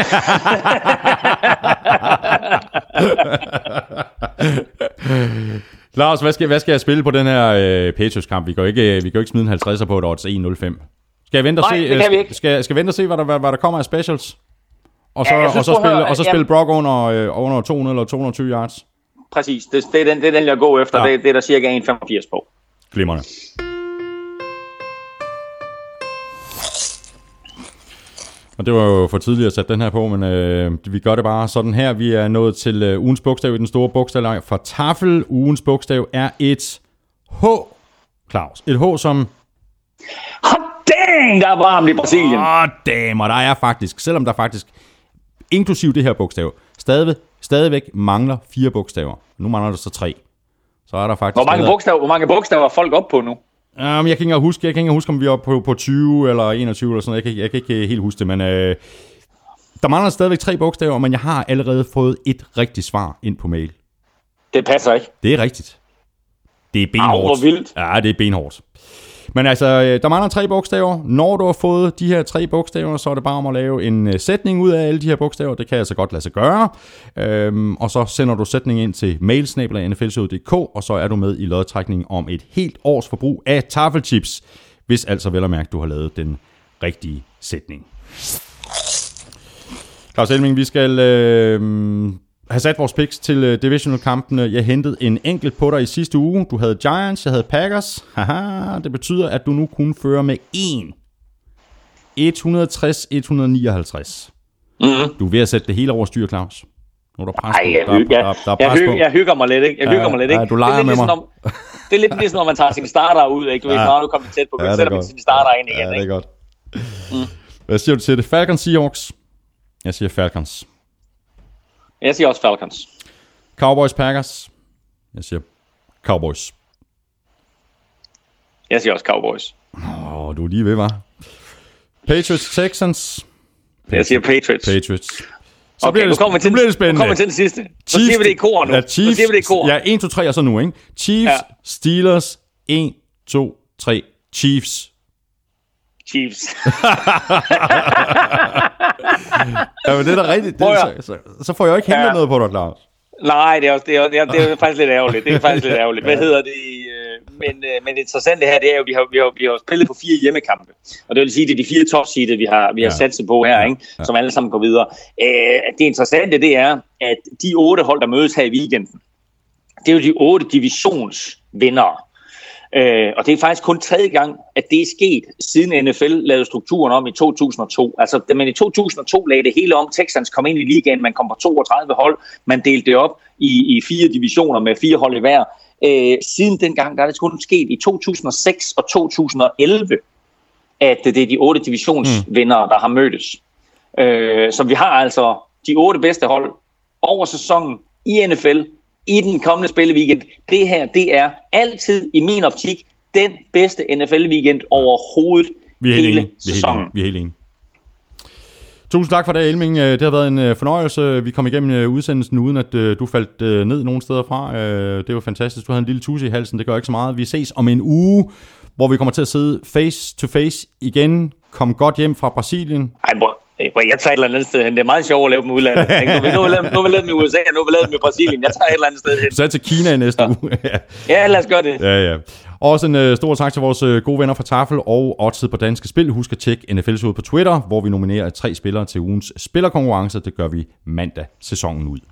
Lars, hvad skal, hvad skal jeg spille på den her øh, Patriots-kamp? Vi kan jo ikke, vi kan jo ikke smide en halvtredser på et odds en nul fem. Skal jeg vente og Nej, se, det kan vi ikke. Skal, skal jeg vente og se, hvad der, hvad, hvad der kommer af specials? Og så, ja, synes, og så, spille, høre, og så spille Brock under, øh, under to hundrede eller to hundrede og tyve yards? Præcis, det, det, er den, det er den, jeg går efter. Ja. Det, det er der cirka en komma femogfirs på. Glimrende. Og det var jo for tidligt at sætte den her på, men øh, vi gør det bare sådan her. Vi er nået til øh, ugens bogstav i den store bogstavleg fra Tafel. Ugens bogstav er et H, Claus. Et H som... Hot dang, der er varmt i Brasilien. Åh, oh, damn, og der er faktisk, selvom der faktisk, inklusiv det her bogstav, stadig, stadigvæk mangler fire bogstaver. Nu mangler der så tre. Så er der faktisk... Hvor mange bogstaver, hvor mange bogstaver er folk op på nu? Um, jeg kan ikke engang huske, jeg kan ikke engang huske, om vi er oppe på, på tyve eller enogtyve eller sådan noget. Jeg kan, jeg kan ikke helt huske det, men øh, der mangler stadigvæk tre bogstaver, men jeg har allerede fået et rigtigt svar ind på mail. Det passer ikke. Det er rigtigt. Det er benhårdt. Au, hvor vildt. Ja, det er benhårdt. Men altså, der mangler tre bogstaver. Når du har fået de her tre bogstaver, så er det bare om at lave en sætning ud af alle de her bogstaver. Det kan altså godt lade sig gøre. Øhm, og så sender du sætningen ind til mail snabel-a n f l showet punktum d k, og så er du med i lodtrækningen om et helt års forbrug af taffelchips, hvis altså vel at mærke, du har lavet den rigtige sætning. Claus Elming, vi skal... Øh, har sat vores picks til uh, divisional-kampene. Jeg hentede en enkelt på dig i sidste uge. Du havde Giants, jeg havde Packers. Haha, det betyder, at du nu kun fører med én. et hundrede og tres til et hundrede og nioghalvtreds. Mm-hmm. Du er ved at sætte det hele over styr, Claus. Nu er der pres på. Ej, jeg, der, der, der, der er jeg, pres hygger, på. jeg hygger mig lidt, ikke? Jeg hygger ja, mig lidt, ikke? Ja, du leger med mig. Ligesom, det er lidt ligesom, når man tager sine starter ud, ikke? Du ja. ved, når du kommer tæt på, men ja, sætter man sine starter ind igen, ja, ikke? det er godt. Mm. Hvad siger du til det? Falcons, Seahawks? Jeg siger Falcons. Jeg siger også Falcons. Cowboys, Packers? Jeg siger Cowboys. Jeg siger også Cowboys. Åh, oh, du er lige ved, hva'? Patriots, Texans? Patriots. Jeg siger Patriots. Patriots. Så okay, bliver det, nu kommer vi til, bliver det spændende. Nu kommer vi til den sidste. Så siger vi det i kor nu. Ja, Chiefs, så siger vi det i kor. Ja, en, to, tre og så nu, ikke? Chiefs, ja. Steelers, en, to, tre, Chiefs. Chiefs. Ja, men det er da rigtigt. Det, så, så, så får jeg jo ikke hentet ja. noget på dig, Claus. Nej, det er, også, det, er, det, er, det er faktisk lidt ærgerligt. Det er faktisk lidt ærgerligt. Hvad hedder det? Men, men interessant det her, det er jo, vi har, vi har, vi har spillet på fire hjemmekampe. Og det vil sige, det er de fire top-seedede, vi har, vi har ja. sat sig på her, ikke? Ja. Som alle sammen går videre. Det interessante, det er, at de otte hold, der mødes her i weekenden, det er jo de otte divisionsvindere. Øh, og det er faktisk kun tredje gang, at det er sket, siden N F L lavede strukturen om i to tusind og to. Altså, da man i to tusind og to lagde det hele om, Texans kom ind i ligaen, man kom på toogtredive hold, man delte det op i, i fire divisioner med fire hold i hver. Øh, siden dengang, der er det kun sket i to tusind og seks og to tusind og elleve, at det er de otte divisionsvindere, der har mødtes. Øh, så vi har altså de otte bedste hold over sæsonen i N F L, i den kommende spilleweekend. Det her, det er altid i min optik den bedste N F L-weekend overhovedet vi er hele enige. sæsonen. Vi er helt enige. Tusind tak for det, Elming. Det har været en fornøjelse. Vi kom igennem udsendelsen, uden at du faldt ned nogen steder fra. Det var fantastisk. Du havde en lille tusse i halsen. Det gør ikke så meget. Vi ses om en uge, hvor vi kommer til at sidde face to face igen. Kom godt hjem fra Brasilien. Ej, bror. Jeg tager et eller andet sted hen. Det er meget sjovt at lave dem i udlandet. Nu vil vi lave dem i U S A, og nu vil vi lave dem i Brasilien. Jeg tager et eller andet sted hen. Så til Kina i næste ja. uge. Ja, lad os gøre det. Ja, ja. Også en uh, stor tak til vores uh, gode venner fra Tafel og Odds på Danske Spil. Husk at tjekke N F L-showet på Twitter, hvor vi nominerer tre spillere til ugens spillerkonkurrence. Det gør vi mandag sæsonen ud.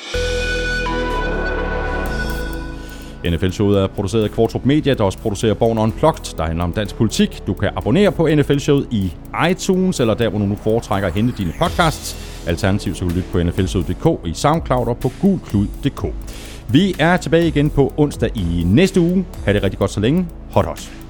N F L-showet er produceret af Kvartrup Media, der også producerer Born Unplugged, der handler om dansk politik. Du kan abonnere på N F L-showet i iTunes, eller der, hvor du nu foretrækker at hente dine podcasts. Alternativt så kan du lytte på N F L showet punktum d k, i SoundCloud og på gulklud punktum d k. Vi er tilbage igen på onsdag i næste uge. Ha' det rigtig godt så længe. Hot hot.